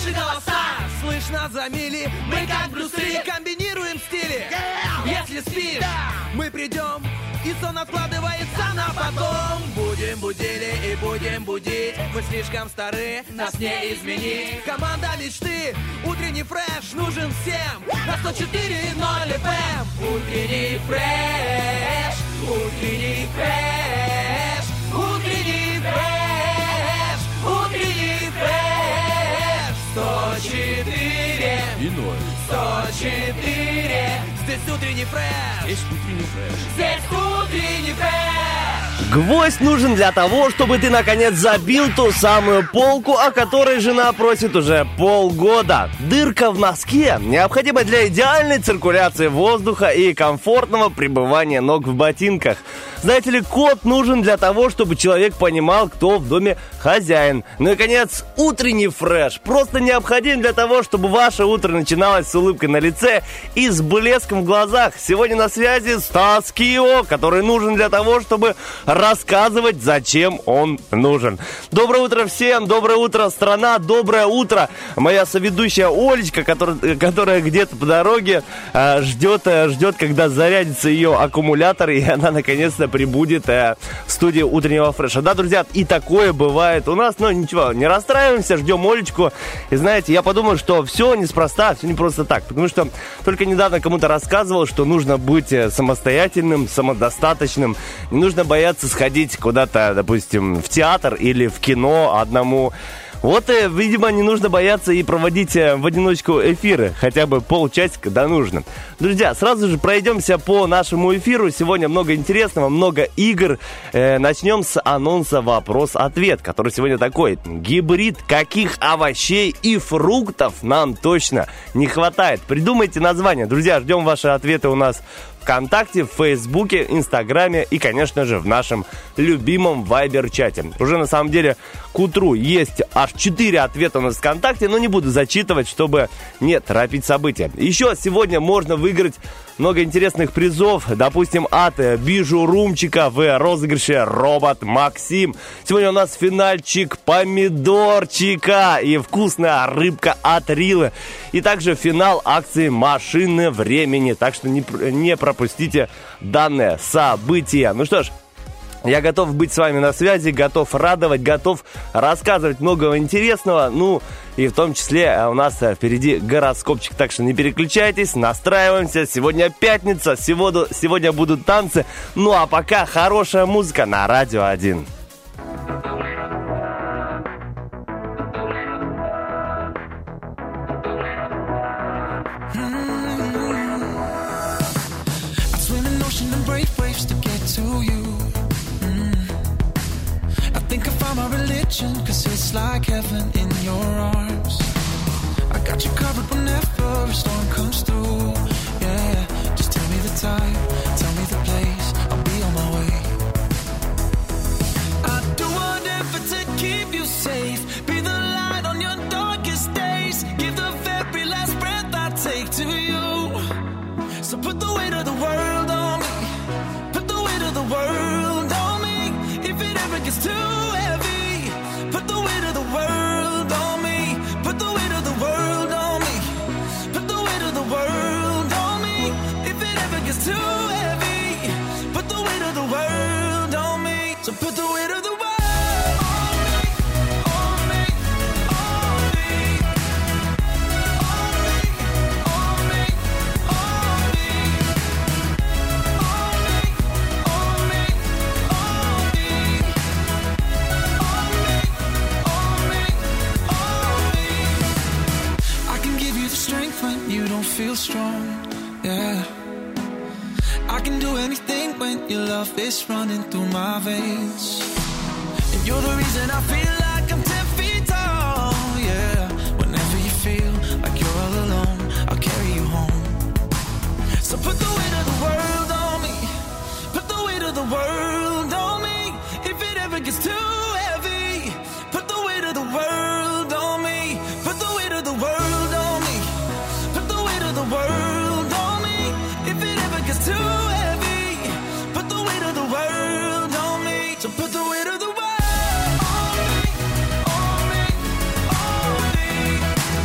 наши голоса слышно за мили. Мы как Брюс Ли комбинируем стили. Если спишь, мы придем, и сон откладывается на потом. Будем будили и будем будить. Мы слишком стары, нас не изменить. Команда мечты, утренний фреш нужен всем. На 104.0 FM. Утренний фреш, утренний фреш, утренний фреш, утренний фреш. 104 и 0. 104. Здесь утренний фреш. Здесь утренний фреш. Здесь утренний фреш. Гвоздь нужен для того, чтобы ты наконец забил ту самую полку, о которой жена просит уже полгода. Дырка в носке необходима для идеальной циркуляции воздуха и комфортного пребывания ног в ботинках. Знаете ли, код нужен для того, чтобы человек понимал, кто в доме хозяин. Ну и, наконец, утренний фреш просто необходим для того, чтобы ваше утро начиналось с улыбкой на лице и с блеском в глазах. Сегодня на связи Стас Кио, который нужен для того, чтобы рассказывать, зачем он нужен. Доброе утро всем, доброе утро, страна, доброе утро. Моя соведущая Олечка, которая где-то по дороге ждет, когда зарядится ее аккумулятор, и она наконец-то прибудет в студию утреннего фреша. Да, друзья, и такое бывает у нас, но ничего, не расстраиваемся, ждем Олечку. И знаете, я подумал, что все неспроста, все не просто так, потому что только недавно кому-то рассказывал, что нужно быть самостоятельным, самодостаточным, не нужно бояться сходить куда-то, допустим, в театр или в кино одному. Вот, видимо, не нужно бояться и проводить в одиночку эфиры, хотя бы полчасика, когда нужно. Друзья, сразу же пройдемся по нашему эфиру. Сегодня много интересного, много игр. Начнем с анонса «Вопрос-ответ», который сегодня такой. Гибрид каких овощей и фруктов нам точно не хватает? Придумайте название. Друзья, ждем ваши ответы у нас ВКонтакте, в Фейсбуке, Инстаграме и, конечно же, в нашем любимом Вайбер-чате. Уже, на самом деле, к утру есть аж 4 ответа у нас ВКонтакте, но не буду зачитывать, чтобы не торопить события. Еще сегодня можно выиграть много интересных призов, допустим, от Бижурумчика в розыгрыше робот Максим. Сегодня у нас финальчик помидорчика и вкусная рыбка от Рилы. И также финал акции «Машины времени». Так что не пропустите данное событие. Ну что ж, я готов быть с вами на связи, готов радовать, готов рассказывать много интересного. Ну, и в том числе у нас впереди гороскопчик. Так что не переключайтесь, настраиваемся. Сегодня пятница, сегодня будут танцы. Ну, а пока хорошая музыка на Радио 1. Cause it's like heaven in your arms. I got you covered whenever a storm comes through. Yeah, just tell me the time, tell me the place, I'll be on my way. I'd do whatever to keep you safe, be the light on your darkest days, give the very last breath I take to you. So put the weight of the world on me, put the weight of the world on me. If it ever gets too heavy, put the weight of the world on me. Put the weight of the world on me. Put the weight of the world on me. If it ever gets too heavy, put the weight of the world on me. So put the weight of the world on me, on me, on me, on me, on me, on me, on me, on me, strength when you don't feel strong, yeah. I can do anything when your love is running through my veins. And you're the reason I feel like I'm 10 feet tall, yeah. Whenever you feel like you're all alone, I'll carry you home. So put the weight of the world on me, put the weight of the world on me. If it ever gets too heavy, put the weight of the world on me. Put the weight of the world on me, put the weight of the world on me. If it ever gets too heavy, put the weight of the world on me. So put the weight of the world on me, on me, on me,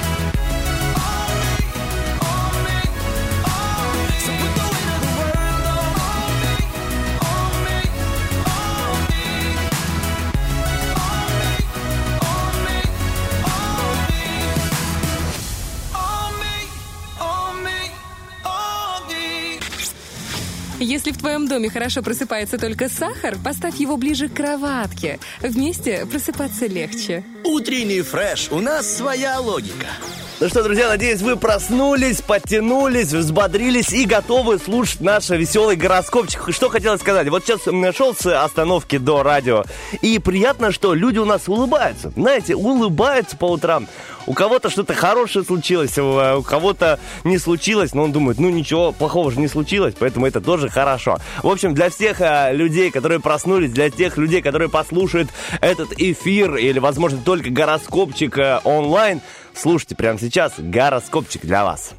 Если в твоем доме хорошо просыпается только сахар, поставь его ближе к кроватке. Вместе просыпаться легче. Утренний фреш, у нас своя логика. Ну что, друзья, надеюсь, вы проснулись, подтянулись, взбодрились и готовы слушать наш веселый гороскопчик. Что хотелось сказать? Вот сейчас шел с остановки до радио, и приятно, что люди у нас улыбаются. Знаете, улыбаются по утрам. У кого-то что-то хорошее случилось, у кого-то не случилось, но он думает, ну ничего плохого же не случилось, поэтому это тоже хорошо. В общем, для всех людей, которые проснулись, для тех людей, которые послушают этот эфир или, возможно, только гороскопчик онлайн, слушайте прямо сейчас гороскопчик для вас.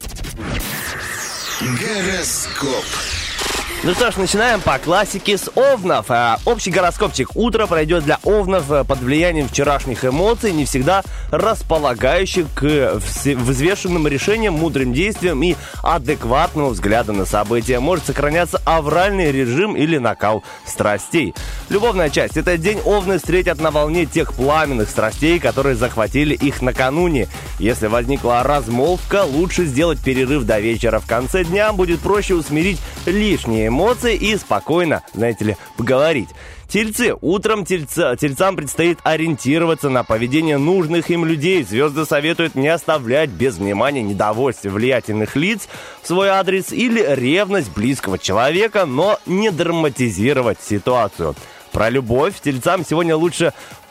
Гороскоп. Ну что ж, начинаем по классике с овнов. Общий гороскопчик. Утро пройдет для овнов под влиянием вчерашних эмоций, не всегда располагающих к взвешенным решениям, мудрым действиям и адекватному взгляду на события. Может сохраняться авральный режим или накал страстей. Любовная часть. Этот день овны встретят на волне тех пламенных страстей, которые захватили их накануне. Если возникла размолвка, лучше сделать перерыв до вечера. В конце дня будет проще усмирить лишние эмоции и спокойно, знаете ли, поговорить. Тельцы. Утром тельцам предстоит ориентироваться на поведение нужных им людей. Звезды советуют не оставлять без внимания недовольствие влиятельных лиц в свой адрес или ревность близкого человека, но не драматизировать ситуацию. Про любовь. Тельцам сегодня лучше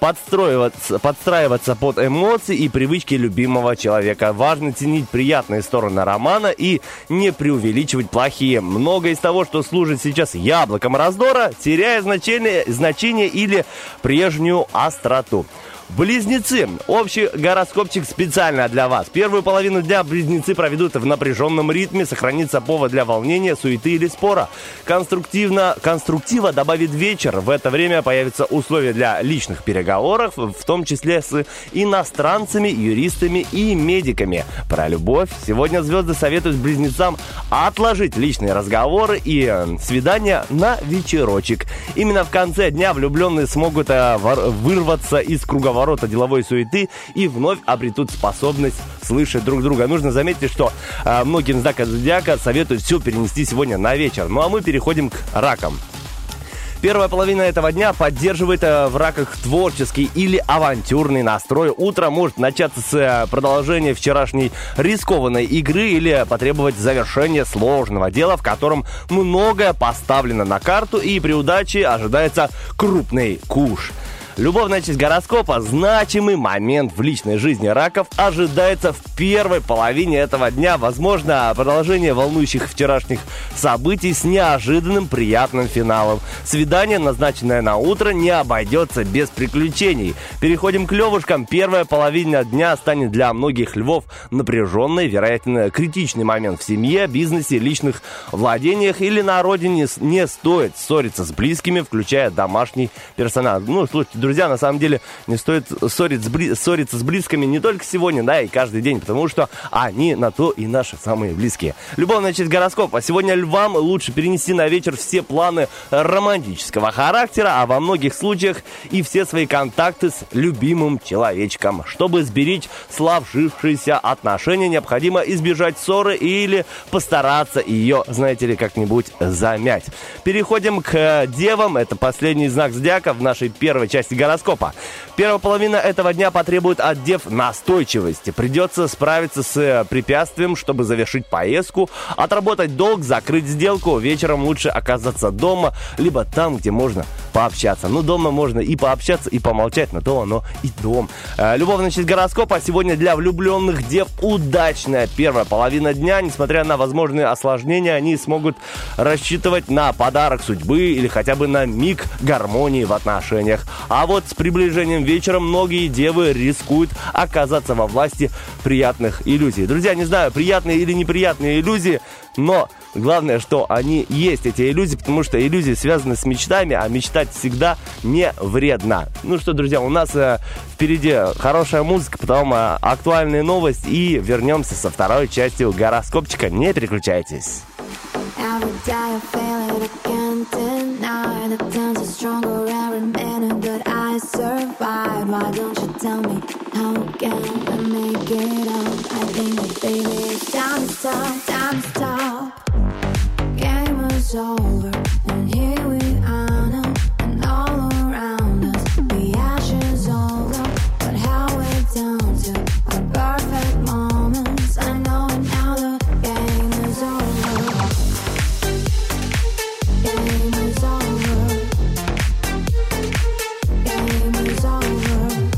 подстраиваться под эмоции и привычки любимого человека. Важно ценить приятные стороны романа и не преувеличивать плохие. Многое из того, что служит сейчас яблоком раздора, теряет значение или прежнюю остроту. Близнецы. Общий гороскопчик специально для вас. Первую половину дня близнецы проведут в напряженном ритме, сохранится повод для волнения, суеты или спора. Конструктива добавит вечер. В это время появятся условия для личных переговоров, в том числе с иностранцами, юристами и медиками. Про любовь. Сегодня звезды советуют близнецам отложить личные разговоры и свидания на вечерочек. Именно в конце дня влюбленные смогут вырваться из круговорота деловой суеты и вновь обретут способность слышать друг друга. Нужно заметить, что многим знакам зодиака советуют все перенести сегодня на вечер. Ну а мы переходим к ракам. Первая половина этого дня поддерживает в раках творческий или авантюрный настрой. Утро может начаться с продолжения вчерашней рискованной игры или потребовать завершения сложного дела, в котором многое поставлено на карту, и при удаче ожидается крупный куш. Любовная часть гороскопа. Значимый момент в личной жизни раков ожидается в первой половине этого дня. Возможно, продолжение волнующих вчерашних событий с неожиданным приятным финалом. Свидание, назначенное на утро, не обойдется без приключений. Переходим к левушкам. Первая половина дня станет для многих львов напряженной, вероятно, критичный момент в семье, бизнесе, личных владениях или на родине. Не стоит ссориться с близкими, включая домашний персонал. Ну, слушайте, друзья, на самом деле не стоит ссориться с близкими не только сегодня, да, и каждый день, потому что они на то и наши самые близкие. Любовная часть гороскопа. Сегодня львам лучше перенести на вечер все планы романтического характера, а во многих случаях и все свои контакты с любимым человечком. Чтобы сберечь сложившиеся отношения, необходимо избежать ссоры или постараться ее, знаете ли, как-нибудь замять. Переходим к девам. Это последний знак зодиака в нашей первой части гороскопа. Первая половина этого дня потребует от дев настойчивости. Придется справиться с препятствием, чтобы завершить поездку, отработать долг, закрыть сделку. Вечером лучше оказаться дома, либо там, где можно пообщаться. Ну, дома можно и пообщаться, и помолчать, но то оно и дом. Любовная часть гороскопа сегодня для влюбленных дев удачная первая половина дня. Несмотря на возможные осложнения, они смогут рассчитывать на подарок судьбы или хотя бы на миг гармонии в отношениях. А вот с приближением вечера многие девы рискуют оказаться во власти приятных иллюзий. Друзья, не знаю, приятные или неприятные иллюзии, но главное, что они есть, эти иллюзии, потому что иллюзии связаны с мечтами, а мечтать всегда не вредно. Ну что, друзья, у нас впереди хорошая музыка, потом актуальные новости, и вернемся со второй частью гороскопчика. Не переключайтесь. Why don't you tell me how can I make it up? I think that baby it's time to stop, time to stop. Game was was over, and here we are now, and all around us, the ashes all glow. But how we're down to our perfect moments. I know it now, the game is over. Game is over. Game is over.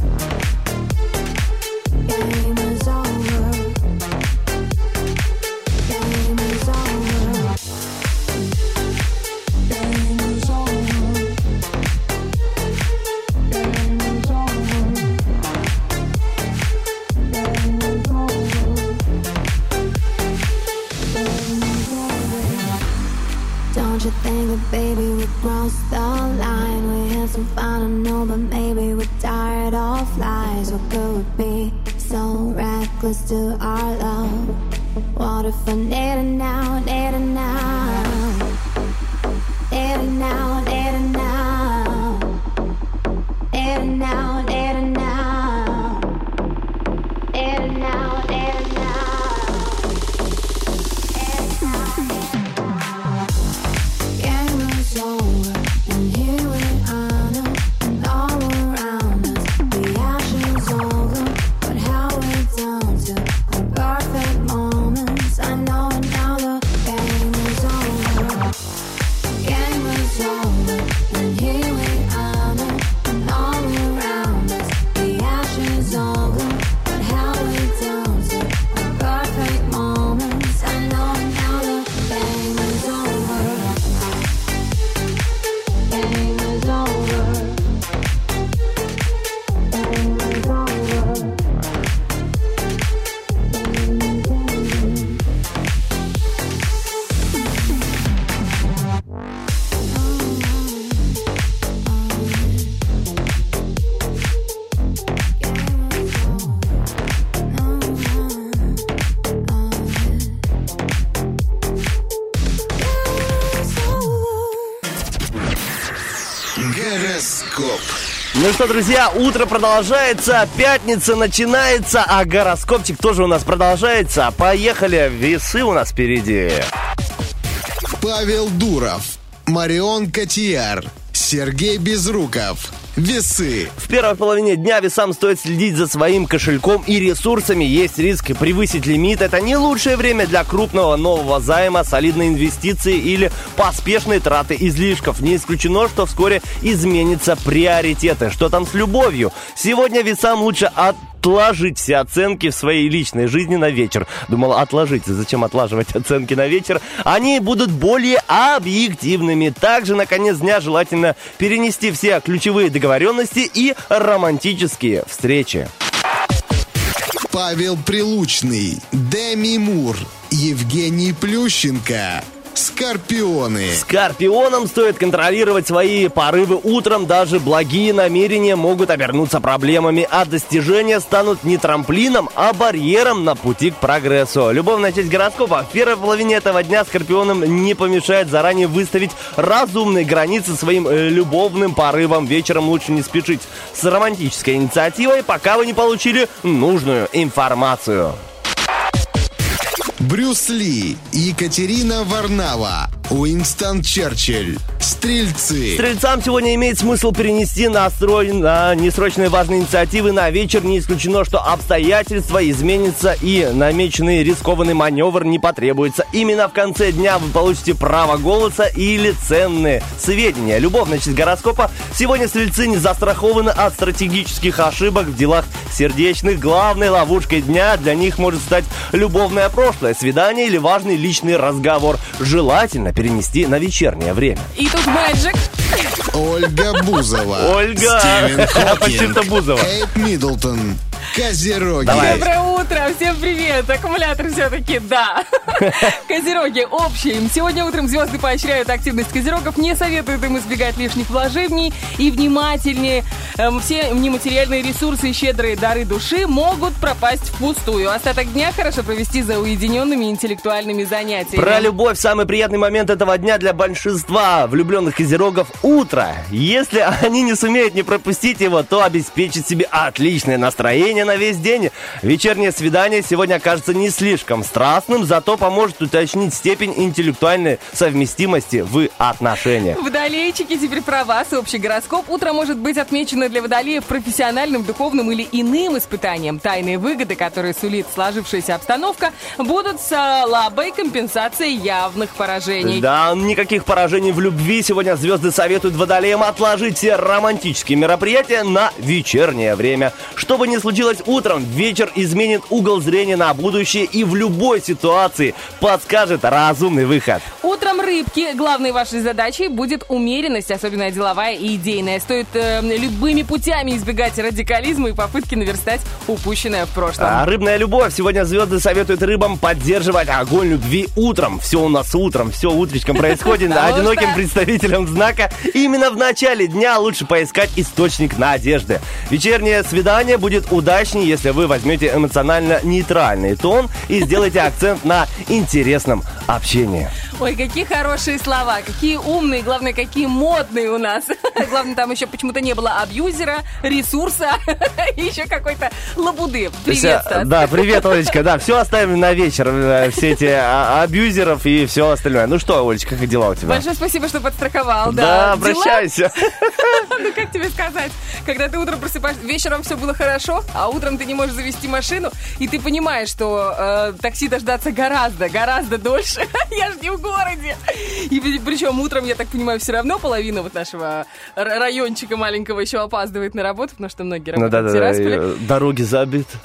Game is over. Game is over. Game is over. Game is over. Don't you think that baby we crossed the line? We had some fun, I know, but maybe we're tired of lies. What could we be so reckless to our love? What if I need it now, need it now? Need it now, need it now. Need it now, need it now. Need it now, need it now. Game is over, and here we are now, and all around us, the ashes all glow. But how we're down to our perfect moments. I know it now, the game is over. Game is over, and here we are now, and all around us, the ashes all glow. But how we're down to our perfect moments. I know it now, the game is over. Game is over. Game is over. Гороскоп. Ну что, друзья, утро продолжается, пятница начинается, а гороскопчик тоже у нас продолжается. Поехали, весы у нас впереди. Павел Дуров, Марион Котияр, Сергей Безруков. Весы. В первой половине дня весам стоит следить за своим кошельком и ресурсами. Есть риск превысить лимит. Это не лучшее время для крупного нового займа, солидной инвестиции или поспешной траты излишков. Не исключено, что вскоре изменятся приоритеты. Что там с любовью? Сегодня весам лучше отложить все оценки в своей личной жизни на вечер. Думал, отложите. Зачем отлаживать оценки на вечер? Они будут более объективными. Также на конец дня желательно перенести все ключевые договоренности и романтические встречи. Павел Прилучный, Деми Мур, Евгений Плющенко. Скорпионы. Скорпионам стоит контролировать свои порывы утром. Даже благие намерения могут обернуться проблемами, а достижения станут не трамплином, а барьером на пути к прогрессу. Любовная часть гороскопа. В первой половине этого дня скорпионам не помешает заранее выставить разумные границы своим любовным порывам. Вечером лучше не спешить с романтической инициативой, пока вы не получили нужную информацию. Брюс Ли, Екатерина Варнава, Уинстон Черчилль. Стрельцы. Стрельцам сегодня имеет смысл перенести настрой на несрочные важные инициативы на вечер. Не исключено, что обстоятельства изменятся и намеченный рискованный маневр не потребуется. Именно в конце дня вы получите право голоса или ценные сведения. Любовная часть гороскопа. Сегодня стрельцы не застрахованы от стратегических ошибок в делах сердечных. Главной ловушкой дня для них может стать любовное прошлое, свидание или важный личный разговор. Желательно перенести на вечернее время. И тут мэджик. Ольга Бузова. Ольга! Стивен Хокинг. Почему-то Бузова. Кейт Миддлтон. Козероги. Давай. Доброе утро, всем привет. Аккумулятор все-таки, да. Козероги, общее. Сегодня утром звезды поощряют активность козерогов, не советуют им избегать лишних вложений и внимательнее. Все нематериальные ресурсы и щедрые дары души могут пропасть впустую. Остаток дня хорошо провести за уединенными интеллектуальными занятиями. Про любовь. Самый приятный момент этого дня для большинства влюбленных козерогов – утро. Если они не сумеют не пропустить его, то обеспечат себе отличное настроение на весь день. Вечернее свидание сегодня окажется не слишком страстным, зато поможет уточнить степень интеллектуальной совместимости в отношениях. Водолейчики, теперь про вас. Общий гороскоп. Утро может быть отмечено для водолеев профессиональным, духовным или иным испытанием. Тайные выгоды, которые сулит сложившаяся обстановка, будут слабой компенсацией явных поражений. Да, никаких поражений в любви. Сегодня звезды советуют водолеям отложить все романтические мероприятия на вечернее время. Что бы ни случилось утром, вечер изменит угол зрения на будущее и в любой ситуации подскажет разумный выход. Утром, рыбки, главной вашей задачей будет умеренность, особенно деловая и идейная. Стоит любыми путями избегать радикализма и попытки наверстать упущенное в прошлом. Рыбная любовь. Сегодня звезды советуют рыбам поддерживать огонь любви утром. Все у нас утром, все утречком происходит. Одиноким представителям знака именно в начале дня лучше поискать источник надежды. Вечернее свидание будет удачнее, если вы возьмете эмоционально нейтральный тон и сделаете акцент на интересном общении. Ой, какие хорошие слова, какие умные, главное, какие модные у нас. Главное, там еще почему-то не было абьюзера, ресурса и еще какой-то лабуды. Привет, Стас. Да, привет, Олечка. Да, все оставим на вечер. Все эти абьюзеров и все остальное. Ну что, Олечка, как дела у тебя? Большое спасибо, что подстраховал. Да, обращайся. Ну, как тебе сказать? Когда ты утром просыпаешься, вечером все было хорошо, а утром ты не можешь завести машину, и ты понимаешь, что такси дождаться гораздо дольше. Я ж не в городе. И причем утром, я так понимаю, все равно половина вот нашего райончика маленького еще опаздывает на работу, потому что многие работают в Тирасполе. Дороги забиты.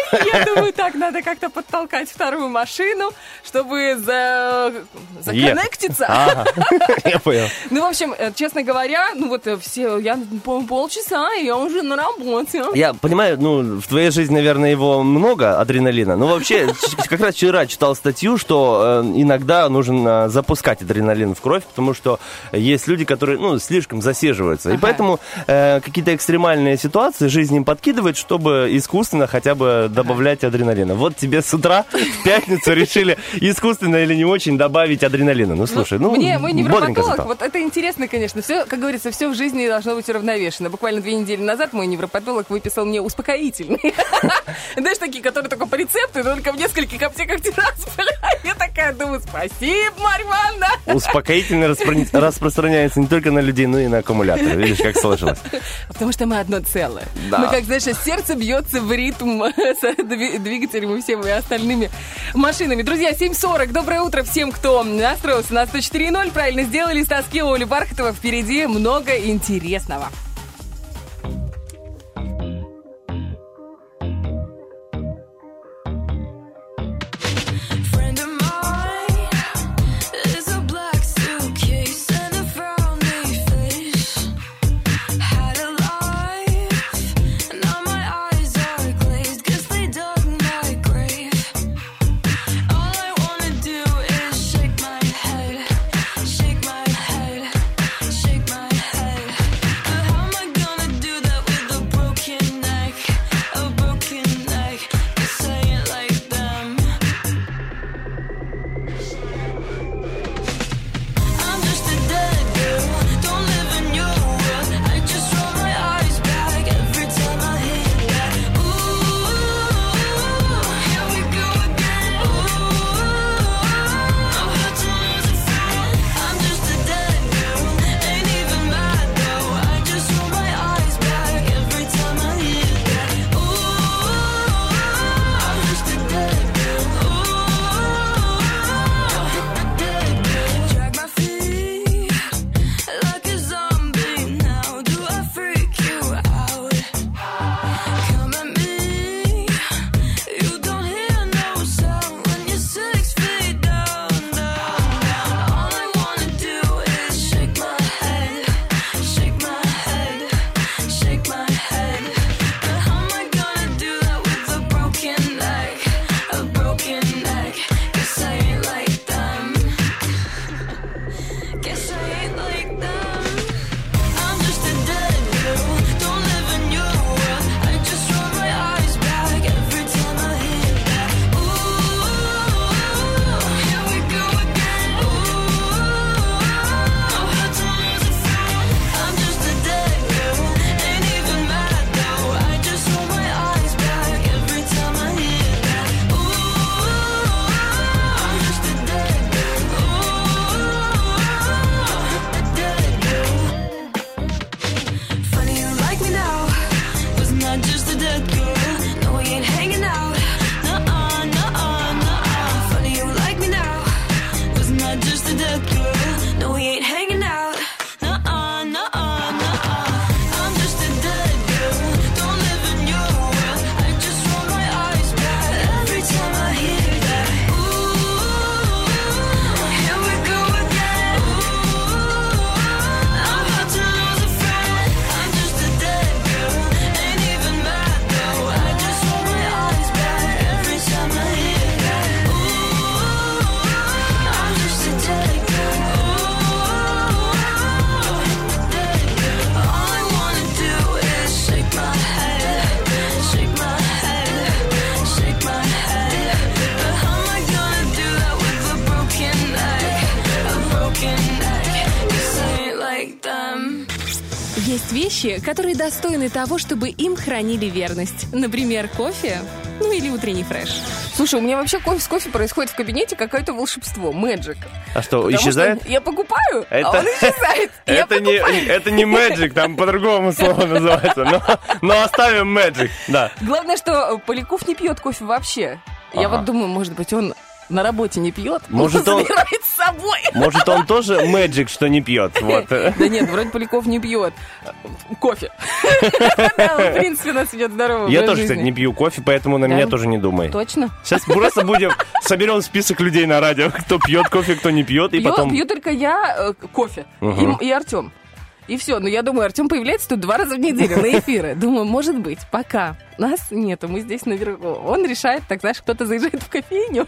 Я думаю, так, надо как-то подтолкать вторую машину, чтобы законнектиться. Я понял. Ну, в общем, честно говоря, ну вот все, я полчаса, и я уже на работе. Я понимаю, ну, в твоей жизни, наверное, его много, адреналина. Но вообще, как раз вчера читал статью, что иногда нужно запускать адреналин в кровь, потому что есть люди, которые, ну, слишком засиживаются. И поэтому какие-то экстремальные ситуации жизнь им подкидывает, чтобы искусственно хотя бы добавлять адреналина. Вот тебе с утра в пятницу решили искусственно или не очень добавить адреналина. Ну, слушай, мой бодренько невропатолог, зато. вот это интересно, конечно. Все, как говорится, все в жизни должно быть уравновешено. Буквально 2 недели назад мой невропатолог выписал мне успокоительные. Знаешь, такие, которые только по рецепту, только в нескольких аптеках Тирасполя. Я такая думаю, спасибо, Марья Ивановна. Успокоительный распространяется не только на людей, но и на аккумуляторы. Видишь, как сложилось. Потому что мы одно целое. Да. Мы, как, знаешь, сердце бьется в ритм с двигателем и всеми остальными машинами. Друзья, 7:40. Доброе утро всем, кто настроился на 104.0. Правильно сделали. Стас Кио, Оля Бархатова. Впереди много интересного. Shake my head. not just a dead girl. No, we ain't hanging out. Nuh-uh, nuh-uh, nuh-uh. Funny you like me now. Was not just a dead girl. No, we ain't hanging out. Nuh-uh, nuh-uh, nuh-uh. I'm just a dead girl. Don't live in your world. I just roll my eyes back every time I hear that. Ooh, here we go again. Ooh, I'm about to lose a friend. I'm just a dead girl. Ain't even mad though. I just roll my eyes back every time I hear that. Ooh, I'm just a dead girl. All I wanna do is shake my head, shake my head, shake my head. But how am I gonna do that with a broken neck, a broken neck? 'Cause I ain't like them. Есть вещи, которые достойны того, чтобы им хранили верность. Например, кофе, ну или утренний фреш. Слушай, у меня вообще с кофе происходит в кабинете какое-то волшебство, magic. А что, Потому исчезает? что я покупаю, а Это- он исчезает. Я Это не magic, там по-другому слово называется. Но оставим magic, да. Главное, что Поляков не пьет кофе вообще. Я Ага. вот думаю, может быть, он на работе не пьет, Может, он- забирает с собой. Может, он тоже magic, что не пьет. Вот. Да нет, вроде Поляков не пьет кофе. Да, он, в принципе, нас ведет здоровый Я образ тоже, жизни. кстати, не пью кофе, поэтому на Да? меня тоже не думай. Точно? Сейчас просто соберем список людей на радио, кто пьет кофе, кто не пьет, и потом... Пью только я кофе и Артем. И все. Но я думаю, Артем появляется тут 2 раза в неделю на эфиры. Думаю, может быть, пока нас нету, мы здесь наверху. Он решает, так знаешь, кто-то заезжает в кофейню.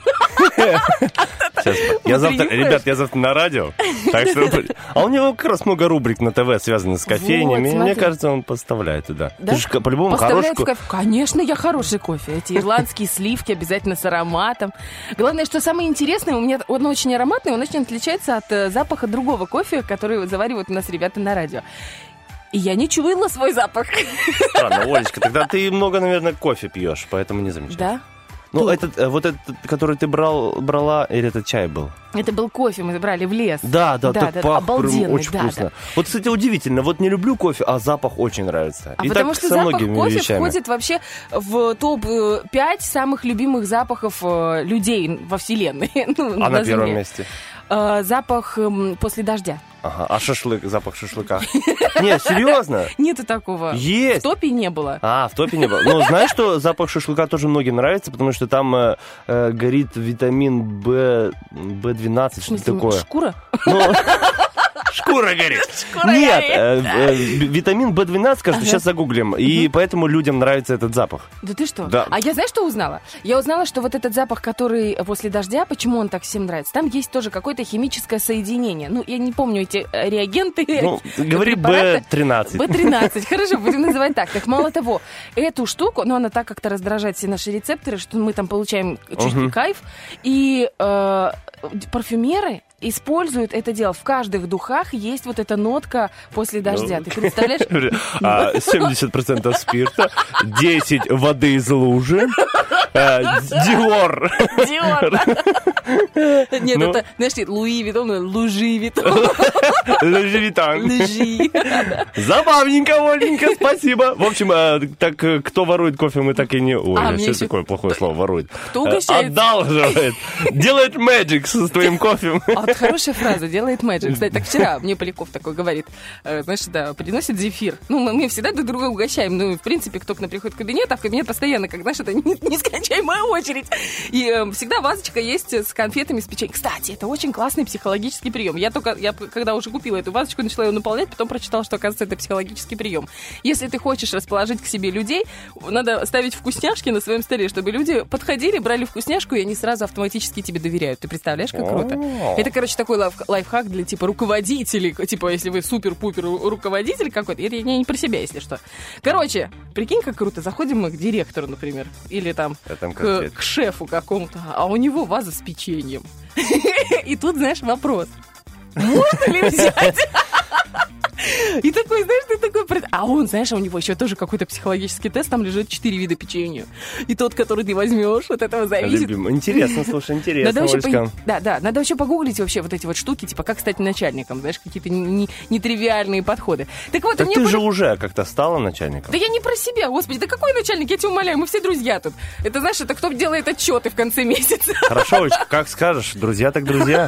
Сейчас. Я завтра, Утренний ребят, я завтра на радио. Так что... А у него как раз много рубрик на ТВ, связанных с кофейнями. Вот, Мне смотри. кажется, он поставляет туда. Да? Ты же по-любому Поставляет хороший в кофе. Конечно, я хороший кофе. Эти ирландские сливки обязательно с ароматом. Главное, что самое интересное, у меня он очень ароматный, он очень отличается от запаха другого кофе, который заваривают у нас ребята на радио. И я не чуяла свой запах. Ладно, Олечка, тогда ты много, наверное, кофе пьешь, поэтому не замечаешь. Да? Ну, вот этот, который ты брала, или это чай был? Это был кофе, мы брали в лес. Да, так пах, прям обалденный, очень да, вкусно. да. Вот, кстати, удивительно, вот не люблю кофе, а запах очень нравится. А И потому так что со запах многими кофе вещами. входит вообще в топ-5 самых любимых запахов людей во Вселенной. Ну, А на первом Земле. месте? Запах после дождя. Ага, а запах шашлыка? Не, серьезно? Нету такого. Есть. В топе не было. А, в топе не было. Но знаешь, что запах шашлыка тоже многим нравится, потому что там горит витамин B12, В что смысле, такое. шкура? Ну, шкура горит. Нет, витамин B12, кажется, сейчас загуглим. И поэтому людям нравится этот запах. Да ты что? Да. А я знаешь, что узнала? Я узнала, что вот этот запах, который после дождя, почему он так всем нравится, там есть тоже какое-то химическое соединение. Ну, я не помню эти реагенты. Ну, говори препараты. B13. B13, хорошо, будем называть так. Так мало того, эту штуку, но она так как-то раздражает все наши рецепторы, что мы там получаем чуть кайф. И парфюмеры используют это дело. В каждых духах есть вот эта нотка после дождя. Ты представляешь? 70% спирта, 10 воды из лужи, Диор. Нет, Ну. это, знаешь, Луи Виттон, Лужи Виттон. Лежевитан. Лжи. Забавненько, Оленька, спасибо. В общем, так кто ворует кофе, мы так и не... Ой, мне что еще- такое плохое слово ворует? Кто угощается? Одалживает. Делает magic с твоим кофе. А вот хорошая фраза, делает мэджик. Кстати, так вчера мне Поляков такой говорит, знаешь, да, приносит зефир. Ну, мы всегда друг друга угощаем. Ну, в принципе, кто к нам приходит в кабинет, а в кабинет постоянно, как, знаешь, это нескончаемая очередь. И всегда вазочка есть с конфетами, с печеньем. Кстати, это очень классный психологический прием. Я когда уже купила эту вазочку, начала ее наполнять, потом прочитала, что, оказывается, это психологический прием. Если ты хочешь расположить к себе людей, надо ставить вкусняшки на своем столе, чтобы люди подходили, брали вкусняшку, и они сразу автоматически тебе доверяют. Ты представляешь, как круто? Это, короче, такой лайфхак для, типа, руководителей. Типа, если вы супер-пупер руководитель какой-то. Я не про себя, если что. Короче, прикинь, как круто. Заходим мы к директору, например. Или там к шефу какому-то. А у него ваза с печеньем. И тут, знаешь, вопрос. Можно ли взять? И такой, знаешь, ты такой... А он, знаешь, у него еще тоже какой-то психологический тест, там лежит 4 вида печенья. И тот, который ты возьмешь, от этого зависит. Любим. Интересно, слушай, интересно, Надо вообще Олечка. Да, надо вообще погуглить вообще вот эти вот штуки, типа, как стать начальником, знаешь, какие-то нетривиальные подходы. Так вот, Так мне ты же уже как-то стала начальником. Да я не про себя, господи, да какой начальник, я тебя умоляю, мы все друзья тут. Это, знаешь, это кто делает отчеты в конце месяца. Хорошо, Олечка, как скажешь, друзья так друзья.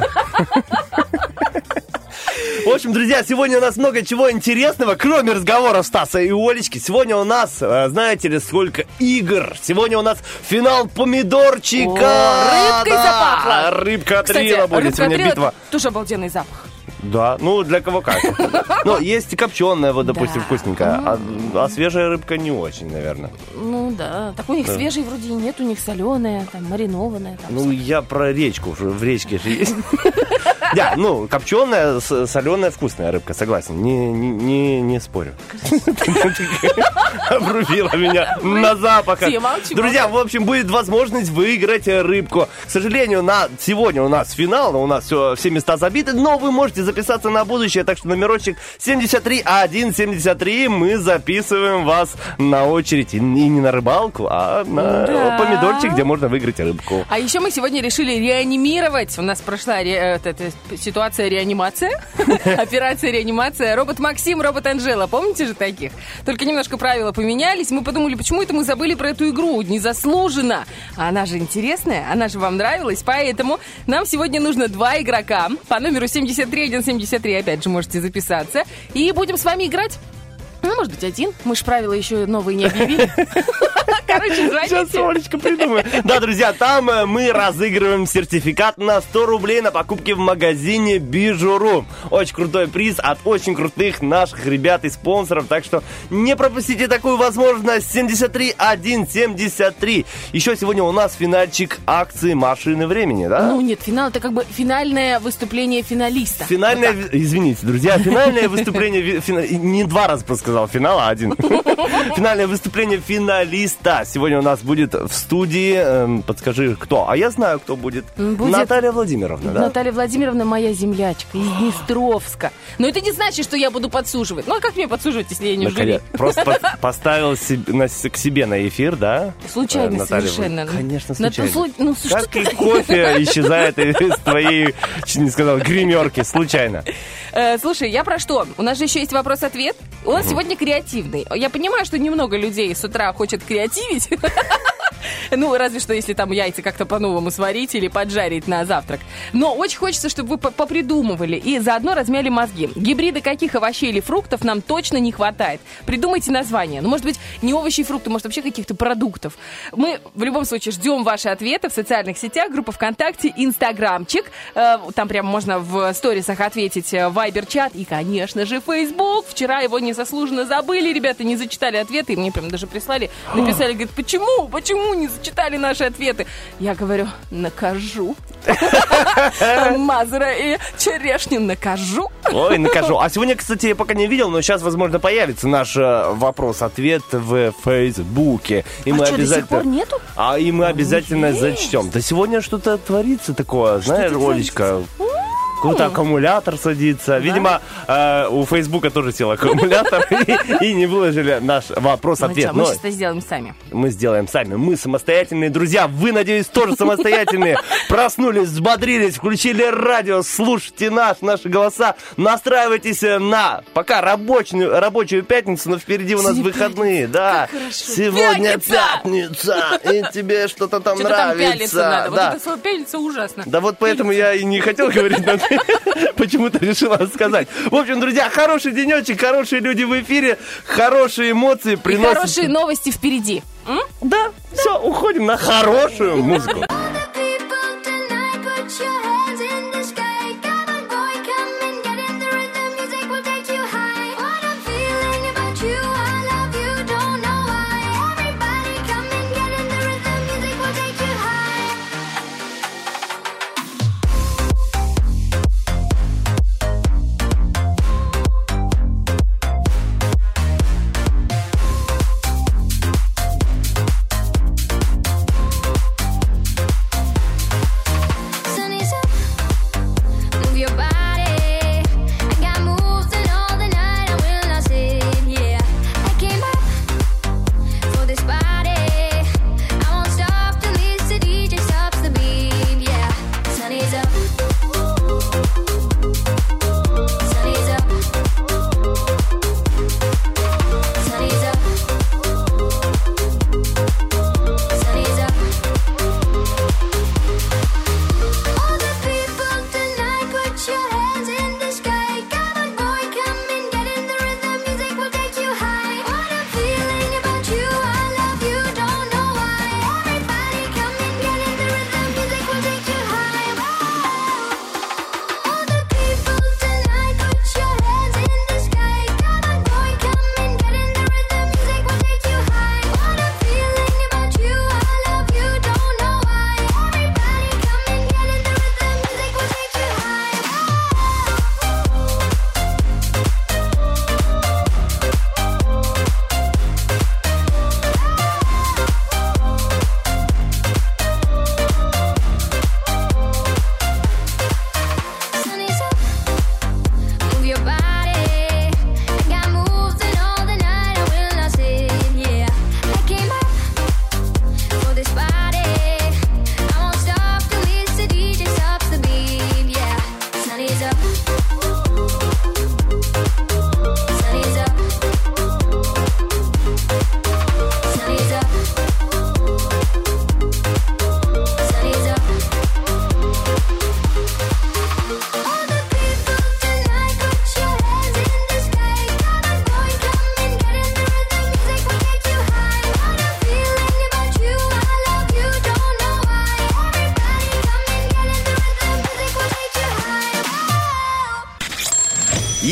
В общем, друзья, сегодня у нас много чего интересного, кроме разговоров Стаса и Олечки. Сегодня у нас, знаете ли, сколько игр. Сегодня у нас финал помидорчика. Рыбкой запахло. Рыбка от Кстати, Рила будет рыбка сегодня от Рила битва. тоже обалденный запах. Да, ну для кого как. Ну, есть и копченая, вот, допустим, Да. вкусненькая, а свежая рыбка не очень, наверное. Ну да, так у них свежей вроде и нет, у них соленая, там, маринованная. Там, Ну, я про речку, в речке же есть. Да, ну, копченая, соленая, вкусная рыбка, согласен, не спорю. Обрубила меня на запах. Все, молчи, Друзья, в общем, будет возможность выиграть рыбку. К сожалению, сегодня у нас финал, у нас все места забиты, но вы можете записаться на будущее, так что номерочек 73173, мы записываем вас на очередь. И не на рыбалку, а на помидорчик, где можно выиграть рыбку. А еще мы сегодня решили реанимировать. У нас прошла ситуация реанимация, операция реанимация. Робот Максим, робот Анжела. Помните же таких? Только немножко правила поменялись. Мы подумали, почему это мы забыли про эту игру? Незаслуженно. А она же интересная, она же вам нравилась. Поэтому нам сегодня нужно 2 игрока по номеру 73173. Опять же, можете записаться. И будем с вами играть. Ну, может быть, один. Мы же правила еще новые не объявили. Короче, Сейчас звоните. Олечка придумает. Да, друзья, там мы разыгрываем сертификат на 100 рублей на покупки в магазине Bijou.ru. Очень крутой приз от очень крутых наших ребят и спонсоров. Так что не пропустите такую возможность. 73173. Еще сегодня у нас финальчик акции «Машины времени», да? Ну, нет, финал — это как бы финальное выступление финалиста. Финальное, извините, друзья, финальное выступление, не 2 раза просто сказал финал, а 1. Финальное выступление финалиста сегодня у нас будет в студии. Подскажи, кто? А я знаю, кто будет. Наталья Владимировна, да? Наталья Владимировна моя землячка из Днестровска. Но это не значит, что я буду подсуживать. Ну, а как мне подсуживать, если я не в жюри? Просто поставил к себе на эфир, да? Случайно Наталья совершенно. Конечно, На ту случайно. Ну, что Как ты? и кофе исчезает из твоей, чуть не сказал, гримерки, случайно. Слушай, я про что? У нас же еще есть вопрос-ответ. У нас сегодня креативный. Я понимаю, что немного людей с утра хочет креативить. Ну, разве что, если там яйца как-то по-новому сварить или поджарить на завтрак. Но очень хочется, чтобы вы попридумывали и заодно размяли мозги. Гибриды каких овощей или фруктов нам точно не хватает? Придумайте название. Ну, может быть, не овощи и фрукты, может, вообще каких-то продуктов. Мы в любом случае ждем ваши ответы в социальных сетях, группа ВКонтакте, Инстаграмчик. Там прям можно в сторисах ответить, Вайбер-чат и, конечно же, Фейсбук. Вчера его незаслуженно забыли, ребята, не зачитали ответы, и мне прям даже прислали, написали, говорят, почему не зачитали наши ответы? Я говорю, накажу. Мазура и черешню накажу. Ой, накажу. А сегодня, кстати, я пока не видел, но сейчас, возможно, появится наш вопрос-ответ в Фейсбуке. И мы что, до сих пор нету? И мы обязательно есть. зачтем. Да сегодня что-то творится такое, знаешь, Олечка. Какой-то аккумулятор садится. Видимо, у Фейсбука тоже сел аккумулятор и не выложили наш вопрос-ответ. Мы сейчас это сделаем сами. Мы сделаем сами. Мы самостоятельные друзья. Вы, надеюсь, тоже самостоятельные. Проснулись, взбодрились, включили радио, слушайте наши голоса. Настраивайтесь на пока рабочую пятницу, но впереди у нас выходные. Да. Сегодня пятница. И тебе что-то там Что-то там пялиться нравится. надо. Вот Да. это слово пялиться ужасно. Да вот поэтому я и не хотел говорить, но ты почему-то решила сказать. В общем, друзья, хороший денечек, хорошие люди в эфире, хорошие эмоции И приносят. хорошие новости впереди. Да, все, уходим на хорошую музыку. All the people tonight, put your hands in the sky. Come on, boy, come and get in the rhythm. Music will take you high. What I'm feeling about you, I love you, don't know why. Everybody, come and get in the rhythm. Music will take you high.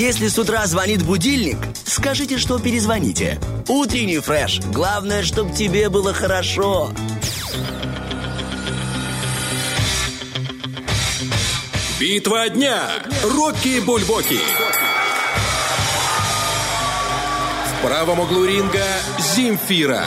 Если с утра звонит будильник, скажите, что перезвоните. Утренний фреш. Главное, чтобы тебе было хорошо. Битва дня. Рокки Бульбоки. В правом углу ринга Земфира.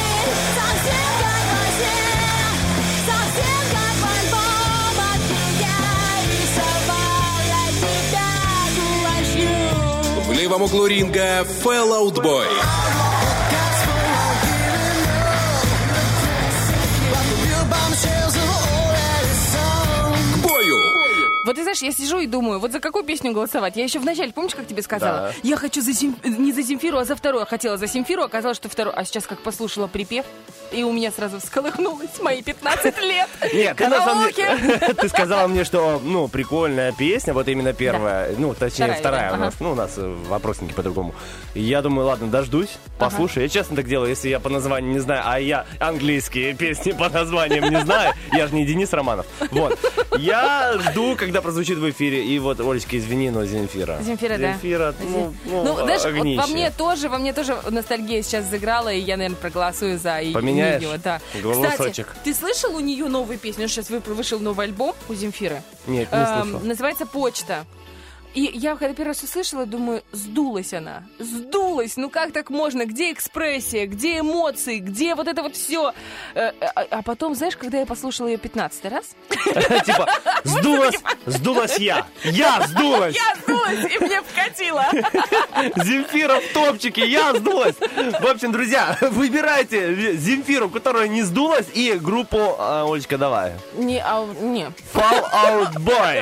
В левом углу ринга Fall Out Boy. К бою! Вот ты знаешь, я сижу и думаю, вот за какую песню голосовать? Я еще вначале, помнишь, как тебе сказала? Я хочу не за Земфиру, а за вторую. Хотела за Земфиру, оказалось, что вторую. А сейчас как послушала припев, и у меня сразу всколыхнулось мои 15 лет. Нет, ты, на самом деле, ты сказала мне, что, прикольная песня, вот именно первая, точнее, вторая у нас, у нас вопросники по-другому. И я думаю, ладно, дождусь, послушаю. Я честно так делаю, если я по названию не знаю, а я английские песни по названиям не знаю, я же не Денис Романов. Вот. Я жду, когда прозвучит в эфире, и вот, Олечка, извини, но Земфира. Земфира, да. Земфира, знаешь, огнище. Вот во мне тоже ностальгия сейчас заиграла, и я, наверное, проголосую за Поменяешь? нее. Да. Голосочек. Кстати, ты слышал у нее новую песню? Сейчас вышел новый альбом у Земфиры. Нет, не слышал. Называется «Почта». И я, когда первый раз услышала, думаю, сдулась она. Сдулась! Ну как так можно? Где экспрессия? Где эмоции? Где вот это вот все? А потом, знаешь, когда я послушала ее 15 раз... Типа, сдулась я. Я сдулась. Я сдулась, и мне вкатило. Земфира в топчике, я сдулась. В общем, друзья, выбирайте Земфиру, которая не сдулась, и группу, Олечка, давай. Не. Fall Out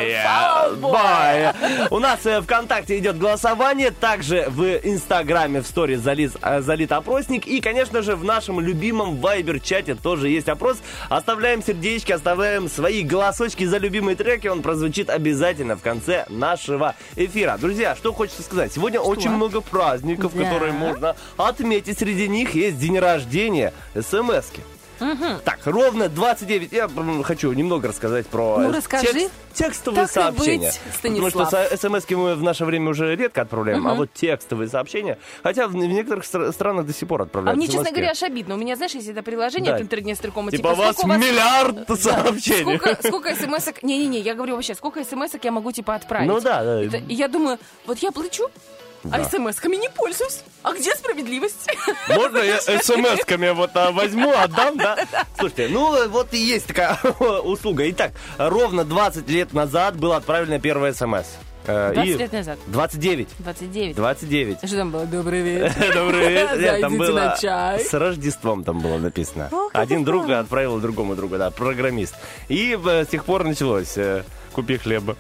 Boy. У нас в ВКонтакте идет голосование, также в Инстаграме в сторис залит опросник, и, конечно же, в нашем любимом Вайбер-чате тоже есть опрос. Оставляем сердечки, оставляем свои голосочки за любимые треки, он прозвучит обязательно в конце нашего эфира. Друзья, что хочется сказать? Сегодня очень много праздников, которые можно отметить. Среди них есть день рождения, смс-ки. Так, ровно 29. Я хочу немного рассказать про текстовые сообщения. Потому что смс-ки мы в наше время уже редко отправляем, а вот текстовые сообщения, хотя в некоторых странах до сих пор отправляют. А мне, честно говоря, аж обидно. У меня, знаешь, есть это приложение от интернет-стрелкома. Типа у вас миллиард сообщений. Сколько смс-ок... Не-не-не, я говорю вообще, сколько смс-ок я могу, отправить? Ну да. И я думаю, вот я плачу, а смс-ками не пользуюсь. А где справедливость? Можно я смс-ками возьму, отдам, да? Слушайте, вот и есть такая услуга. Итак, ровно 20 лет назад было отправлено первое смс. 20 лет назад. 29. 29. Что там было? Добрый вечер. Добрый вечер. Нет, там Зайдите было на чай. с Рождеством там было написано. Один друг отправил другому другу, да, программист. И с тех пор началось. Купи хлеба.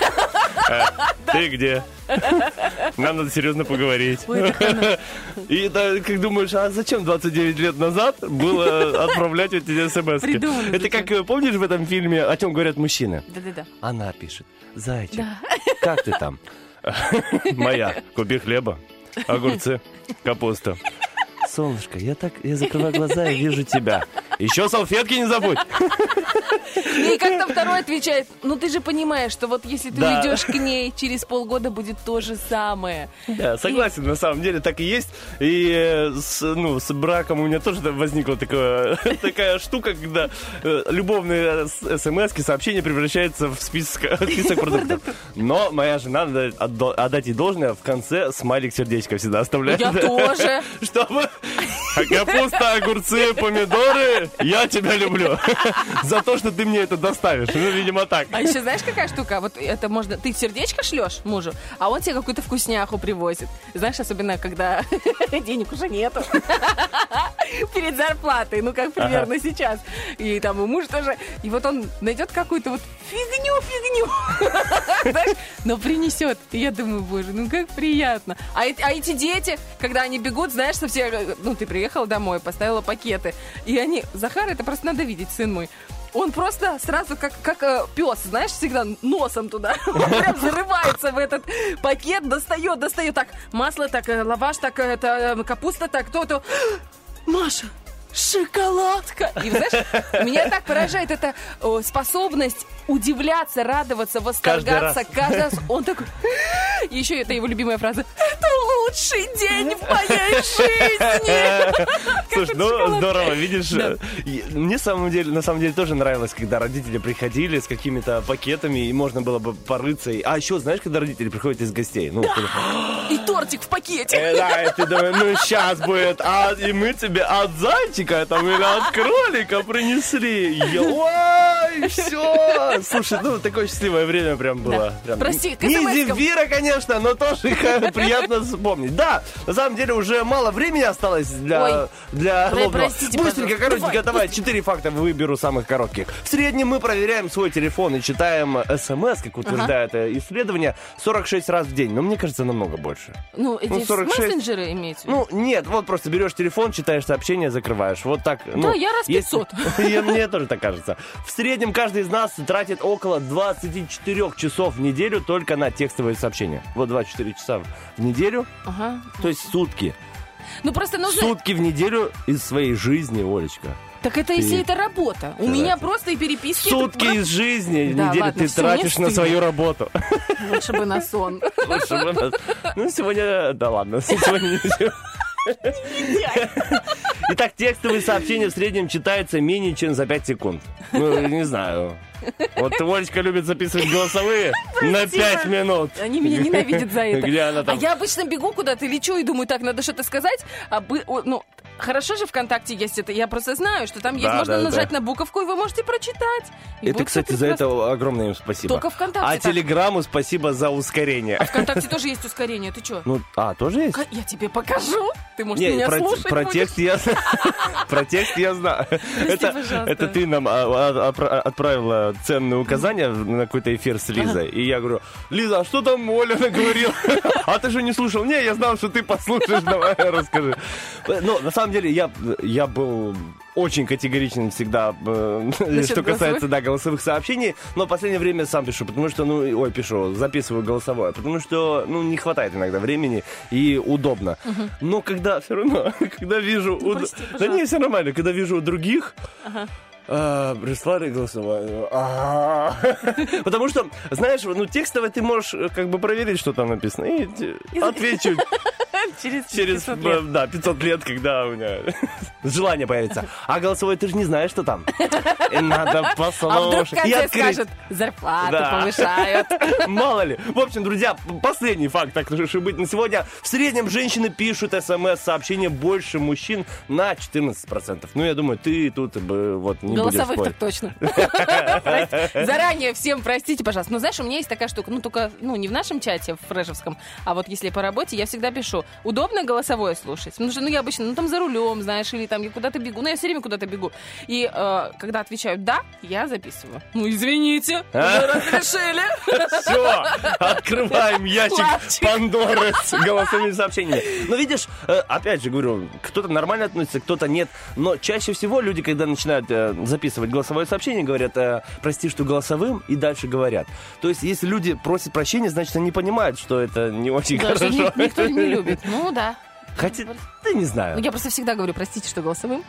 Ты где? Нам надо серьезно поговорить. И как думаешь, а зачем 29 лет назад было отправлять эти смс-ки? Это как, помнишь в этом фильме, о чем говорят мужчины? Да-да-да. Она пишет: зайчик, как ты там? Моя, купи хлеба, огурцы, капуста. Солнышко, я закрываю глаза и вижу тебя. Еще салфетки не забудь. И как-то второй отвечает: ты же понимаешь, что вот если ты уйдешь к ней, через полгода будет то же самое. Да, согласен, на самом деле так и есть. И с браком у меня тоже возникла такая штука, когда любовные смс-ки, сообщения превращаются в список продуктов. Но моя жена, надо отдать ей должное, в конце смайлик сердечко всегда оставляет. Я тоже. Чтобы... Капуста, огурцы, помидоры, я тебя люблю. За то, что ты мне это доставишь. Видимо, так. А еще знаешь, какая штука? Вот это можно... Ты сердечко шлешь мужу, а он тебе какую-то вкусняху привозит. Знаешь, особенно, когда денег уже нету. Перед зарплатой, как примерно сейчас. И там у мужа тоже. И вот он найдет какую-то вот фигню. Знаешь, но принесет. И я думаю, боже, как приятно. А эти дети, когда они бегут, знаешь, что все... ты приехала домой, поставила пакеты. И они... Захар, это просто надо видеть, сын мой. Он просто сразу, как пес, знаешь, всегда носом туда. Он прям зарывается в этот пакет, достает. Так, масло, так, лаваш, так, это, капуста, так, то. Маша, шоколадка. И, знаешь, меня так поражает эта способность удивляться, радоваться, восторгаться. Каждый раз он такой... И еще это его любимая фраза. Это лучший день в моей жизни. Слушай, ну здорово, видишь. Мне на самом деле тоже нравилось, когда родители приходили с какими-то пакетами, и можно было бы порыться. А еще, знаешь, когда родители приходят из гостей? И тортик в пакете. Да, и ты думаешь, ну сейчас будет, и мы тебе от зайчика там или от кролика принесли. Ой, все. Слушай, ну такое счастливое время прям было. Прям. Прости, не Земфира, конечно, но тоже приятно вспомнить. Да, на самом деле уже мало времени осталось для лобного. Быстренько, коротенько, давай 4 факта выберу самых коротких. В среднем мы проверяем свой телефон и читаем смс, как утверждает исследование, 46 раз в день. Но мне кажется, намного больше. Ну, эти 46... мессенджеры имеете в виду? Ну, нет, вот просто берешь телефон, читаешь сообщения, закрываешь. Вот так. Да, я раз 500. Мне тоже так кажется. В среднем каждый из нас тратит около 24 часов в неделю только на текстовые сообщения. Вот 24 часа в неделю, то есть сутки. Ну, просто нужно... Сутки в неделю из своей жизни, Олечка. Так это если это работа. У меня просто и переписки... Сутки из жизни неделю ты тратишь на свою работу. Лучше бы на сон. Лучше бы на... Ну, сегодня... Да ладно, сегодня не... Итак, текстовые сообщения в среднем читаются менее чем за 5 секунд. Ну, не знаю. Вот Олечка любит записывать голосовые на 5 минут. Они меня ненавидят за это. Где она там? А я обычно бегу куда-то, лечу и думаю, так, надо что-то сказать. Ну, хорошо же ВКонтакте есть это. Я просто знаю, что там есть, можно нажать на буковку, и вы можете прочитать. Это, кстати, за это огромное им спасибо. Только ВКонтакте. А Телеграмму спасибо за ускорение. А ВКонтакте тоже есть ускорение, ты что? Ну, тоже есть? Я тебе покажу. Ты, может, меня слушать про текст я про текст я знаю. Это ты нам отправила ценные указания на какой-то эфир с Лизой. И я говорю, Лиза, а что там Оля наговорила? А ты же не слушал? Не, я знал, что ты послушаешь, давай расскажи. Ну, на самом деле, я был очень категоричен всегда, что касается, голосовых сообщений, но в последнее время сам пишу, потому что, записываю голосовое, потому что, не хватает иногда времени и удобно. Но когда все равно, когда вижу... Да не, все нормально, когда вижу у других... Прислали голосование. Потому что, знаешь, текстово ты можешь как бы проверить, что там написано. И отвечу через 500 лет, когда у меня желание появится. А голосовой ты же не знаешь, что там. И надо послушать. А вдруг в конце скажет, зарплату повышают. Мало ли. В общем, друзья, последний факт, так что быть на сегодня. В среднем женщины пишут смс-сообщения больше мужчин на 14%. Ну, я думаю, ты тут не голосовых так точно. Заранее всем простите, пожалуйста. Но знаешь, у меня есть такая штука, только не в нашем чате, в фрешевском, а вот если по работе, я всегда пишу, удобно голосовое слушать? Потому что, я обычно, там за рулем, знаешь, или там я куда-то бегу, я все время куда-то бегу. И когда отвечают «да», я записываю. Извините, вы разрешили. Все, открываем ящик Пандоры с голосовыми сообщениями. Но видишь, опять же говорю, кто-то нормально относится, кто-то нет, но чаще всего люди, когда начинают записывать голосовое сообщение, говорят, прости, что голосовым, и дальше говорят. То есть, если люди просят прощения, значит, они понимают, что это не очень хорошо. Никто не любит. Ну, да. Хотя, да не знаю. Я просто всегда говорю, простите, что голосовым.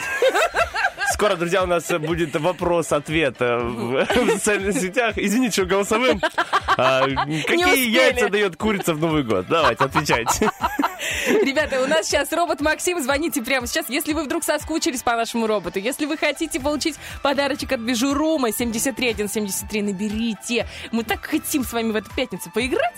Скоро, друзья, у нас будет вопрос-ответ в социальных сетях. Извините, что голосовым. Какие яйца дает курица в Новый год? Давайте, отвечайте. Ребята, у нас сейчас робот Максим. Звоните прямо сейчас, если вы вдруг соскучились по нашему роботу. Если вы хотите получить подарочек от Бижурума 73173, наберите. Мы так хотим с вами в эту пятницу поиграть.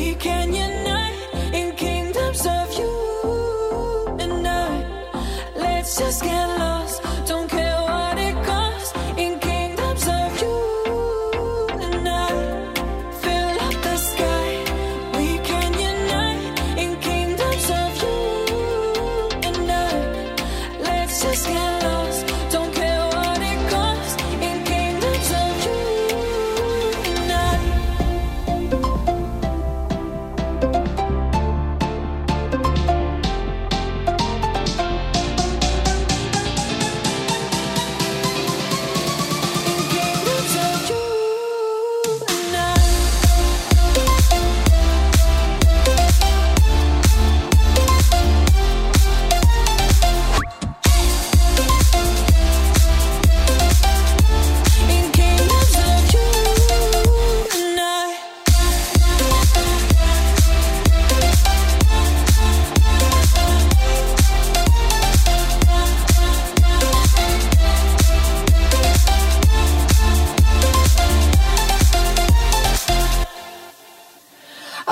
Unite in kingdoms of you and I.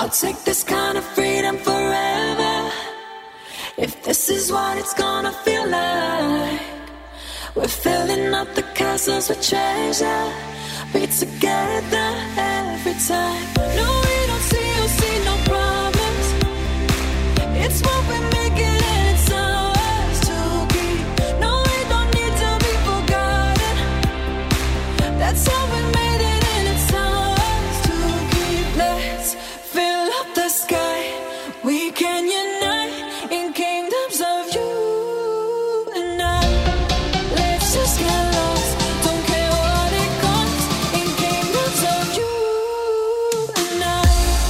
I'll take this kind of freedom forever. If this is what it's gonna feel like. We're filling up the castles with treasure. Be together every time. No, we don't see no problems. It's what we make it and it's ours to keep. No, we don't need to be forgotten. That's how we made it and it's ours to keep. Let's fill up the sky. We can unite in kingdoms of you and I. Let's just get lost. Don't care what it costs. In kingdoms of you and I.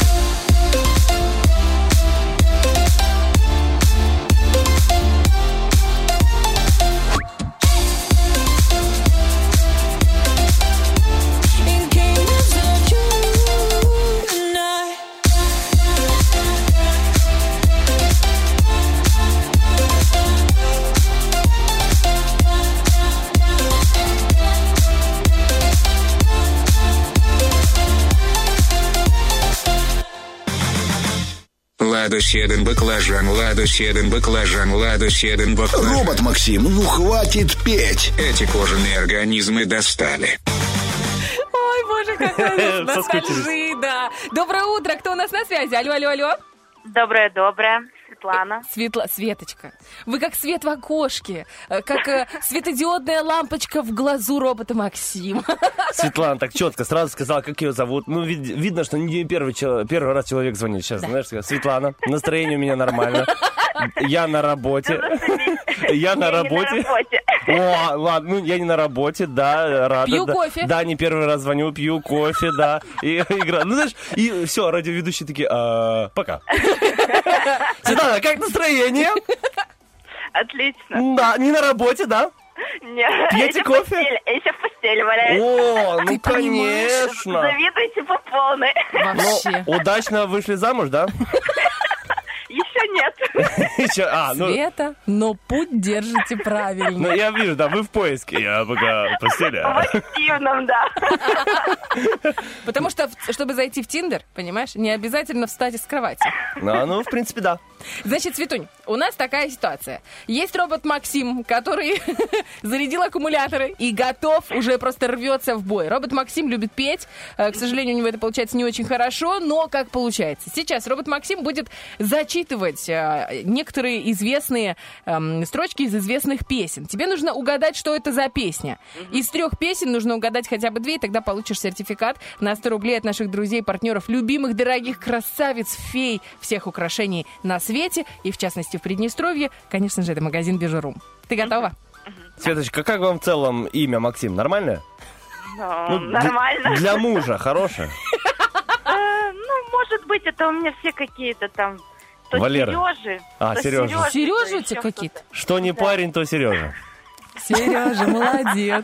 In kingdoms of you and I. Ладосьеден баклажан, ладосьеден баклажан, ладосьеден баклажан. Робот Максим, ну хватит петь. Эти кожаные организмы достали. Ой, боже, какая ностальжи, да. Доброе утро, кто у нас на связи? Алло, алло, алло. Доброе, Светлана. Светочка, вы как свет в окошке, как светодиодная лампочка в глазу робота Максим. Светлана так четко сразу сказала, как ее зовут. Ну, видно, что не первый раз человек звонит сейчас. Да. Знаешь, Светлана, настроение у меня нормально. Я на работе. Я на работе. О, ладно, ну я не на работе, да, рада. Пью да. кофе. Да, не первый раз звоню, пью кофе, да. И играю. Ну, знаешь, и все, радиоведущие такие, пока. Светлана, как настроение? Отлично. Да, не на работе, да? Нет. Пьете кофе? Еще в постели валяюсь. О, ну конечно. Завидуйте по полной. Вообще. Ну, удачно вышли замуж, да? Еще нет. Света, но путь держите правильно. Ну, я вижу, да, вы в поиске. Я пока в постели. В активном, да. Потому что, чтобы зайти в Тиндер, понимаешь, не обязательно встать из кровати. Ну, в принципе, да. Значит, Светунь, у нас такая ситуация. Есть робот Максим, который зарядил аккумуляторы и готов, уже просто рвется в бой. Робот Максим любит петь. К сожалению, у него это получается не очень хорошо, но как получается. Сейчас робот Максим будет зачитывать некоторые известные строчки из известных песен. Тебе нужно угадать, что это за песня. Из 3 песен нужно угадать хотя бы 2, и тогда получишь сертификат на 100 рублей от наших друзей, партнеров, любимых, дорогих красавиц, фей, всех украшений на свете, и в частности в Приднестровье. Конечно же, это магазин Бижурум. Ты готова? Светочка, как вам в целом имя Максим? Нормальное? Ну, нормально. Для мужа хорошее? Ну, может быть, это у меня все какие-то там... То Валера. Сережи. Сережа. Сережа у тебя какие-то? Что не парень, то Сережа. Сережа, молодец.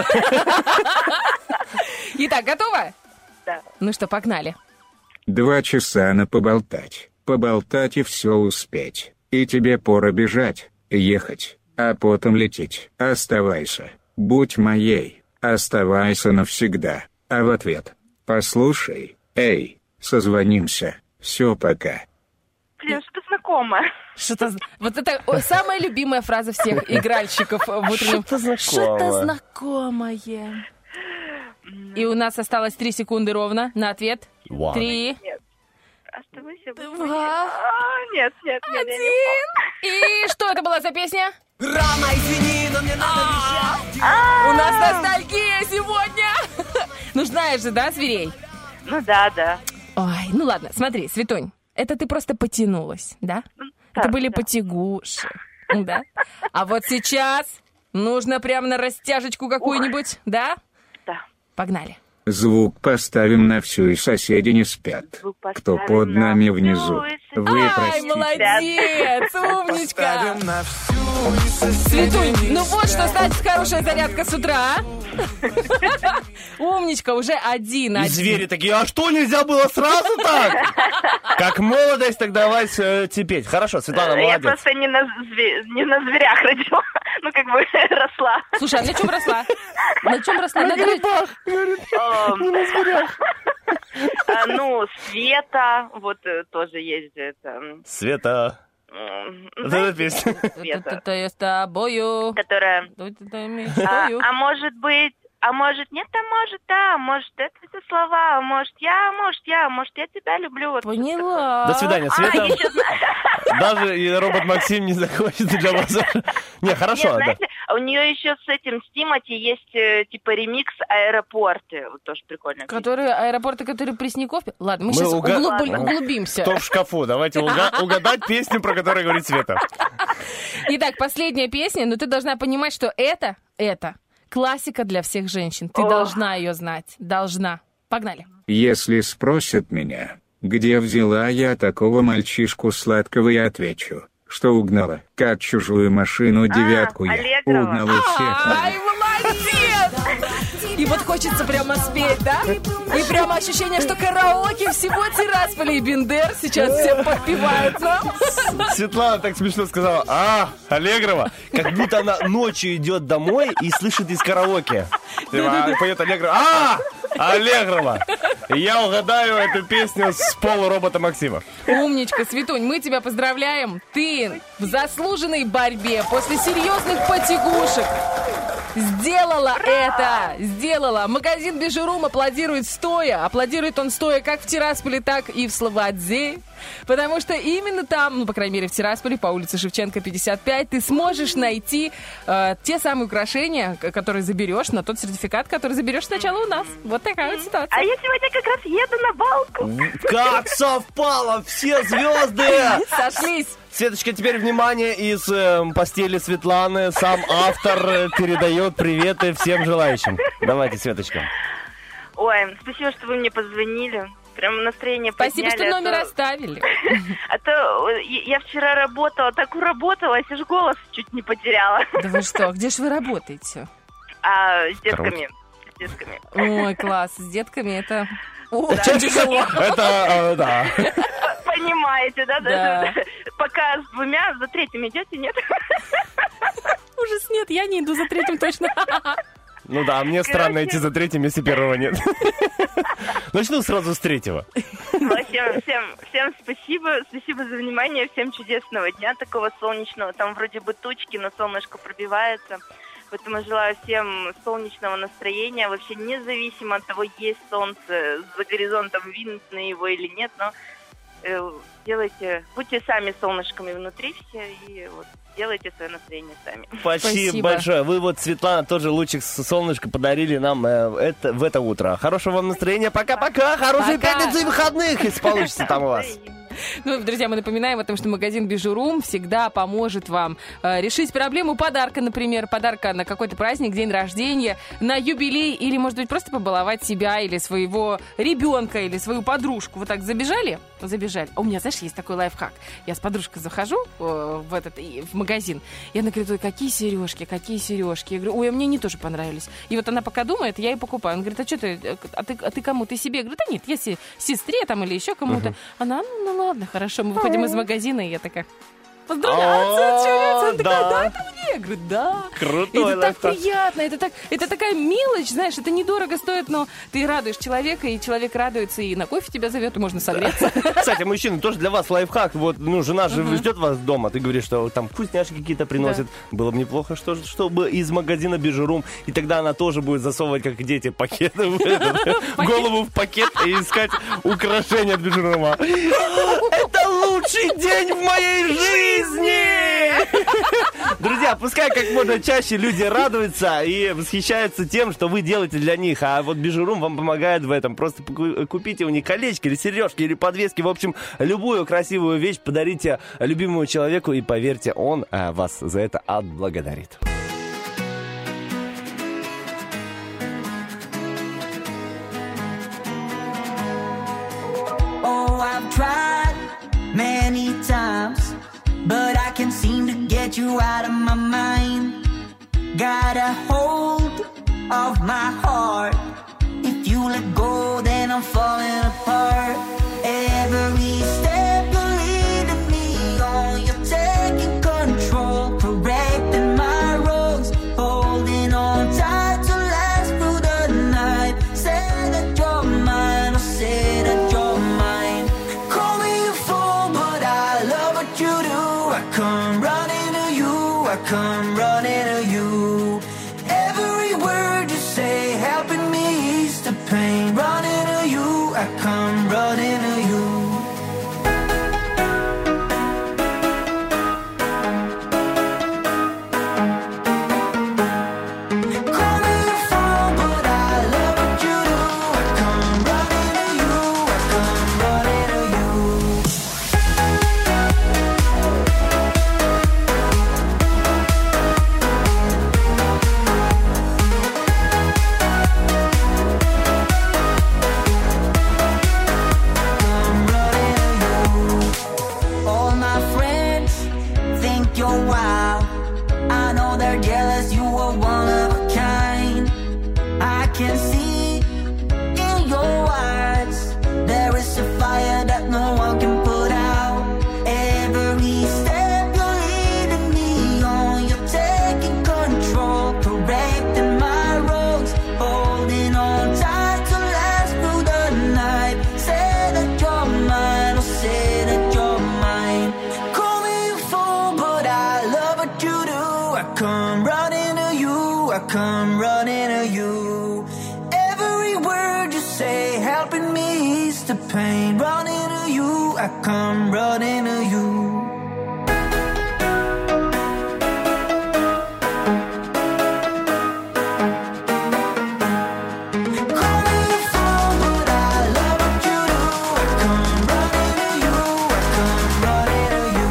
Итак, готова? Да. Ну что, погнали. 2 часа на поболтать. Поболтать и все успеть. И тебе пора бежать, ехать, а потом лететь. Оставайся. Будь моей. Оставайся навсегда. А в ответ: послушай, эй, созвонимся. Все, пока. Блин, что-то знакомое. Вот это самая любимая фраза всех игральщиков в утреннем. Что-то знакомое. И у нас осталось 3 секунды ровно на ответ. 3. Оставайся. 2. Нет. 1. И что это была за песня? Рано, извини, но мне надо бежать. У нас ностальгия сегодня. Ну знаешь же, да, зверей? Ну да. Ой, ну ладно, смотри, Светунь. Это ты просто потянулась, да? Это были потягуши, да? А вот сейчас нужно прям на растяжечку какую-нибудь, да? Да. Погнали. Звук поставим на всю, и соседи не спят. Кто под нами внизу. Вы Ай, простите. молодец, умничка. Светунь, ну вот что значит хорошая зарядка с утра, а? Умничка, уже 1. И звери такие, а что, нельзя было сразу так? Как молодость, так давай терпеть. Хорошо, Светлана, молодец. Я просто не на зверях родила, ну как бы росла. Слушай, а на чем росла? На чем росла? На грибах. Не на зверях. Ну, Света, вот тоже есть это. Света. Вот эта песня. Света, Это я с тобою. которая... Мечтаю. А может быть, а может нет, а может да, может это все слова, может я тебя люблю. Вот Поняла. До свидания, Света. еще Даже и робот Максим не захочет для вас. Не, хорошо, Нет, да. знаете, у нее еще с этим, с Тимати есть типа ремикс «Аэропорты». Вот тоже прикольно. Которые аэропорты, которые Пресняков... Ладно, мы Мы сейчас Ладно. углубимся. Кто в шкафу? Давайте угадать песню, про которую говорит Света. Итак, последняя песня, но ты должна понимать, что это классика для всех женщин. Ты должна ее знать. Должна. Погнали. Если спросят меня, где взяла я такого мальчишку сладкого, я отвечу, что угнала, как чужую машину девятку я. Аллегрова. Угнала всех. Ай, молодец! И вот хочется прямо спеть, да? И прямо ощущение, что караоке всего Тирасполя и Бендер сейчас все подпевают нам. Светлана так смешно сказала: Аллегрова, как будто она ночью идет домой и слышит из караоке. Поет Аллегрова. Аллегрова! Я угадаю эту песню с полуробота Максима. Умничка, Светунь, мы тебя поздравляем. Ты в заслуженной борьбе после серьезных потягушек сделала это. Сделала. Магазин Бижурум аплодирует стоя. Аплодирует он стоя как в Тирасполе, так и в Слободе. Потому что именно там, ну, по крайней мере, в Тирасполе, по улице Шевченко, 55, ты сможешь найти те самые украшения, которые заберешь, на тот сертификат, который заберешь сначала у нас. Вот такая вот ситуация. А я сегодня как раз еду на балку. Как совпало! Все звезды! Сошлись. Светочка, теперь внимание, из постели Светланы сам автор передает приветы всем желающим. Давайте, Светочка. Ой, спасибо, что вы мне позвонили. Прям настроение Спасибо, подняли. что номер оставили. А то я вчера работала, так уработалась, аж голос чуть не потеряла. Да вы что, где же вы работаете? С детками. С детками. Ой, класс, с детками это очень тяжело. Это, да. Понимаете, да? Да. Даже пока с двумя, за третьим идете, нет? Ужас, нет, я не иду за третьим точно. Ну да, мне странно идти за третьим, если первого нет. Начну сразу с третьего. Всем спасибо. Спасибо за внимание. Всем чудесного дня, такого солнечного. Там вроде бы тучки, но солнышко пробивается. Поэтому желаю всем солнечного настроения. Вообще независимо от того, есть солнце за горизонтом, видно его или нет. Но будьте сами солнышками внутри все и вот делайте свое настроение сами. Спасибо большое. Вы вот, Светлана, тоже лучик солнышка подарили нам в это утро. Хорошего вам настроения. Пока-пока. Хорошей пятницы и выходных, если получится там у вас. Ну, друзья, мы напоминаем о том, что магазин Бижурум всегда поможет вам решить проблему подарка, например, подарка на какой-то праздник, день рождения, на юбилей, или, может быть, просто побаловать себя или своего ребенка, или свою подружку. Вот так забежали? Забежали. А у меня, знаешь, есть такой лайфхак. Я с подружкой захожу в магазин, и она говорит: ой, какие сережки. Я говорю: ой, а мне они тоже понравились. И вот она пока думает, я ей покупаю. Она говорит: а что ты, а ты кому? Ты себе? Я говорю: да нет, я сестре там или еще кому-то. Она: ну ладно, хорошо. Мы выходим из магазина, и я такая: поздравляю, она такая: да, это мне. Я говорю: да. Крутой это так приятно, это такая мелочь, знаешь, это недорого стоит, но ты радуешь человека, и человек радуется, и на кофе тебя зовет, и можно согреться. Кстати, мужчины, тоже для вас лайфхак. Вот, жена же ждет вас дома, ты говоришь, что там вкусняшки какие-то приносят. Было бы неплохо, чтобы из магазина Бижурум, и тогда она тоже будет засовывать, как дети, пакеты голову в пакет и искать украшения от Бижурума. Это лучший день в моей жизни! Друзья, пускай как можно чаще люди радуются и восхищаются тем, что вы делаете для них. А вот Бижурум вам помогает в этом. Просто купите у них колечки или сережки, или подвески. В общем, любую красивую вещь подарите любимому человеку, и поверьте, он вас за это отблагодарит. Oh, I've tried many times, but I can't seem to get you out of my mind. Got a hold of my heart. If you let go, then I'm falling apart. Every step you're leading me on, you're taking control, correcting my wrongs, holding on tight to last through the night. Say that you're mine, I'll say I come running to you. Call me a fool, but I love what you do. I come running to you. I come running to you. All my friends think you're wild. I know they're jealous, you are one of a kind. I can see in your eyes there is a fire that no one can put out. Every step you're leading me on, you're taking control, correcting my wrongs, holding on tight to last through the night. Say that you're mine, or say that you're mine. Call me a fool, but I love what you do. I come running to you, I come running to you. Every word you say helping me ease the pain. Running to you, I come running to you. Call me a fool, but I love what you do. I come running to you, I come running to you.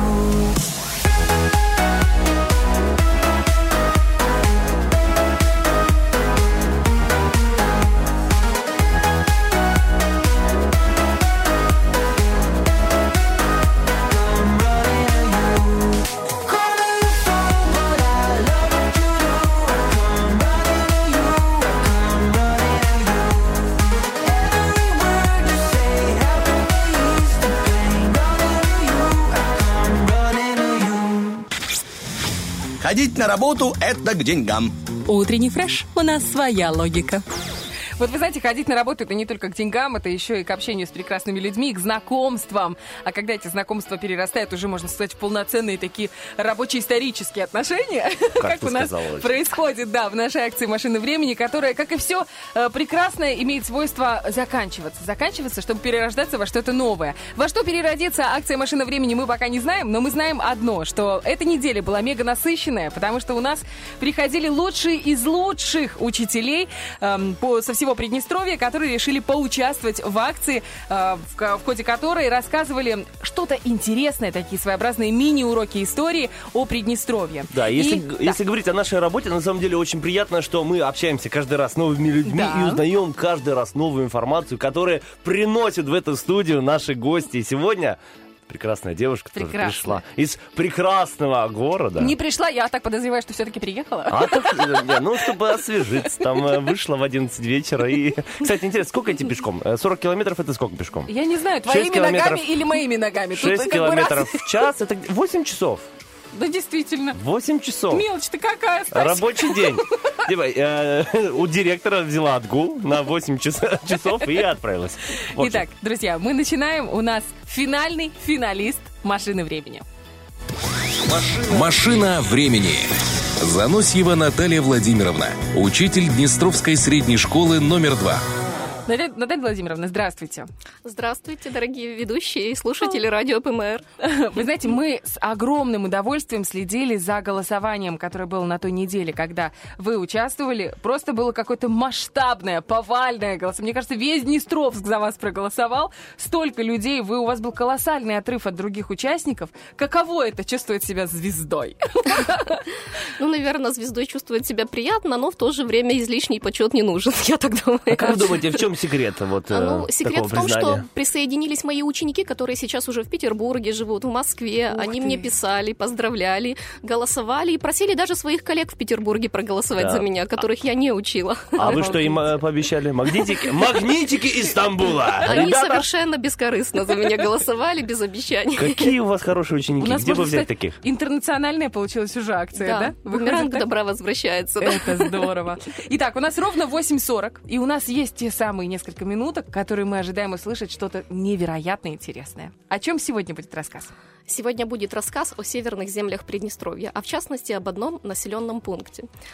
Ходить на работу – это к деньгам. Утренний фреш. У нас своя логика. Вот вы знаете, ходить на работу — это не только к деньгам, это еще и к общению с прекрасными людьми, к знакомствам. А когда эти знакомства перерастают, уже, можно сказать, в полноценные такие рабочие исторические отношения, как у нас происходит, да, в нашей акции «Машина времени», которая, как и все прекрасное, имеет свойство заканчиваться. Заканчиваться, чтобы перерождаться во что-то новое. Во что переродится акция «Машина времени» мы пока не знаем, но мы знаем одно, что эта неделя была мега насыщенная, потому что у нас приходили лучшие из лучших учителей со всего Приднестровья, которые решили поучаствовать в акции, в ходе которой рассказывали что-то интересное, такие своеобразные мини-уроки истории о Приднестровье. Да, если говорить о нашей работе, на самом деле очень приятно, что мы общаемся каждый раз с новыми людьми и узнаем каждый раз новую информацию, которую приносят в эту студию наши гости. И сегодня прекрасная девушка тоже пришла из прекрасного города. Не пришла, я так подозреваю, что все-таки приехала. Чтобы освежиться. Там вышла в 11 вечера. И, кстати, интересно, сколько идти пешком? 40 километров — это сколько пешком? Я не знаю, твоими ногами или моими ногами. 6 километров в час — это 8 часов. Да, действительно. 8 часов. Мелочь-то какая, Стасик. Рабочий день. У директора взяла отгул на 8 часов и отправилась. Итак, друзья, мы начинаем. У нас финальный финалист «Машины времени». «Машина времени». Заносьева Наталья Владимировна, учитель Днестровской средней школы номер 2. Наталья Владимировна, здравствуйте. Здравствуйте, дорогие ведущие и слушатели радио ПМР. Вы знаете, мы с огромным удовольствием следили за голосованием, которое было на той неделе, когда вы участвовали. Просто было какое-то масштабное, повальное голосование. Мне кажется, весь Днестровск за вас проголосовал. Столько людей, у вас был колоссальный отрыв от других участников. Каково это — чувствовать себя звездой? Ну, наверное, звездой чувствовать себя приятно, но в то же время излишний почет не нужен, я так думаю. А как вы думаете, в чем секрет секрет в том, что присоединились мои ученики, которые сейчас уже в Петербурге живут, в Москве. Они мне писали, поздравляли, голосовали и просили даже своих коллег в Петербурге проголосовать за меня, которых я не учила. А вы что им пообещали? Магнитики из Стамбула! Они совершенно бескорыстно за меня голосовали, без обещаний. Какие у вас хорошие ученики? Где бы взять таких? Интернациональная получилась уже акция, да? Бумеранг добра возвращается. Это здорово. Итак, у нас ровно 8:40, и у нас есть те самые несколько минуток, которые мы ожидаем услышать что-то невероятно интересное. О чем сегодня будет рассказ? Сегодня будет рассказ о северных землях Приднестровья, а в частности об одном населенном пункте.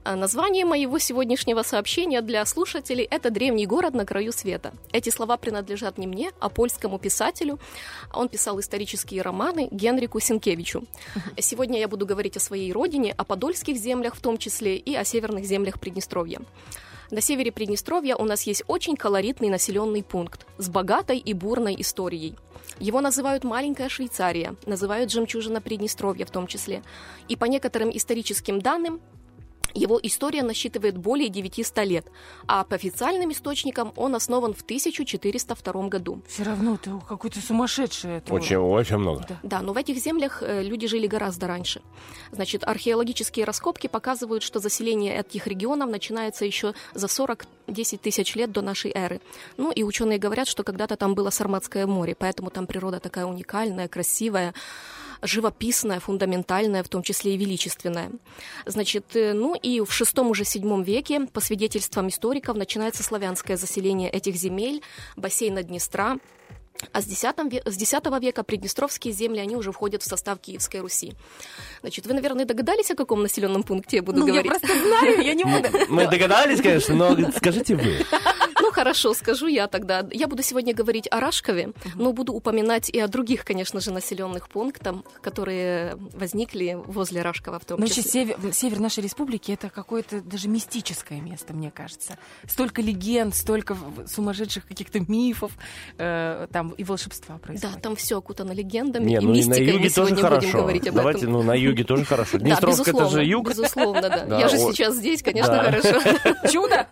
Название моего сегодняшнего сообщения для слушателей – это «Древний город на краю света». Эти слова принадлежат не мне, а польскому писателю. Он писал исторические романы Генрику Сенкевичу. Сегодня я буду говорить о своей родине, о подольских землях в том числе и о северных землях Приднестровья. На севере Приднестровья у нас есть очень колоритный населенный пункт с богатой и бурной историей. Его называют «Маленькая Швейцария», называют «Жемчужина Приднестровья» в том числе. И по некоторым историческим данным, его история насчитывает более 900 лет, а по официальным источникам он основан в 1402 году. Все равно ты какой-то сумасшедший. Очень много. Да, но в этих землях люди жили гораздо раньше. Значит, археологические раскопки показывают, что заселение этих регионов начинается еще за 40-10 тысяч лет до нашей эры. Ну и ученые говорят, что когда-то там было Сарматское море, поэтому там природа такая уникальная, красивая, живописная, фундаментальная, в том числе и величественная. Значит, ну и в VI-VII веке, по свидетельствам историков, начинается славянское заселение этих земель, бассейна Днестра. А с X века приднестровские земли, они уже входят в состав Киевской Руси. Значит, вы, наверное, догадались, о каком населенном пункте я буду говорить? Я просто знаю, я не буду. Мы догадались, конечно, но скажите вы. Ну, хорошо, скажу я тогда. Я буду сегодня говорить о Рашкове, но буду упоминать и о других, конечно же, населенных пунктах, которые возникли возле Рашкова в том числе. Север нашей республики — это какое-то даже мистическое место, мне кажется. Столько легенд, столько сумасшедших каких-то мифов, там и волшебства происходит. Да, там все окутано легендами и мистикой. На юге мы тоже сегодня будем хорошо. говорить об Давайте, этом. на юге тоже хорошо. Днестровск — это же юг. Безусловно, да. Я же сейчас здесь, конечно, хорошо. Чудо!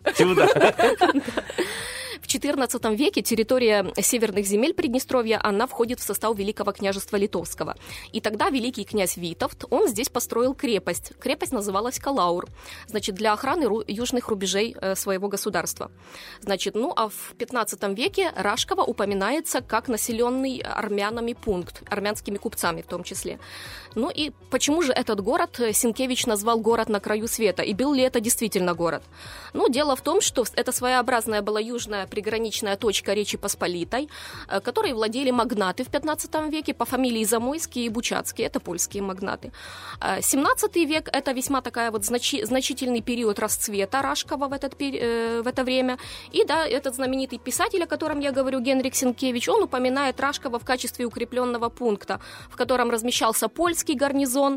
В XIV веке территория северных земель Приднестровья, она входит в состав Великого княжества Литовского. И тогда великий князь Витовт, он здесь построил крепость. Крепость называлась Калаур, значит, для охраны южных рубежей своего государства. Значит, ну а в XV веке Рашково упоминается как населенный армянами пункт, армянскими купцами в том числе. Ну и почему же этот город Сенкевич назвал город на краю света? И был ли это действительно город? Ну, дело в том, что это своеобразная была южная приграничная точка Речи Посполитой, которой владели магнаты в XV веке по фамилии Замойские и Бучацкие, это польские магнаты. XVII век – это весьма такая вот значительный период расцвета Рашкова в это время. И да, этот знаменитый писатель, о котором я говорю, Генрик Сенкевич, он упоминает Рашкова в качестве укрепленного пункта, в котором размещался польский гарнизон.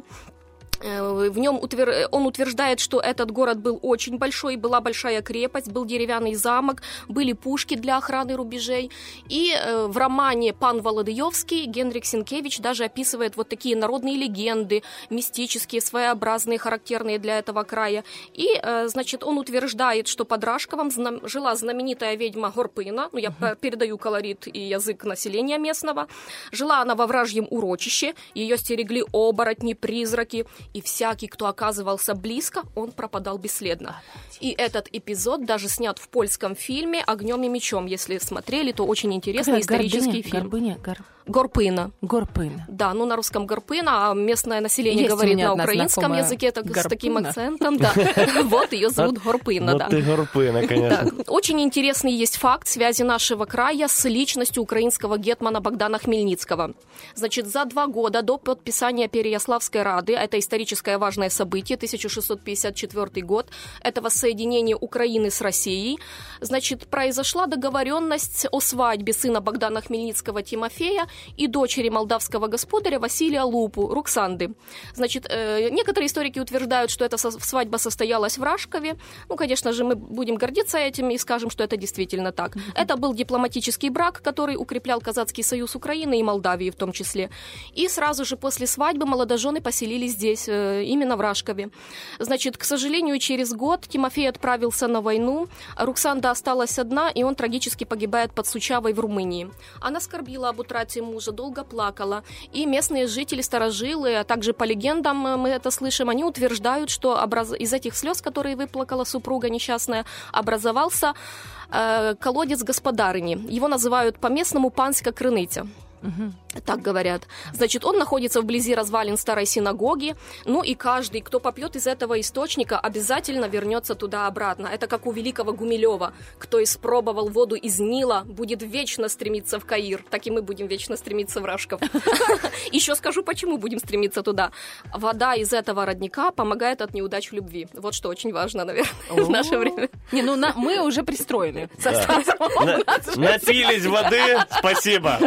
В нем он утверждает, что этот город был очень большой, была большая крепость, был деревянный замок, были пушки для охраны рубежей. И в романе «Пан Володыевский» Генрик Сенкевич даже описывает вот такие народные легенды, мистические, своеобразные, характерные для этого края. И, значит, он утверждает, что под Рашковом жила знаменитая ведьма Горпына, ну, я передаю колорит и язык населения местного. Жила она во вражьем урочище, ее стерегли оборотни, призраки. И всякий, кто оказывался близко, он пропадал бесследно. И этот эпизод даже снят в польском фильме «Огнем и мечом». Если смотрели, то очень интересный исторический фильм. Горпына. Да, ну на русском Горпына, а местное население есть говорит на украинском языке с таким акцентом. Да. Вот ее зовут Горпына. Вот ты Горпына, конечно. Очень интересный есть факт связи нашего края с личностью украинского гетмана Богдана Хмельницкого. Значит, за 2 года до подписания Переяславской Рады, это историческое важное событие, 1654 год, это воссоединение Украины с Россией, значит, произошла договоренность о свадьбе сына Богдана Хмельницкого Тимофея и дочери молдавского господаря Василия Лупу, Руксанды. Значит, некоторые историки утверждают, что эта свадьба состоялась в Рашкове. Ну, конечно же, мы будем гордиться этим и скажем, что это действительно так. Это был дипломатический брак, который укреплял Казацкий союз Украины и Молдавии в том числе. И сразу же после свадьбы молодожены поселились здесь, именно в Рашкове. Значит, к сожалению, через год Тимофей отправился на войну, а Руксанда осталась одна, и он трагически погибает под Сучавой в Румынии. Она скорбила об утрате мужа, долго плакала, и местные жители, старожилы, а также по легендам мы это слышим, они утверждают, что из этих слез, которые выплакала супруга несчастная, образовался колодец господарыни. Его называют по-местному Панська Крыниця. Так говорят. Значит, он находится вблизи развалин старой синагоги. Ну и каждый, кто попьет из этого источника, обязательно вернется туда обратно. Это как у великого Гумилева. Кто испробовал воду из Нила, будет вечно стремиться в Каир. Так и мы будем вечно стремиться в Рашков. Еще скажу, почему будем стремиться туда. Вода из этого родника помогает от неудач в любви. Вот что очень важно, наверное, в наше время. Не, ну мы уже пристроены. Напились воды, спасибо.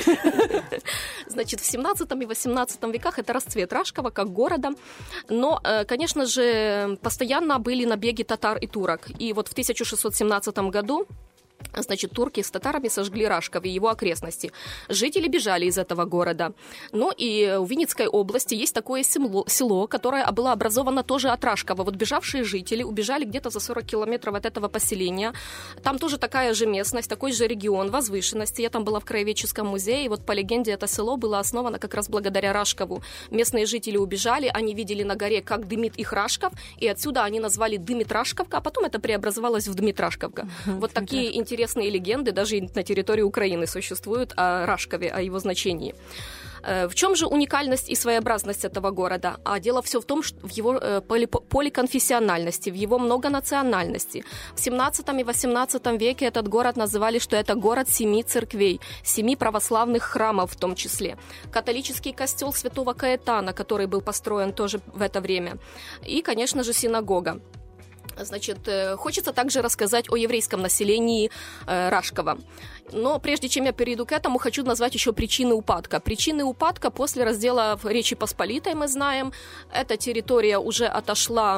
Значит, в 17 и 18 веках это расцвет Рашкова как города, но, конечно же, постоянно были набеги татар и турок. И вот в 1617 году, значит, турки с татарами сожгли Рашков и его окрестности. Жители бежали из этого города. Ну и в Винницкой области есть такое село, которое было образовано тоже от Рашкова. Вот бежавшие жители убежали где-то за 40 километров от этого поселения. Там тоже такая же местность, такой же регион, возвышенности. Я там была в краеведческом музее, и вот по легенде это село было основано как раз благодаря Рашкову. Местные жители убежали, они видели на горе, как дымит их Рашков, и отсюда они назвали Дмитрашковка, а потом это преобразовалось в Дмитрашковка. Вот такие интересные легенды даже на территории Украины существуют о Рашкове, о его значении. В чем же уникальность и своеобразность этого города? А дело все в том, что в его поликонфессиональности, в его многонациональности. В 17 и 18 веке этот город называли, что это город 7 церквей, 7 православных храмов в том числе. Католический костел Святого Каэтана, который был построен тоже в это время. И, конечно же, синагога. Значит, хочется также рассказать о еврейском населении Рашкова. Но прежде чем я перейду к этому, хочу назвать еще причины упадка. Причины упадка после раздела Речи Посполитой, мы знаем, эта территория уже отошла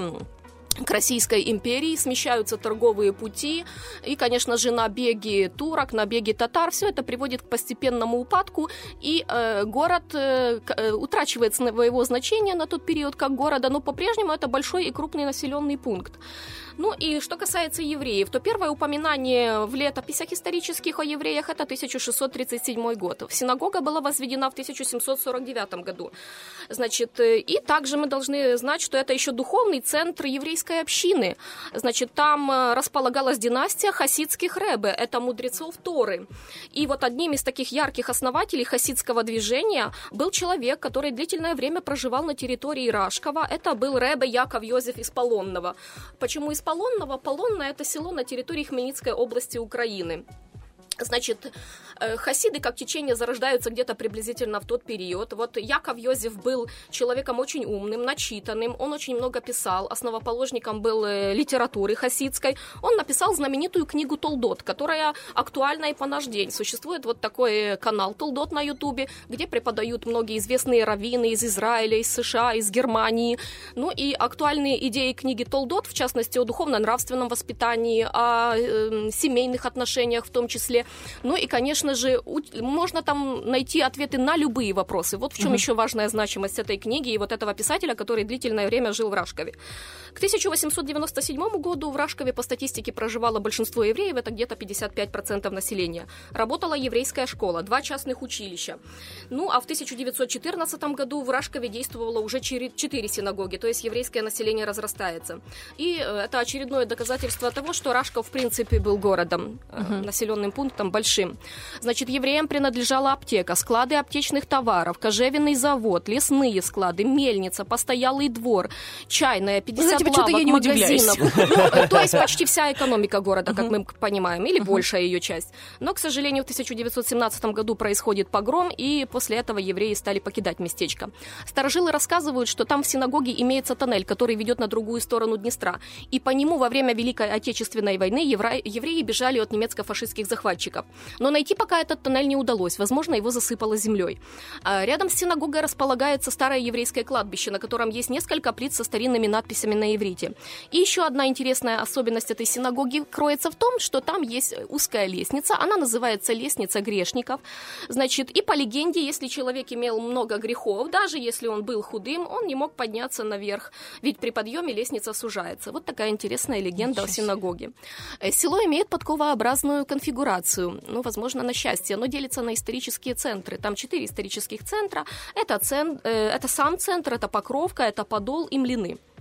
к Российской империи, смещаются торговые пути, и, конечно же, набеги турок, набеги татар, все это приводит к постепенному упадку, и город утрачивает своего значения на тот период как города, но по-прежнему это большой и крупный населенный пункт. Ну и что касается евреев, то первое упоминание в летописях исторических о евреях это 1637 год. Синагога была возведена в 1749 году. Значит, и также мы должны знать, что это еще духовный центр еврейской общины. Значит, там располагалась династия хасидских ребе, это мудрецов Торы. И вот одним из таких ярких основателей хасидского движения был человек, который длительное время проживал на территории Рашкова. Это был ребе Яков Йозеф из Полонного. Почему из Полонного? Полонное – это село на территории Хмельницкой области Украины. Значит, хасиды как течение зарождаются где-то приблизительно в тот период. Вот Яков Йозеф был человеком очень умным, начитанным, он очень много писал, основоположником был литературы хасидской. Он написал знаменитую книгу «Толдот», которая актуальна и по наш день. Существует вот такой канал «Толдот» на Ютубе, где преподают многие известные раввины из Израиля, из США, из Германии. Ну и актуальные идеи книги «Толдот», в частности, о духовно-нравственном воспитании, о семейных отношениях в том числе. Ну и, конечно же, можно там найти ответы на любые вопросы. Вот в чем еще важная значимость этой книги и вот этого писателя, который длительное время жил в Рашкове. К 1897 году в Рашкове по статистике проживало большинство евреев, это где-то 55% населения. Работала еврейская школа, 2 частных училища. Ну а в 1914 году в Рашкове действовало уже 4 синагоги, то есть еврейское население разрастается. И это очередное доказательство того, что Рашков в принципе был городом, населенным пунктом большим. Значит, евреям принадлежала аптека, склады аптечных товаров, кожевенный завод, лесные склады, мельница, постоялый двор, чайная, 50 лавок, магазинов. Ну, то есть почти вся экономика города, как мы понимаем, или большая ее часть. Но, к сожалению, в 1917 году происходит погром, и после этого евреи стали покидать местечко. Старожилы рассказывают, что там в синагоге имеется тоннель, который ведет на другую сторону Днестра, и по нему во время Великой Отечественной войны евреи бежали от немецко-фашистских захватчиков. Но найти пока этот тоннель не удалось. Возможно, его засыпало землей. Рядом с синагогой располагается старое еврейское кладбище, на котором есть несколько плит со старинными надписями на иврите. И еще одна интересная особенность этой синагоги кроется в том, что там есть узкая лестница. Она называется лестница грешников. Значит, и по легенде, если человек имел много грехов, даже если он был худым, он не мог подняться наверх, ведь при подъеме лестница сужается. Вот такая интересная легенда о синагоге. Село имеет подковообразную конфигурацию. Ну, возможно, на счастье. Оно делится на исторические центры. Там 4 исторических центра. Это сам центр, это Покровка, это Подол и Млины.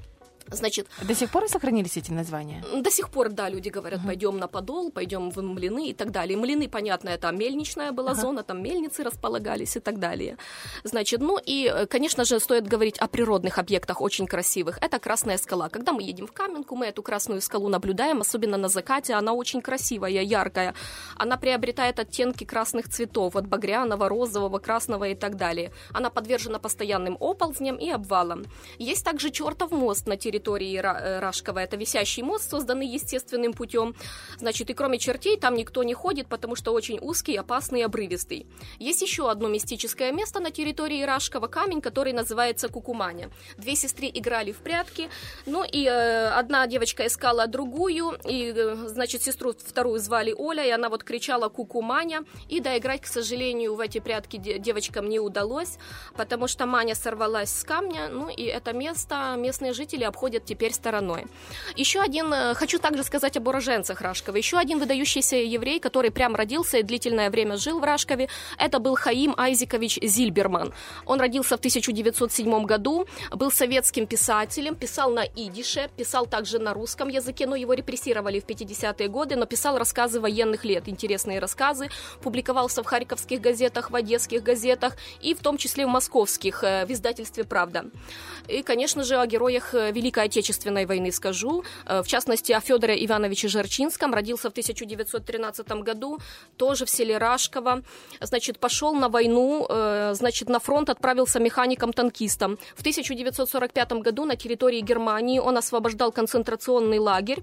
Значит, до сих пор и сохранились эти названия? До сих пор, да, люди говорят, пойдем на Подол, пойдем в Млины и так далее. Млины, понятно, это мельничная была зона, там мельницы располагались и так далее. Значит, ну и, конечно же, стоит говорить о природных объектах, очень красивых. Это Красная скала. Когда мы едем в Каменку, мы эту Красную скалу наблюдаем, особенно на закате, она очень красивая, яркая. Она приобретает оттенки красных цветов, от багряного, розового, красного и так далее. Она подвержена постоянным оползням и обвалам. Есть также Чертов мост на территории Рашкова. Это висящий мост, созданный естественным путем. Значит, и кроме чертей там никто не ходит, потому что очень узкий, опасный и обрывистый. Есть еще одно мистическое место на территории Рашкова, камень, который называется Кукуманя. Две сестры играли в прятки, ну и одна девочка искала другую, и, значит, сестру вторую звали Оля, и она вот кричала «Кукуманя», и доиграть, к сожалению, в эти прятки девочкам не удалось, потому что Маня сорвалась с камня, ну и это место местные жители обходят теперь стороной. Еще один, хочу также сказать об уроженцах Рашкова, еще один выдающийся еврей, который прям родился и длительное время жил в Рашкове, это был Хаим Айзекович Зильберман. Он родился в 1907 году, был советским писателем, писал на идише, писал также на русском языке, но его репрессировали в 50-е годы, но писал рассказы военных лет, интересные рассказы, публиковался в харьковских газетах, в одесских газетах и в том числе в московских, в издательстве «Правда». И, конечно же, о героях Великой Отечественной войны скажу, в частности, о Федоре Ивановиче Жерчинском, родился в 1913 году, тоже в селе Рашково, значит, пошел на войну, значит, на фронт отправился механиком-танкистом. В 1945 году на территории Германии он освобождал концентрационный лагерь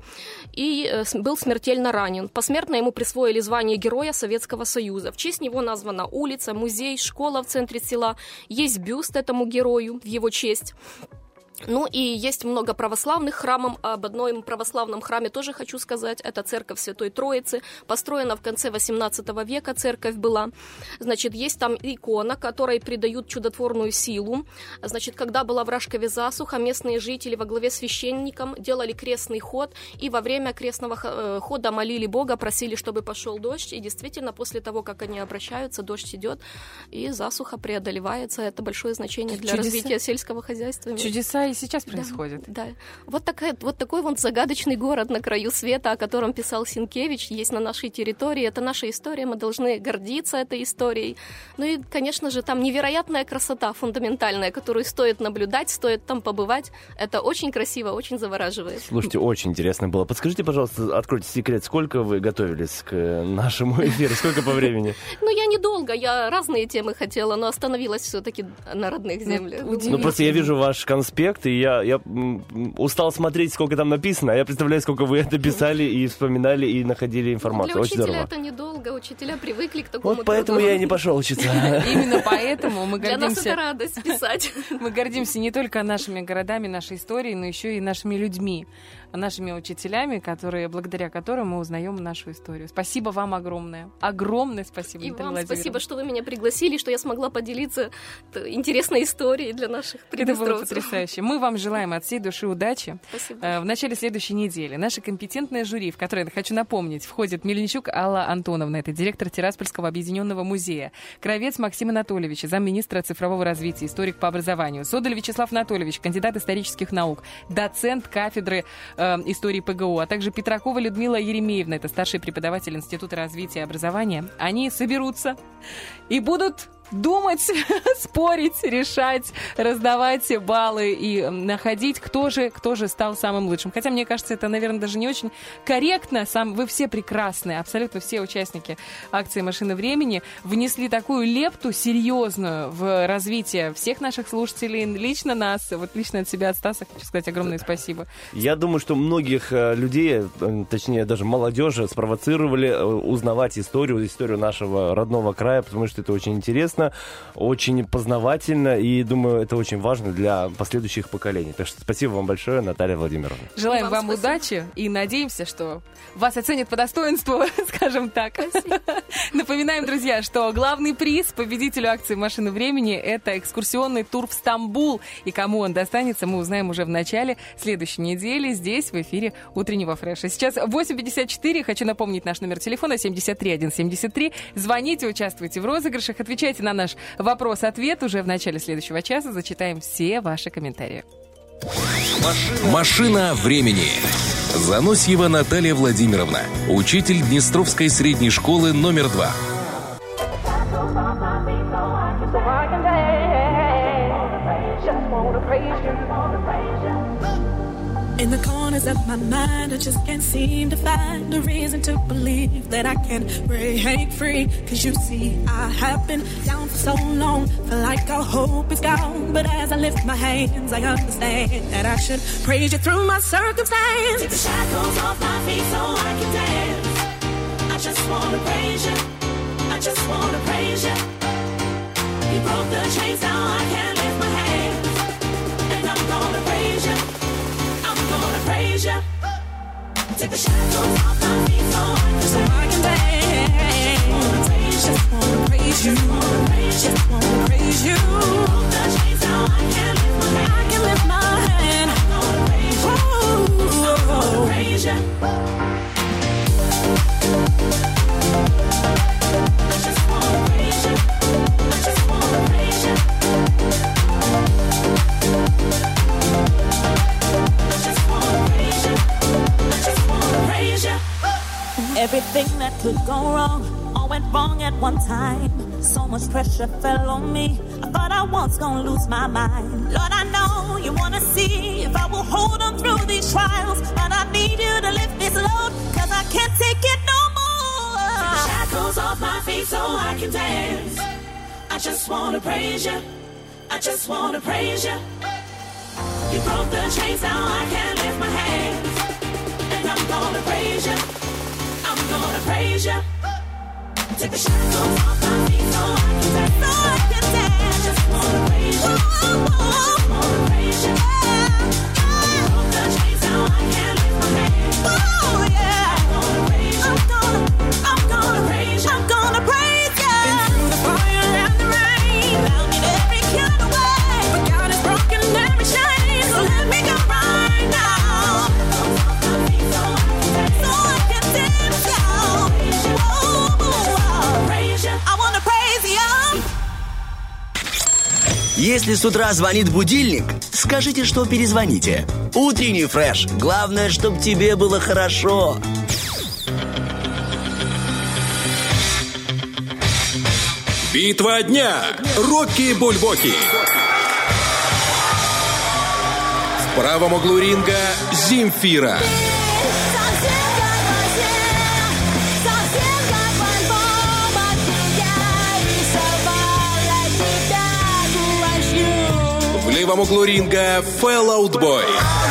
и был смертельно ранен. Посмертно ему присвоили звание Героя Советского Союза. В честь него названа улица, музей, школа в центре села. Есть бюст этому герою в его честь. Ну и есть много православных храмов. Об одном православном храме тоже хочу сказать. Это церковь Святой Троицы. Построена в конце 18 века церковь была. Значит, есть там икона, которой придают чудотворную силу. Значит, когда была в Рашкове засуха, местные жители во главе с священником делали крестный ход. И во время крестного хода молили Бога, просили, чтобы пошел дождь. И действительно, после того, как они обращаются, дождь идет, и засуха преодолевается. Это большое значение для развития сельского хозяйства. Чудеса и сейчас происходит. Да. Вот такой вот загадочный город на краю света, о котором писал Сенкевич, есть на нашей территории. Это наша история, мы должны гордиться этой историей. Ну и, конечно же, там невероятная красота фундаментальная, которую стоит наблюдать, стоит там побывать. Это очень красиво, очень завораживает. Слушайте, очень интересно было. Подскажите, пожалуйста, откройте секрет, сколько вы готовились к нашему эфиру? Сколько по времени? Ну, я недолго, я разные темы хотела, но остановилась все-таки на родных землях. Ну, просто я вижу ваш конспект, и я устал смотреть, сколько там написано, а я представляю, сколько вы это писали и вспоминали, и находили информацию. Для очень учителя здорово. это недолго, учителя привыкли к такому Вот поэтому труду. я и не пошел учиться. Именно поэтому мы гордимся. Для нас это радость писать. Мы гордимся не только нашими городами, нашей историей, но еще и нашими людьми, нашими учителями, благодаря которым мы узнаем нашу историю. Спасибо вам огромное. Огромное спасибо, И Наталья вам Владимировна. спасибо, что вы меня пригласили, что я смогла поделиться интересной историей для наших Это было приднестровцев. потрясающе. Мы вам желаем от всей души удачи. Спасибо. В начале следующей недели наше компетентное жюри, в которое, хочу напомнить, входит Мельничук Алла Антоновна, это директор Тираспольского объединенного музея, Кравец Максим Анатольевич, замминистра цифрового развития, историк по образованию, Содоль Вячеслав Анатольевич, кандидат исторических наук, доцент кафедры истории ПГУ, а также Петракова Людмила Еремеевна, это старший преподаватель Института развития и образования. Они соберутся и будут думать, спорить, решать, раздавать баллы и находить, кто же стал самым лучшим. Хотя, мне кажется, это, наверное, даже не очень корректно. Вы все прекрасные, абсолютно все участники акции «Машина времени» внесли такую лепту серьезную в развитие всех наших слушателей, лично нас, вот лично от себя, от Стаса, хочу сказать огромное спасибо. Я думаю, что многих людей, точнее, даже молодежи, спровоцировали узнавать историю нашего родного края, потому что это очень интересно, очень познавательно, и, думаю, это очень важно для последующих поколений. Так что спасибо вам большое, Наталья Владимировна. Желаем вам удачи и надеемся, что вас оценят по достоинству, скажем так. Напоминаем, друзья, что главный приз победителю акции «Машина времени» — это экскурсионный тур в Стамбул. И кому он достанется, мы узнаем уже в начале следующей недели здесь, в эфире «Утреннего фреша». Сейчас 8:54. Хочу напомнить наш номер телефона 73 173. Звоните, участвуйте в розыгрышах, отвечайте на наш вопрос-ответ. Уже в начале следующего часа зачитаем все ваши комментарии. Машина времени. Заносьева Наталья Владимировна, учитель Днестровской средней школы номер 2. In the corners of my mind, I just can't seem to find a reason to believe that I can break free. Cause you see, I have been down for so long, feel like all hope is gone. But as I lift my hands, I understand that I should praise you through my circumstance. Take the shackles off my feet so I can dance. I just wanna praise you, I just wanna praise you. You broke the chains, now I can lift my hands. And I'm gonna praise you, praise you. Take the shackles off my feet so I can dance. Just wanna praise you. Just wanna praise you. Just wanna praise you. Broke the chains, now I can lift my hand. I can lift my hand. I'm gonna praise you. I'm gonna praise you. I just wanna praise you. I just wanna praise you. Everything that could go wrong all went wrong at one time. So much pressure fell on me, I thought I was gonna lose my mind. Lord, I know you wanna see if I will hold on through these trials, but I need you to lift this load, cause I can't take it no more. Take the shackles off my feet so I can dance. I just wanna praise you, I just wanna praise you. You broke the chains, now I can lift my hands. And I'm gonna praise you, I'm gonna praise you. Take the shackles off my feet so I can dance. So I can dance. I just wanna praise you. I just wanna praise you. You broke the chains, now I can lift my hands. Oh yeah. I'm gonna praise you. I'm gonna praise you. I'm gonna praise you. Been through the fire and the rain, found in every kind of way, but God has broken every chain, so let me go right now. So I can dance now. I wanna praise you. Если с утра звонит будильник, скажите, что перезвоните. Утренний фреш. Главное, чтобы тебе было хорошо. Битва дня. Рокки Бульбоки. В правом углу ринга Земфира. В левом углу ринга Fall Out Boy.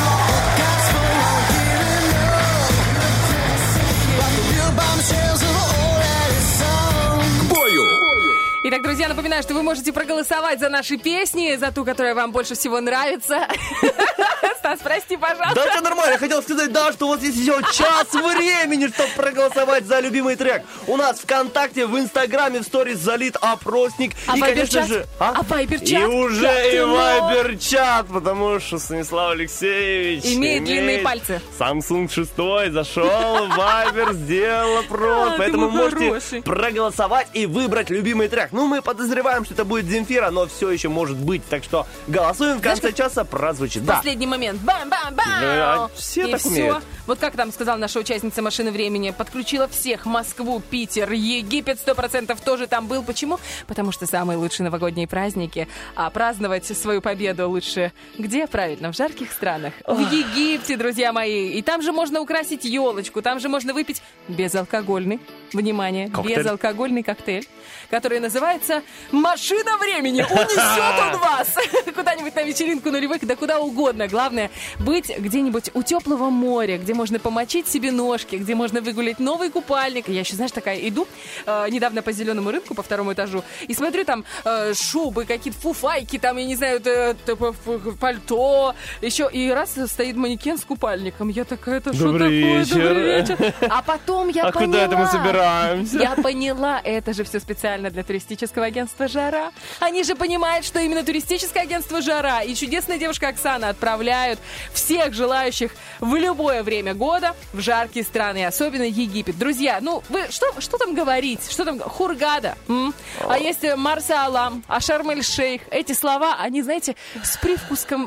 К бою! Итак, друзья, напоминаю, что вы можете проголосовать за наши песни, за ту, которая вам больше всего нравится. Стас, прости, пожалуйста. Да, все нормально. Я хотел сказать, да, что у вас есть еще час времени, чтобы проголосовать за любимый трек. У нас ВКонтакте, в Инстаграме, в сторис залит опросник. А и, конечно же... А Вайбер-чат? И уже и Вайбер-чат, потому что Станислав Алексеевич имеет длинные пальцы. Samsung 6 зашел, Вайбер сделал опрос. Поэтому вы можете проголосовать и выбрать любимый трек. Ну, мы подозреваем, что это будет Земфира, но все еще может быть. Так что голосуем, в конце часа прозвучит. Да. Последний момент. Бам-бам-бам! Да, все и так все. умеют. Вот как там сказала наша участница «Машины времени», подключила всех: Москву, Питер, Египет 100% тоже там был. Почему? Потому что самые лучшие новогодние праздники, а праздновать свою победу лучше где? Правильно, в жарких странах. В Египте, друзья мои. И там же можно украсить елочку, там же можно выпить безалкогольный, внимание, безалкогольный коктейль, который называется «Машина времени». Унесет он вас куда-нибудь на вечеринку нулевых, да куда угодно. Главное быть где-нибудь у теплого моря, где можно помочить себе ножки, где можно выгулять новый купальник. Я еще, знаешь, такая иду недавно по Зеленому рынку, по 2-му этажу, и смотрю там шубы, какие-то фуфайки, там, я не знаю, пальто, еще, и раз стоит манекен с купальником. Я такая, это что такое? Добрый вечер. А потом я поняла. Куда это мы собираемся? Я поняла, это же все специально для туристических туристического агентства «Жара». Они же понимают, что именно туристическое агентство «Жара» и чудесная девушка Оксана отправляют всех желающих в любое время года в жаркие страны, особенно Египет. Друзья, ну вы что там говорить? Что там? Хургада. А есть Марса-Алам, а Шарм-эль-Шейх. Эти слова, они, знаете, с привкусом...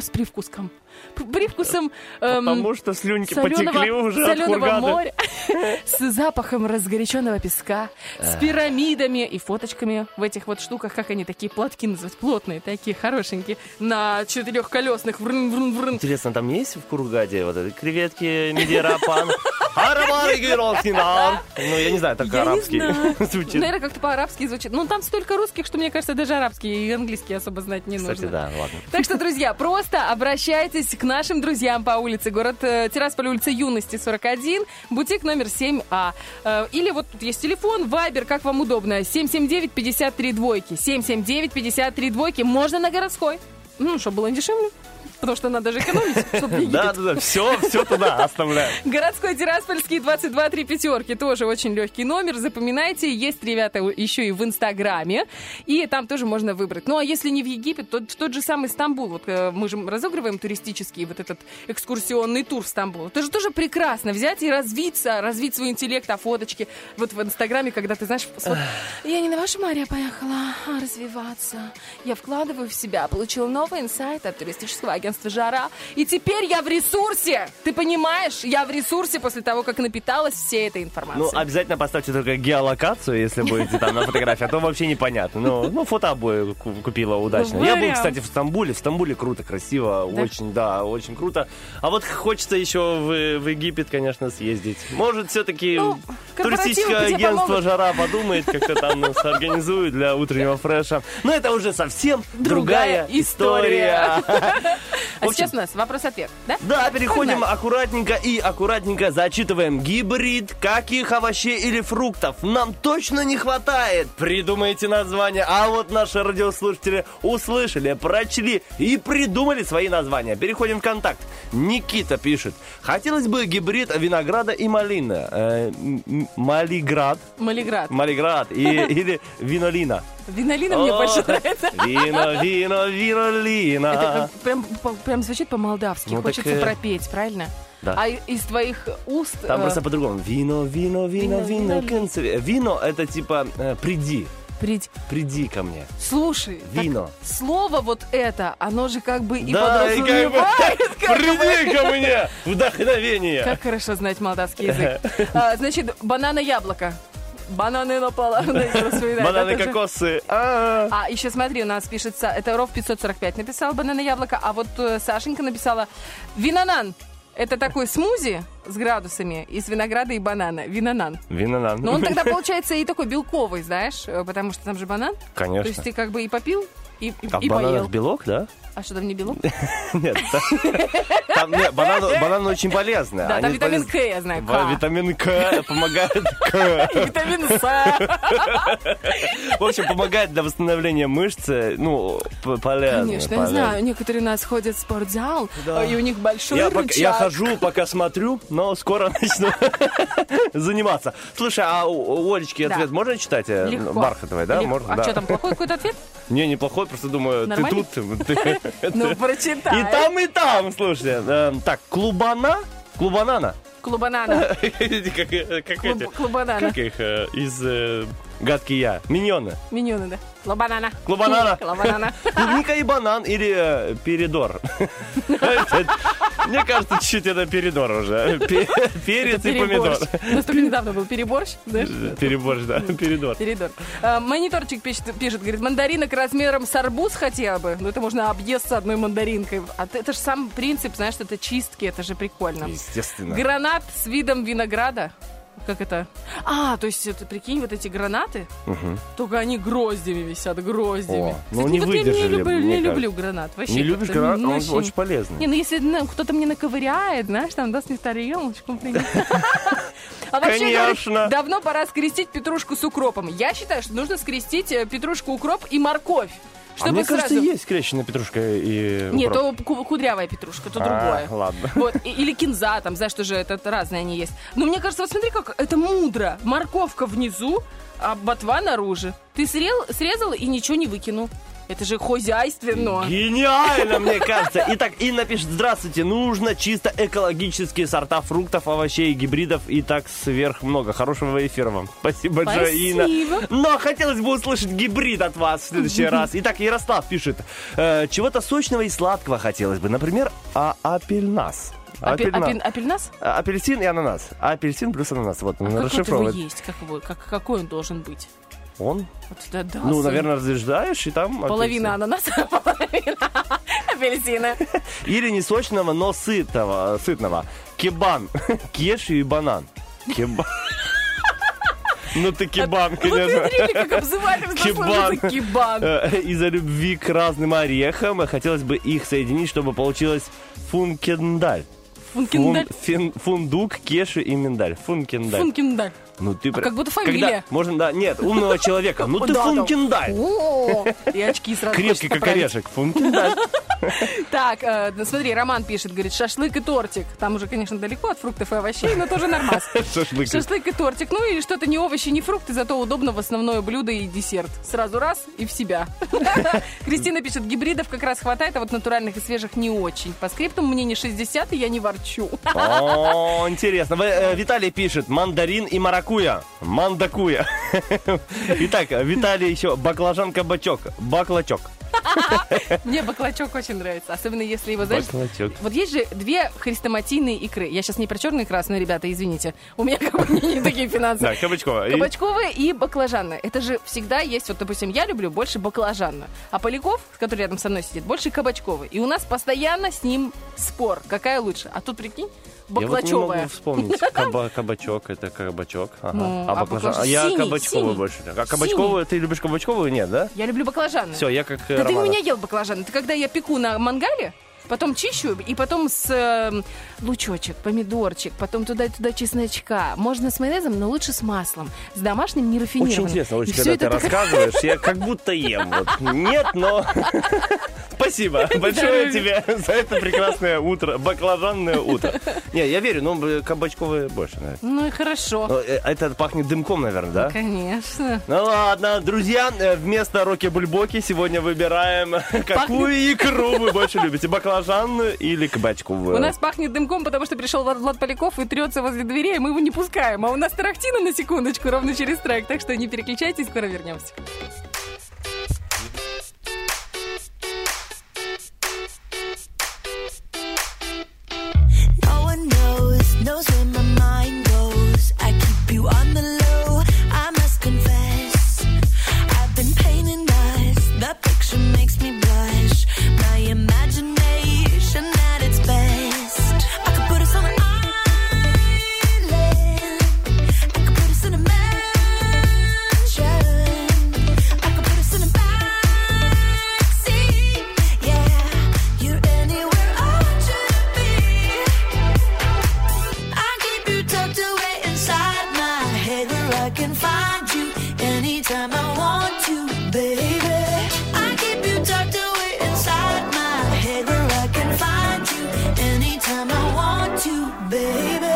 Потому что слюньки потекли уже от соленого Хургады. моря, с запахом разгоряченного песка, с пирамидами и фоточками в этих вот штуках, как они такие платки называют, плотные, такие хорошенькие, на четырехколесных. Интересно, там есть в Хургаде вот эти креветки, мидия-рапан? Ну, я не знаю, так арабский звучит. Наверное, как-то по-арабски звучит. Ну, там столько русских, что, мне кажется, даже арабский и английский особо знать не нужно. Кстати, да, ладно. Так что, друзья, просто обращайтесь к нашим друзьям по улице. Город Тирасполь, улица Юности, 41, бутик номер 7А. Или вот тут есть телефон, вайбер, как вам удобно, 779-53-2. 779-53-2. Можно на городской. Ну, чтобы было дешевле. Потому что надо же экономить, чтобы не Египет. Да, все туда оставляем. Городской Тираспольский 22-3 пятерки. Тоже очень легкий номер. Запоминайте. Есть ребята еще и в Инстаграме. И там тоже можно выбрать. Ну, а если не в Египет, то тот же самый Стамбул. Вот мы же разыгрываем туристический вот этот экскурсионный тур в Стамбул. Это же тоже прекрасно. Взять и развить свой интеллект, а фоточки. Вот в Инстаграме, когда ты знаешь... Я не на ваше море поехала, а развиваться. Я вкладываю в себя. Получила новый инсайт от туристического агентства «Жара». И теперь я в ресурсе. Ты понимаешь? Я в ресурсе после того, как напиталась всей этой информацией. Ну, обязательно поставьте только геолокацию, если будете там на фотографии, а то вообще непонятно. Ну, фотообои купила удачно. Я был, кстати, в Стамбуле. В Стамбуле круто, красиво, очень круто. А вот хочется еще в Египет, конечно, съездить. Может, все-таки туристическое агентство «Жара» подумает, как-то там нас организует для утреннего фреша. Но это уже совсем другая история. А сейчас у нас вопрос-ответ, да? Да, переходим аккуратненько зачитываем. Гибрид каких овощей или фруктов нам точно не хватает? Придумайте название. А вот наши радиослушатели услышали, прочли и придумали свои названия. Переходим в контакт. Никита пишет. Хотелось бы гибрид винограда и малины. Малиград или винолина. Винолина мне больше нравится. Винолина. Это прям звучит по-молдавски. Ну, хочется пропеть, правильно? Да. А из твоих уст... Там просто по-другому. Вино. Вино это типа приди. Приди ко мне. Слушай, вино. Слово вот это, оно же как бы и подразумевает. Приди ко мне! Вдохновение. Как хорошо знать молдавский язык. Значит, банано-яблоко. Бананы напала. Бананы, кокосы. А еще смотри, у нас пишется, это Ров 545 написал бананы-яблоко, а вот Сашенька написала винонан. Это такой смузи с градусами из винограда и банана. Винонан. Но он тогда получается и такой белковый, знаешь, потому что там же банан. Конечно. То есть ты как бы и попил, и а поел. в бананах белок, да? А что, там не белок? Нет, банан очень полезный. Да, там витамин К, я знаю. Витамин К помогает. И витамин С. В общем, помогает для восстановления мышцы. Ну, полезно. Конечно, я знаю. Некоторые у нас ходят в спортзал, и у них большой рычаг. Я хожу, пока смотрю, но скоро начну заниматься. Слушай, а у Олечки ответ можно читать? Бархатовый, да? А что, там плохой какой-то ответ? Не, неплохой, просто думаю, ты тут... Ну, прочитай. И там, слушай. Так, клубанана. Клубанана. Как их из «Гадкий я»? Миньоны, да. Клубанана. Клубника и банан или передор. Мне кажется, чуть-чуть это передор уже. Перец и помидор. У нас только недавно был переборщ, знаешь? Переборщ, да, передор. Мониторчик пишет, говорит, мандаринок размером с арбуз хотя бы. Ну, это можно объесться одной мандаринкой. А это же сам принцип, знаешь, это чистки, это же прикольно. Естественно. Гранат с видом винограда. Как это? То есть, это, прикинь, вот эти гранаты, только они гроздями висят, гроздями. Ну, не выдержали, не люблю гранат. Вообще, не любишь гранат? Он очень полезный. Не, ну если кто-то мне наковыряет, знаешь, там даст мне тарелочку. А вообще, давно пора скрестить петрушку с укропом. Я считаю, что нужно скрестить петрушку, укроп и морковь. Чтобы мне сразу... кажется, есть крещеная петрушка и Нет, укроп. то кудрявая петрушка, то другое. Ладно. Вот. Или кинза, там, знаешь, тоже это разные они есть. Но мне кажется, вот смотри, как это мудро. Морковка внизу, а ботва наружу. Ты срезал и ничего не выкинул. Это же хозяйственно. Гениально, мне кажется. Итак, Инна пишет: здравствуйте, нужно чисто экологические сорта фруктов, овощей, гибридов и так сверх много. Хорошего эфира вам. Спасибо большое, Инна. Но хотелось бы услышать гибрид от вас в следующий раз. Итак, Ярослав пишет: чего-то сочного и сладкого хотелось бы. Например, апельнас. Апельнас? Апельсин и ананас. Апельсин плюс ананас. Вот, он расшифровывает. Какой он должен быть? Он? Вот это да. Ну, наверное, разреждаешь, и там... Половина ананаса, половина апельсина. Или не сочного, но сытного. Кебан, кешью и банан. Кебан. Ну ты кебан, конечно. Вот смотрите, как обзывательно кебан. Из-за любви к разным орехам хотелось бы их соединить, чтобы получилось функендаль. Фундук, кеши и миндаль. Функендаль. Ну, ты как будто фамилия. Можно, да, нет, умного человека. Ну ты функендаль. И очки сразу. Крепкий, как орешек. Функендаль. Так, смотри, Роман пишет, говорит, шашлык и тортик. Там уже, конечно, далеко от фруктов и овощей, но тоже нормас. Шашлык и тортик. Ну или что-то не овощи, не фрукты, зато удобно в основное блюдо и десерт. Сразу раз и в себя. Кристина пишет, гибридов как раз хватает, а вот натуральных и свежих не очень. По скриптам мне не 60, и я не ворчу. О, интересно. Виталий пишет, мандарин и маракуйя. Мандакуя. Итак, Виталий еще баклажан-кабачок. Баклачок. Мне баклачок очень нравится, особенно если его, знаешь... Баклачок. Вот есть же две хрестоматийные икры. Я сейчас не про черную и красную, ребята, извините. У меня как бы не такие финансы. Да, кабачковая. Кабачковая и баклажанная. Это же всегда есть, вот, допустим, я люблю больше баклажанную. А Поляков, который рядом со мной сидит, больше кабачковый. И у нас постоянно с ним спор, какая лучше. А тут, прикинь, баклачевая. Я вот не могу вспомнить. Кабачок, это кабачок. А баклажан? Я кабачковую больше. А кабачковую, ты любишь кабачковую? Нет, да? Я люблю баклажанную. Все, я как Да ты у меня ел баклажаны. Ты когда я пеку на мангале, потом чищу, и потом с лучочек, помидорчик, потом туда чесночка. Можно с майонезом, но лучше с маслом. С домашним нерафинированным. Очень интересно, когда ты рассказываешь, я как будто ем. Нет, но... Спасибо большое тебе за это прекрасное утро, баклажанное утро. Не, я верю, но кабачковые больше, наверное. Ну и хорошо. Это пахнет дымком, наверное, да? Конечно. Ну ладно, друзья, вместо роки-бульбоки сегодня выбираем, какую икру вы больше любите, баклажанную или кабачковую. У нас пахнет дымком, потому что пришел Влад Поляков и трется возле дверей, и мы его не пускаем. А у нас тарахтина на секундочку, ровно через трек, так что не переключайтесь, скоро вернемся. Knows where my mind goes. I keep you on the low, I must confess. I've been painting us, the picture makes me blush. My imagination at its best. I could put us on an island, I could put us in a mansion, I could put us in a backseat. Yeah, you're anywhere I want you to be. Tucked away inside my head where I can find you anytime I want to, baby. I keep you tucked away inside my head where I can find you anytime I want to, baby.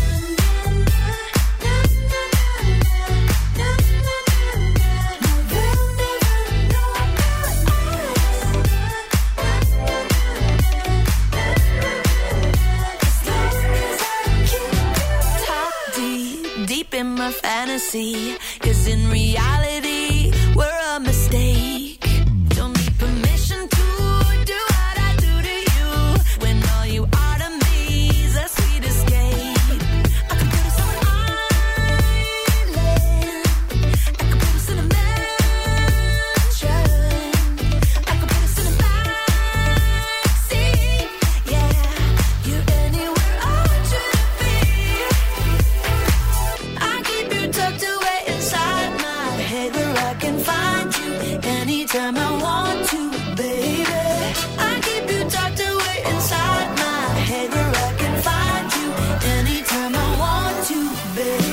Deep in my fantasy, 'cause in reality we're a mistake. Don't need permission to do what I do to you, when all you are to me is a sweet escape. I could put us on an island, I could put us in a mansion, I could put us in a backseat. Yeah, you're anywhere I want you to be. I keep you tucked away inside my head where I can find you anytime I want to, baby. I keep you tucked away inside my head where I can find you anytime I want to, baby.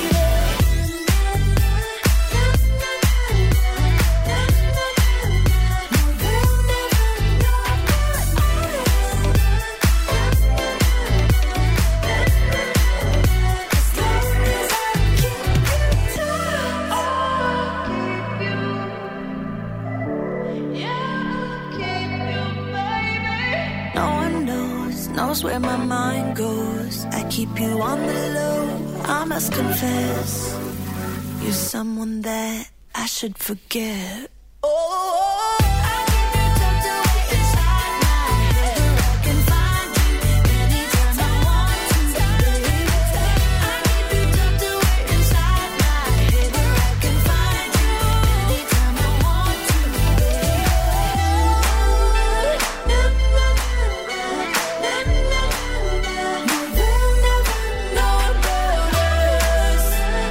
knows where my mind goes. I keep you on the low, I must confess. You're someone that I should forget. Oh, I keep you tucked away inside my head. I can find you anytime I want to, baby. I keep you tucked away inside my head. I can find you anytime I want to, baby. You will never know about us.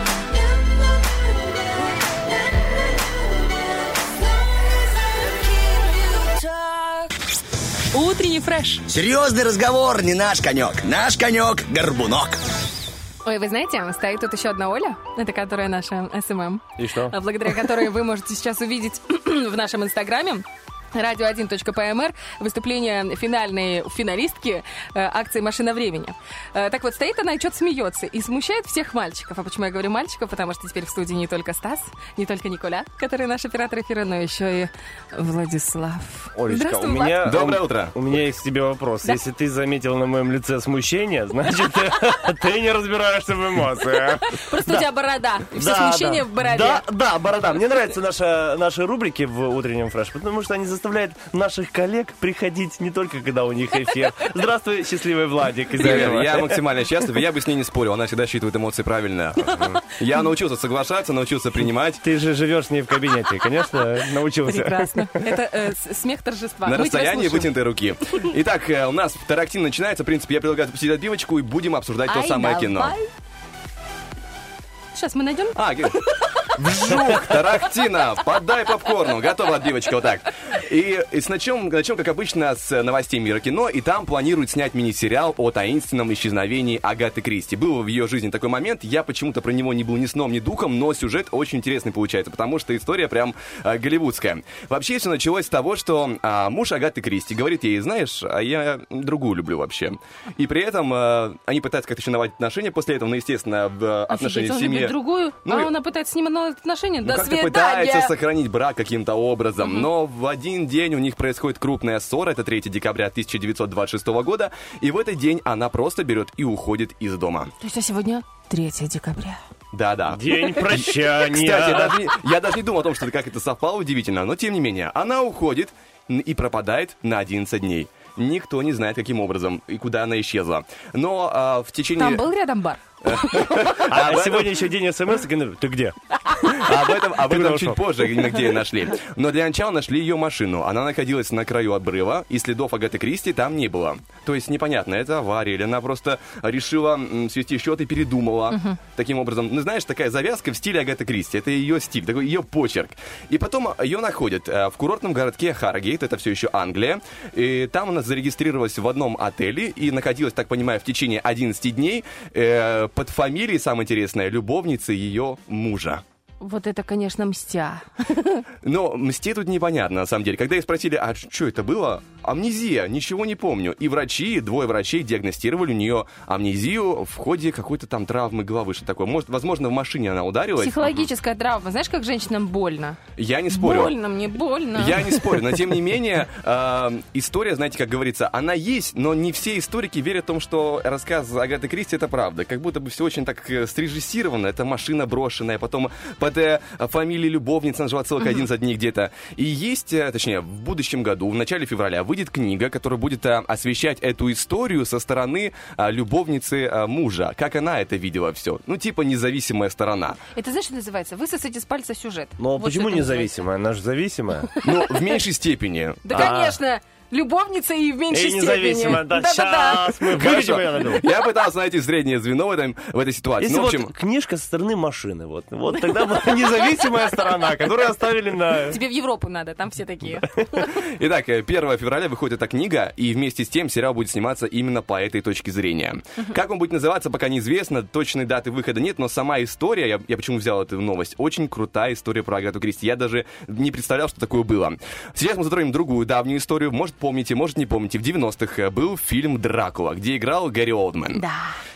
Утренний фреш. Серьезный разговор, не наш конек. Наш конек — горбунок. Ой, вы знаете, стоит тут еще одна Оля, это которая наша СММ. И что? Благодаря которой вы можете сейчас увидеть в нашем инстаграме radio1.pmr выступление финальной финалистки акции «Машина времени». Так вот, стоит она и что-то смеется и смущает всех мальчиков. А почему я говорю мальчиков? Потому что теперь в студии не только Стас, не только Николя, который наш оператор эфира, но еще и Владислав. Олечка, у меня... Доброе утро. У меня есть к тебе вопрос. Да? Если ты заметил на моем лице смущение, значит, ты не разбираешься в эмоциях. Просто у тебя борода. И все смущение в бороде. Да, борода. Мне нравятся наши рубрики в утреннем фреш, потому что они заставляет наших коллег приходить не только когда у них эфир. Здравствуй, счастливый Владик. Привет, я максимально счастлив, я бы с ней не спорил, она всегда считывает эмоции правильно. Я научился соглашаться, научился принимать. Ты же живешь с ней в кабинете, конечно, научился. Прекрасно. Это смех торжества. На расстоянии вытянутой руки. Итак, у нас второй начинается. В принципе, я предлагаю запустить отбивочку и будем обсуждать то самое кино. Сейчас мы найдем. Вжух, тарахтина, подай попкорну. Готова отбивочка, вот так. И начнем, как обычно, с новостей мира кино. И там планируют снять мини-сериал о таинственном исчезновении Агаты Кристи. Был в ее жизни такой момент. Я почему-то про него не был ни сном, ни духом, но сюжет очень интересный получается, потому что история прям голливудская. Вообще все началось с того, что муж Агаты Кристи говорит ей: знаешь, а я другую люблю вообще. И при этом они пытаются как-то еще наладить отношения после этого, но, естественно, в отношениях в семье. Другую, она пытается с ним наладить отношения. До как-то свидания. Пытается сохранить брак каким-то образом. Но в один день у них происходит крупная ссора. Это 3 декабря 1926 года. И в этот день она просто берет и уходит из дома. То есть сегодня 3 декабря. Да. День прощания. Кстати, я даже не думал о том, что как это совпало, удивительно. Но тем не менее, она уходит и пропадает на 11 дней. Никто не знает, каким образом и куда она исчезла. Но в течение... Там был рядом бар? А сегодня еще день смс, ты где? Об этом чуть позже где нашли. Но для начала нашли ее машину. Она находилась на краю обрыва, и следов Агаты Кристи там не было. То есть непонятно, это авария, или она просто решила свести счет и передумала. Таким образом, ну знаешь, такая завязка в стиле Агаты Кристи. Это ее стиль, такой ее почерк. И потом ее находят в курортном городке Харрогейт, это все еще Англия. И там она зарегистрировалась в одном отеле и находилась, так понимаю, в течение 11 дней под фамилией, самое интересное, любовницы ее мужа. Вот это, конечно, мстя. Но мсте тут непонятно, на самом деле. Когда их спросили, а что это было? Амнезия, ничего не помню. И двое врачей диагностировали у нее амнезию в ходе какой-то там травмы головы, что такое. Возможно, в машине она ударилась. Психологическая травма. Знаешь, как женщинам больно? Я не спорю. Больно, мне больно. Я не спорю, но тем не менее, история, знаете, как говорится, она есть, но не все историки верят в том, что рассказ Агаты Кристи — это правда. Как будто бы все очень так срежиссировано. Это машина брошенная, потом под фамилией любовницы, она жила целых 11 дней где-то. И есть, точнее, в будущем году, в начале февраля, выйдет книга, которая будет освещать эту историю со стороны любовницы мужа. Как она это видела все. Ну, типа независимая сторона. Это, знаешь, что называется? Высосать из пальца сюжет. Но почему независимая? Она же зависимая. Ну, в меньшей степени. Да, конечно. Любовница и в меньшей степени. Независимо, да, сейчас мы вырежем ее. Я пытался найти среднее звено в этой ситуации. Если вот книжка со стороны машины, вот тогда была независимая сторона, которую оставили на... Тебе в Европу надо, там все такие. Итак, 1 февраля выходит эта книга, и вместе с тем сериал будет сниматься именно по этой точке зрения. Как он будет называться, пока неизвестно, точной даты выхода нет, но сама история, я почему взял эту новость, очень крутая история про Агату Кристи. Я даже не представлял, что такое было. Сейчас мы затронем другую давнюю историю, может помните, может не помните, в 90-х был фильм «Дракула», где играл Гэри Олдман. Да.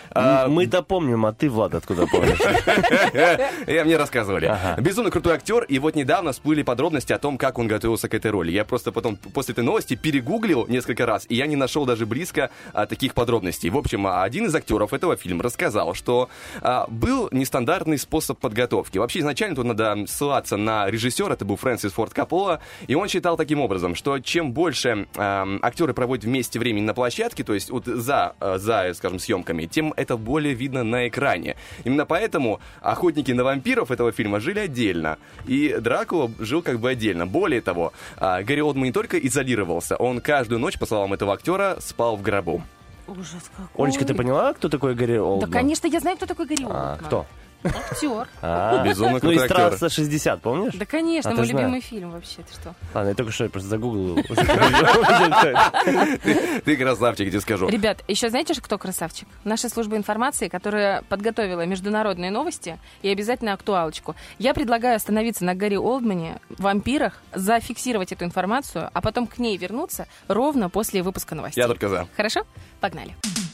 Мы-то помним, а ты, Влад, откуда помнишь? Мне рассказывали. Безумно крутой актер, и вот недавно всплыли подробности о том, как он готовился к этой роли. Я просто потом после этой новости перегуглил несколько раз, и я не нашел даже близко таких подробностей. В общем, один из актеров этого фильма рассказал, что был нестандартный способ подготовки. Вообще, изначально тут надо ссылаться на режиссера, это был Фрэнсис Форд Коппола, и он считал таким образом, что чем больше актеры проводят вместе времени на площадке, то есть вот за, скажем, съемками, тем это более видно на экране. Именно поэтому охотники на вампиров этого фильма жили отдельно, и Дракула жил как бы отдельно. Более того, Гэри Олдман не только изолировался, он каждую ночь, по словам этого актера, спал в гробу. Ужас какой. Олечка, ты поняла, кто такой Гэри Олдман? Да, конечно, я знаю, кто такой Гэри Олдман. Кто? Актер. Безумно Ну, крутой из актер. «Трасса 60», помнишь? Да, конечно, А, мой ты знаешь. любимый фильм вообще, ты что? Ладно, я только что просто загуглил. Ты красавчик, я тебе скажу. Ребят, еще знаете, кто красавчик? Наша служба информации, которая подготовила международные новости и обязательно актуалочку. Я предлагаю остановиться на Гэри Олдмане, вампирах, зафиксировать эту информацию, а потом к ней вернуться ровно после выпуска новостей. Я только за. Хорошо? Погнали.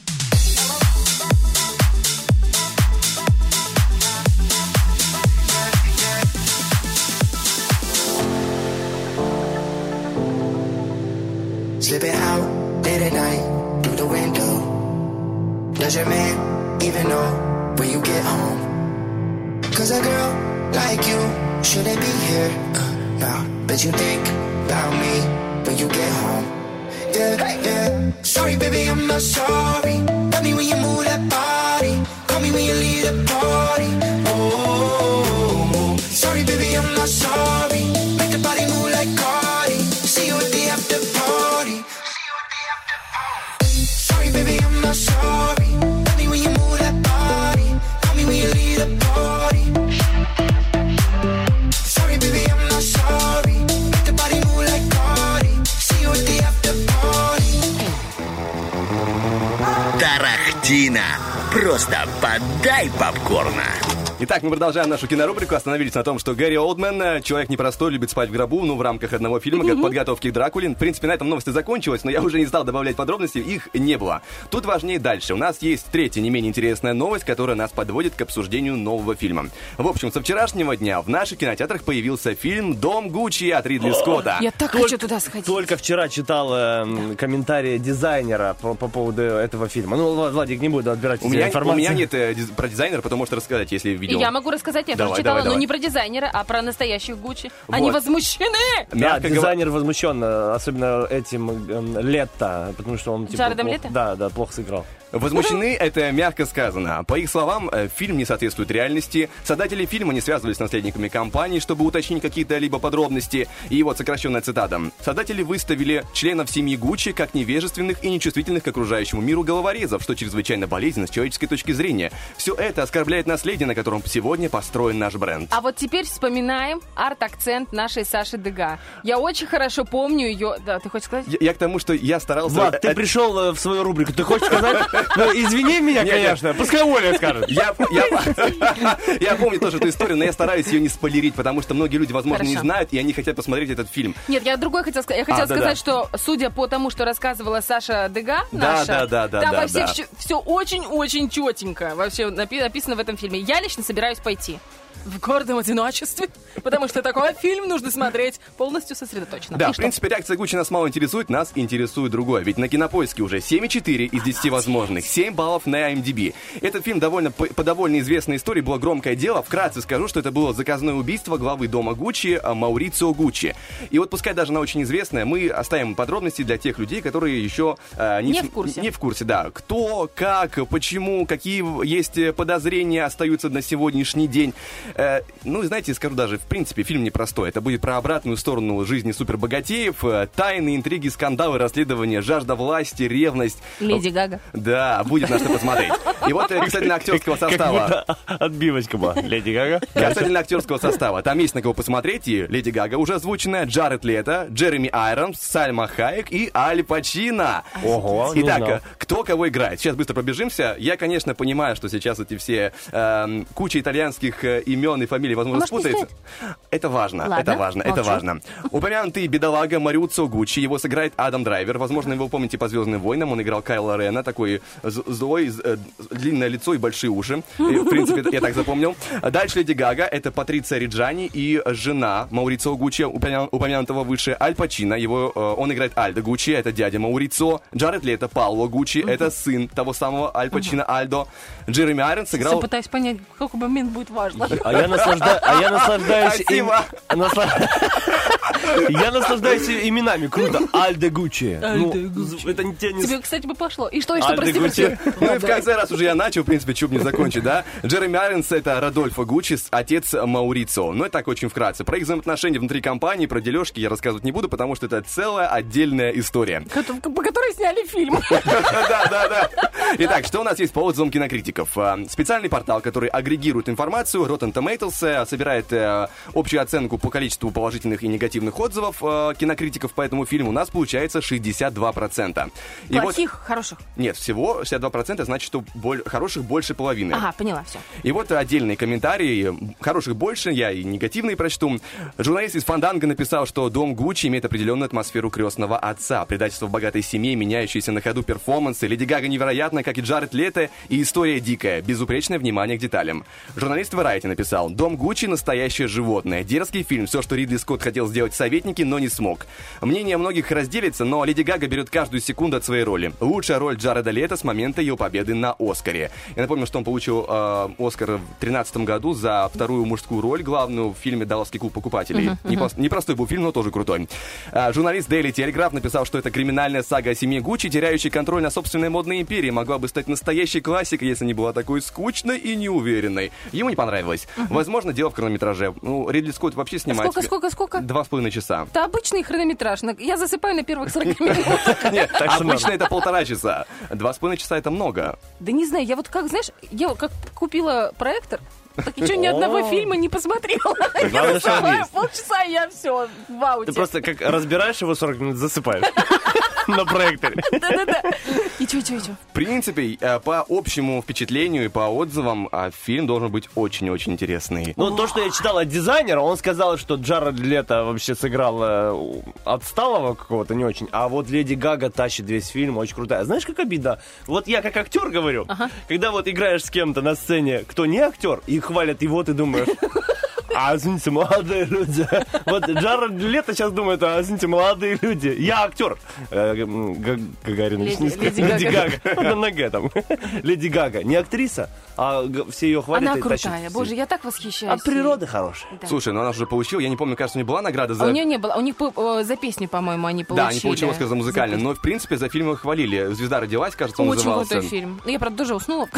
Slipping out late at night through the window. Does your man even know when you get home? Cause a girl like you shouldn't be here now. But you think about me when you get home. Yeah, yeah. Sorry, baby, I'm not sorry. Tell me when you move that body. Call me when you leave the party. Oh, sorry, baby, I'm not sorry. Make the body move like Cardi. See you at the after party. Sorry, baby, I'm not sorry. Tell me when you move that body. Call me when you leave the party. Sorry, baby, I'm not sorry. Make the body move like Cardi. See you at the after party. Тарахтина. Просто подай попкорна. Итак, мы продолжаем нашу кинорубрику. Остановились на том, что Гэри Олдман, человек непростой, любит спать в гробу, в рамках одного фильма, как подготовки к Дракуле. В принципе, на этом новость и закончилась, но я уже не стал добавлять подробностей, их не было. Тут важнее дальше. У нас есть третья, не менее интересная новость, которая нас подводит к обсуждению нового фильма. В общем, со вчерашнего дня в наших кинотеатрах появился фильм «Дом Гуччи» от Ридли Скотта. Я так хочу туда сходить. Только вчера читал комментарии дизайнера по поводу этого фильма. Ну, Владик, не буду отбирать информацию. У меня нет про дизайнера, потому что рассказать, если видел. Я могу рассказать, я тоже читала, но не про дизайнера, а про настоящих Гуччи. Они возмущены! Да, дизайнер возмущен, особенно этим Летто, потому что он Джаредом Летто? Да, плохо сыграл. Возмущены, это мягко сказано. По их словам, фильм не соответствует реальности. Создатели фильма не связывались с наследниками компании, чтобы уточнить какие-то либо подробности. И вот сокращенная цитата. Создатели выставили членов семьи Гуччи как невежественных и нечувствительных к окружающему миру головорезов, что чрезвычайно болезненно с человеческой точки зрения. Все это оскорбляет наследие, на котором сегодня построен наш бренд. А вот теперь вспоминаем арт-акцент нашей Саши Дега. Я очень хорошо помню ее... Да, ты хочешь сказать? Я к тому, что я старался... Влад, ты пришел в свою рубрику, ты хочешь сказать? Ну, извини меня, конечно, пускай Оля скажет. Я помню тоже эту историю, но я стараюсь ее не спойлерить, потому что многие люди, возможно, не знают, и они хотят посмотреть этот фильм. Нет, я другое хотела сказать. Я хотела сказать, что, судя по тому, что рассказывала Саша Дега, наша, там во всех все очень-очень четенько вообще написано в этом фильме. Я лично собираюсь пойти. В гордом одиночестве, потому что такой фильм нужно смотреть полностью сосредоточенно. Да, в принципе, реакция Гуччи нас мало интересует, нас интересует другое. Ведь на Кинопоиске уже 7,4 из 10 возможных, 7 баллов на IMDb. Этот фильм по довольно известной истории было громкое дело. Вкратце скажу, что это было заказное убийство главы дома Гуччи Маурицио Гуччи. И вот пускай даже оно очень известное, мы оставим подробности для тех людей, которые еще не в курсе. Да, кто, как, почему, какие есть подозрения остаются на сегодняшний день. Ну, знаете, скажу даже, в принципе, фильм непростой. Это будет про обратную сторону жизни супербогатеев, тайны, интриги, скандалы, расследования, жажда власти, ревность. Леди Гага. Да, будет на что посмотреть. И вот касательно актерского состава. Отбивочка была. Леди Гага. Касательно актерского состава. Там есть на кого посмотреть. И Леди Гага уже озвученная, Джаред Лето, Джереми Айронс, Сальма Хайек и Аль Пачино. Ого, итак, кто кого играет? Сейчас быстро пробежимся. Я, конечно, понимаю, что сейчас эти все куча итальянских имен и фамилий, возможно, спутается. Это важно, Ладно, это важно, это молчу. важно. Упомянутый бедолага Мариуцо Гуччи, его сыграет Адам Драйвер. Возможно, вы помните по «Звездным войнам», он играл Кайло Рена, такой злой, длинное лицо и большие уши. И, в принципе, я так запомнил. Дальше Леди Гага, это Патриция Риджани и жена Маурицио Гуччи, упомянутого выше, Аль Пачино. Он играет Альдо Гуччи, это дядя Маурицио. Джаред Лето, Пауло Гуччи, это сын того самого Аль Пачино, Альдо. Джереми Айронс Я сыграл... пытаюсь понять, в какой момент будет важно. А я наслаждаюсь... Спасибо. Я наслаждаюсь именами. Круто. Альдо Гуччи. Альдо Гуччи. Это тебе не... Тебе, кстати, бы пошло. И что, Альдо прости? Гуччи. Ну и в конце раз уже я начал, в принципе, чуб не закончить, да? Джереми Айронс — это Родольфо Гуччи, отец Маурицио. Но это так очень вкратце. Про их взаимоотношения внутри компании, про дележки я рассказывать не буду, потому что это целая отдельная история. По которой сняли фильм. Да. Итак, что у нас есть по отзывам кинокритиков? Специальный портал, который агрегирует информацию, Rotten Tomatoes, собирает общую оценку по количеству положительных и негативных отзывов кинокритиков по этому фильму. У нас получается 62%. И Плохих, хороших. Нет, всего 62%, значит, что хороших больше половины. Ага, поняла, все. И вот отдельные комментарии. Хороших больше, я и негативные прочту. Журналист из Фанданго написал, что дом Гуччи имеет определенную атмосферу крестного отца. Предательство в богатой семье, меняющиеся на ходу перформансы. Леди Гага невероятна, как и Джаред Лето, и история дикая. Безупречное внимание к деталям. Журналист Variety написал: дом Гуччи — настоящее животное. Дерзкий фильм. Все, что Ридли Скотт хотел сделать в «Советнике», но не смог. Мнение многих разделится, но Леди Гага берет каждую секунду от своей роли. Лучшая роль Джареда Лето с момента ее победы на Оскаре. Я напомню, что он получил Оскар в 2013 году за вторую мужскую роль главную в фильме «Далласский клуб покупателей». Непростой был фильм, но тоже крутой. Журналист Daily Telegraph написал, что это криминальная сага о семье Гуччи, теряющей контроль на собственной модной империи, могла бы стать настоящей классикой, если не была такой скучной и неуверенной. Ему не понравилось. Возможно, дело в хронометраже. Ну, Ридли Скотт вообще снимает... Сколько? 2,5 часа. Это обычный хронометраж. Я засыпаю на первых 40 минутах. Нет, обычно это 1,5 часа. 2,5 часа — это много. Да не знаю, я вот как, знаешь, я как купила проектор, так еще ни одного фильма не посмотрела. Главное, что он есть. Полчаса, я все в ауте. Ты просто как разбираешь его 40 минут, засыпаешь. На проекторе. Да-да-да. И чё? В принципе, по общему впечатлению и по отзывам, фильм должен быть очень-очень интересный. Ну, то, что я читал от дизайнера, он сказал, что Джаред Лето вообще сыграл отсталого какого-то не очень, а вот Леди Гага тащит весь фильм, очень крутая. Знаешь, как обидно? Вот я как актер говорю, когда вот играешь с кем-то на сцене, кто не актер, и хвалят его, ты думаешь... извините, молодые люди. Вот Джаред Лето сейчас думает, извините, молодые люди. Я актер. Гагарина. Леди Гага. На Г там. Леди Гага. Не актриса, а все ее хвалят. Она и тащат. крутая. Боже, я так восхищаюсь. От природы хорошая. Да. Слушай, ну она же уже получила, я не помню, кажется, у нее была награда за... А у нее не было. У них за песню, по-моему, они получили. Да, они получили Оскар за музыкальный, но, в принципе, за фильм их хвалили. «Звезда родилась», кажется, он очень назывался. крутой фильм. Ну, я, правда, тоже уснула.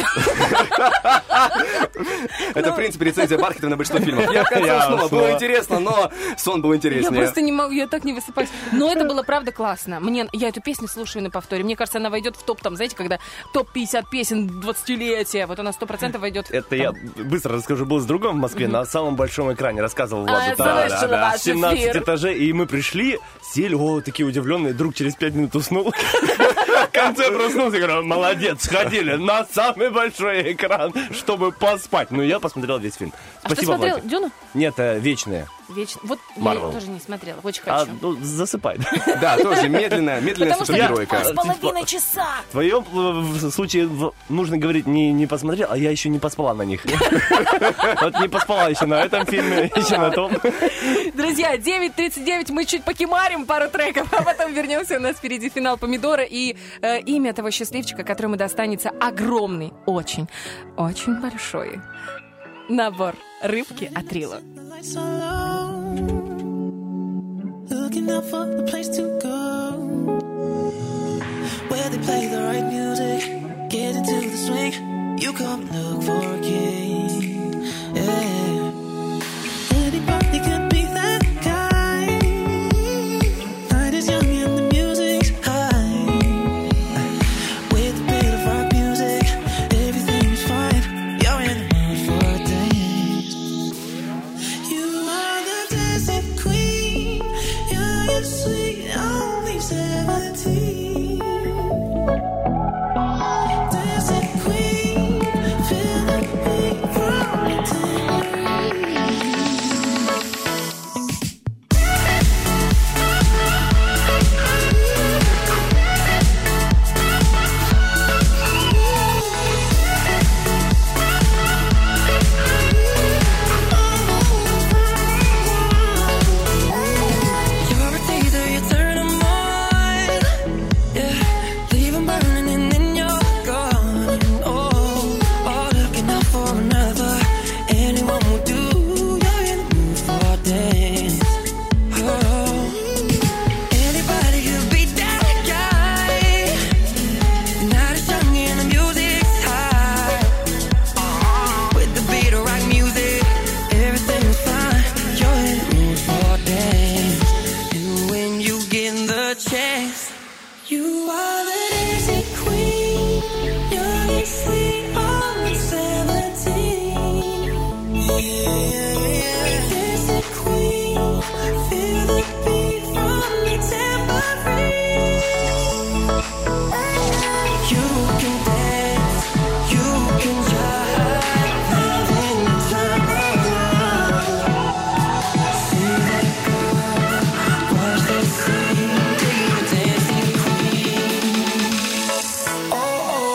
Это, в принципе, рецензия Бархатова на большинство фильмов. Я в конце уснула. Было интересно, но сон был интереснее. Я просто не могу, я так не высыпаюсь. Но это было, правда, классно. Я эту песню слушаю на повторе. Мне кажется, она войдет в топ, там, знаете, когда топ-50 песен 20-летия. Вот она 100% войдет. Это я быстро расскажу. Был с другом в Москве на самом большом экране. Рассказывал Владу. Да. 17 этажей. И мы пришли, сели, такие удивленные. Друг через 5 минут уснул. В конце проснулся и говорю: молодец, сходили на самый большой экран, чтобы поспать. Ну, я посмотрел весь фильм. Спасибо, Владик. смотрел «Дюну»? Нет, «Вечные». Вот Marvel. я тоже не смотрела, очень хочу. Засыпай. Да, тоже медленная супергеройка. 2,5 часа. В твоем случае нужно говорить, не посмотрел, а я еще не поспала на них. Вот не поспала еще на этом фильме, еще на том. Друзья, 9:39, мы чуть покемарим пару треков, а потом вернемся. У нас впереди финал «Помидора» и имя того счастливчика, которому достанется огромный, очень, очень большой набор рыбки от Рила. Looking out for the place to go, where they play the right music, get into the swing. You come look for a king, yeah. Anybody can be that guy. Night is young and the music's high. With a bit of rock music, everything is fine. You're in the mood for a dance. You are the dancing queen. You're sweet, only 17. Dancing queen, feel the chase. You are the daisy queen, young and sweet, only 17. Daisy queen, feel the beat from the tambourine. You can dance, you can jive, having the time of your life. See that girl, watch the scene, dancing queen. Oh, oh.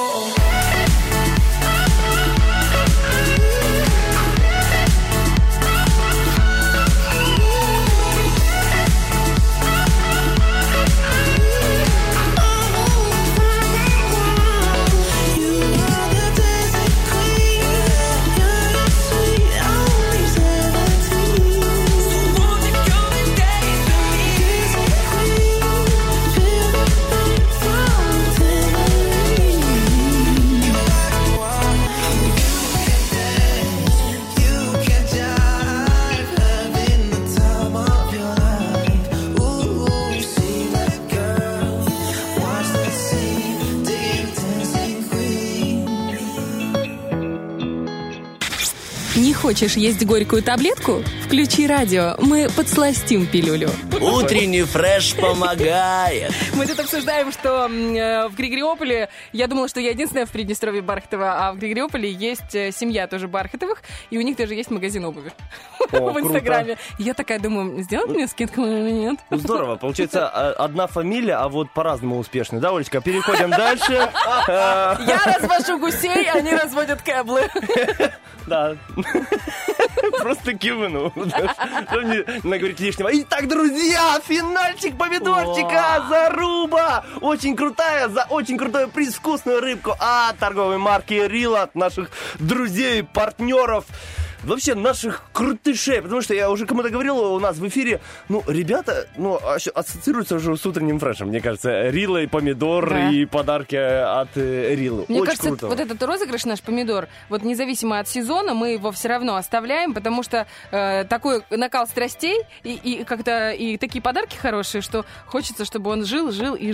Не хочешь есть горькую таблетку? Включи радио, мы подсластим пилюлю. Утренний фреш помогает. Мы тут обсуждаем, что в Григориополе, я думала, что я единственная в Приднестровье Бархатова, а в Григориополе есть семья тоже Бархатовых, и у них даже есть магазин обуви в Инстаграме. Я такая думаю, сделать мне скидку или нет? Здорово, получается, одна фамилия, а вот по-разному успешны. Да, Олечка, переходим дальше. Я развожу гусей, они разводят кэблы. Да. Просто кивну. Что мне наговорить лишнего? Итак, друзья, финальчик помидорчика, заруба. Очень крутая, за очень крутой приз, вкусную рыбку от торговой марки Рила, от наших друзей, партнеров. Вообще, наших крутышей, потому что я уже кому-то говорил у нас в эфире, ребята, ассоциируются уже с утренним фрешем, мне кажется, Рила и помидор, да. И подарки от Рилы. Мне очень кажется, круто. Вот этот розыгрыш наш помидор, вот независимо от сезона, мы его все равно оставляем, потому что такой накал страстей и как-то и такие подарки хорошие, что хочется, чтобы он жил. И жил.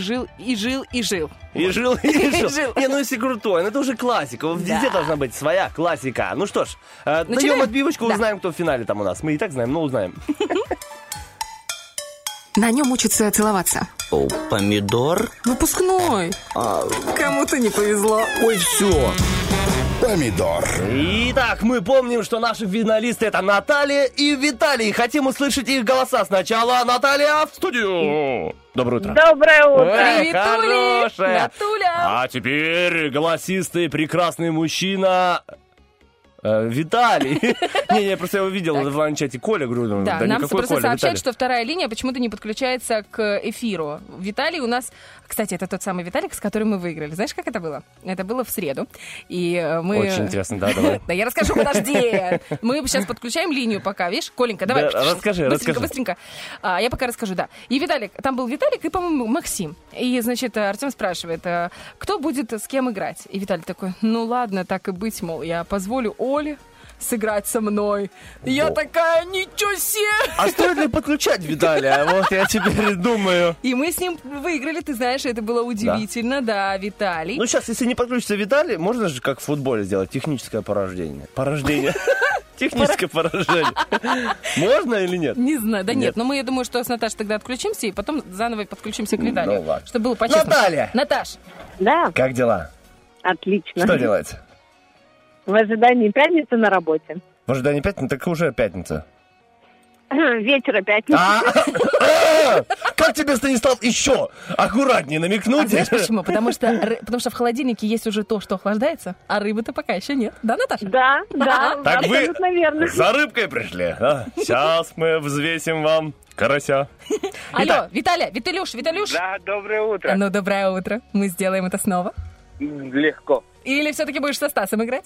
Если крутой, это уже классика, везде должна быть своя классика. Ну что ж, даем отбивочку, узнаем, кто в финале там у нас. Мы и так знаем, но узнаем. На нем учатся целоваться. О, помидор? Выпускной. Кому-то не повезло. Ой, все. Помидор. Итак, мы помним, что наши финалисты — это Наталья и Виталий. Хотим услышать их голоса. Сначала Наталья в студию. Доброе утро. Доброе утро. Привет, хорошая. Натуля. А теперь голосистый, прекрасный мужчина... Виталий. Не, просто я его видел в онлайн-чате. Коля, говорю, да, нам никакой просто Коля, сообщают, Виталий. что вторая линия почему-то не подключается к эфиру. Виталий у нас... Кстати, это тот самый Виталик, с которым мы выиграли. Знаешь, как это было? Это было в среду. И мы... Очень интересно, да, давай. Да, я расскажу, подожди. Мы сейчас подключаем линию пока, видишь? Коленька, давай. Расскажи. Быстренько. Я пока расскажу, да. И Виталик, там был Виталик и, по-моему, Максим. И, значит, Артем спрашивает, кто будет с кем играть? И Виталий такой, ну ладно, так и быть, мол, я позволю Оле сыграть со мной. Я такая, ничего себе! А стоит ли подключать Виталия? Вот я теперь думаю. И мы с ним выиграли, ты знаешь, это было удивительно, да, Виталий. Ну, сейчас, если не подключится Виталий, можно же, как в футболе сделать, техническое поражение. Техническое поражение. Можно или нет? Не знаю, да нет. Но мы, я думаю, что с Наташей тогда отключимся, и потом заново подключимся к Виталию. Ну, ладно. Чтобы было по-честному. Наталья! Наташ! Да, Как дела? отлично. Что делаете? В ожидании пятницы на работе. В ожидании пятницы? Так уже пятница. Вечера пятницы. Как тебе, Станислав, еще аккуратнее намекнуть? Знаешь почему? Потому что в холодильнике есть уже то, что охлаждается, а рыбы-то пока еще нет. Да, Наташа? Да, Так вы абсолютно верно. за рыбкой пришли? Сейчас мы взвесим вам карася. Алло, Виталюш. Да, доброе утро. Ну, доброе утро. Мы сделаем это снова. Легко. Или все-таки будешь со Стасом играть?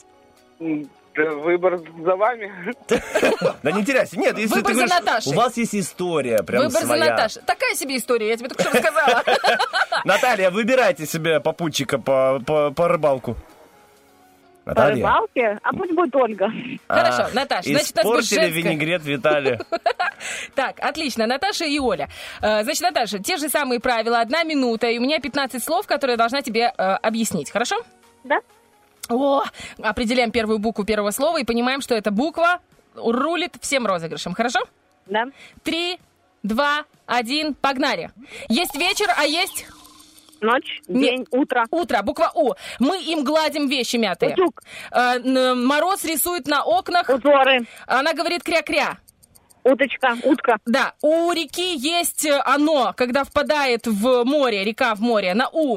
Выбор за вами. Да не теряйся. Нет, если Выбор ты за говоришь, Наташей. у вас есть история прям Выбор своя. за Наташей. Такая себе история, я тебе только что рассказала. Наталья, выбирайте себе попутчика по рыбалку. По Наталья. рыбалке? А пусть будет Ольга. Хорошо, Наташа, значит, у нас будет Испортили женская. винегрет Виталию. Так, отлично, Наташа и Оля. Значит, Наташа, те же самые правила, 1 минута, и у меня 15 слов, которые я должна тебе объяснить, хорошо? Да. О, определяем первую букву первого слова и понимаем, что эта буква рулит всем розыгрышем, хорошо? Да. 3, 2, 1, погнали. Есть вечер, а есть... Ночь, день, утро. Утро, буква У. Мы им гладим вещи мятые. Утюг. Мороз рисует на окнах. Узоры. Она говорит кря-кря. Уточка, утка. Да, у реки есть оно, когда впадает в море, река в море, на У.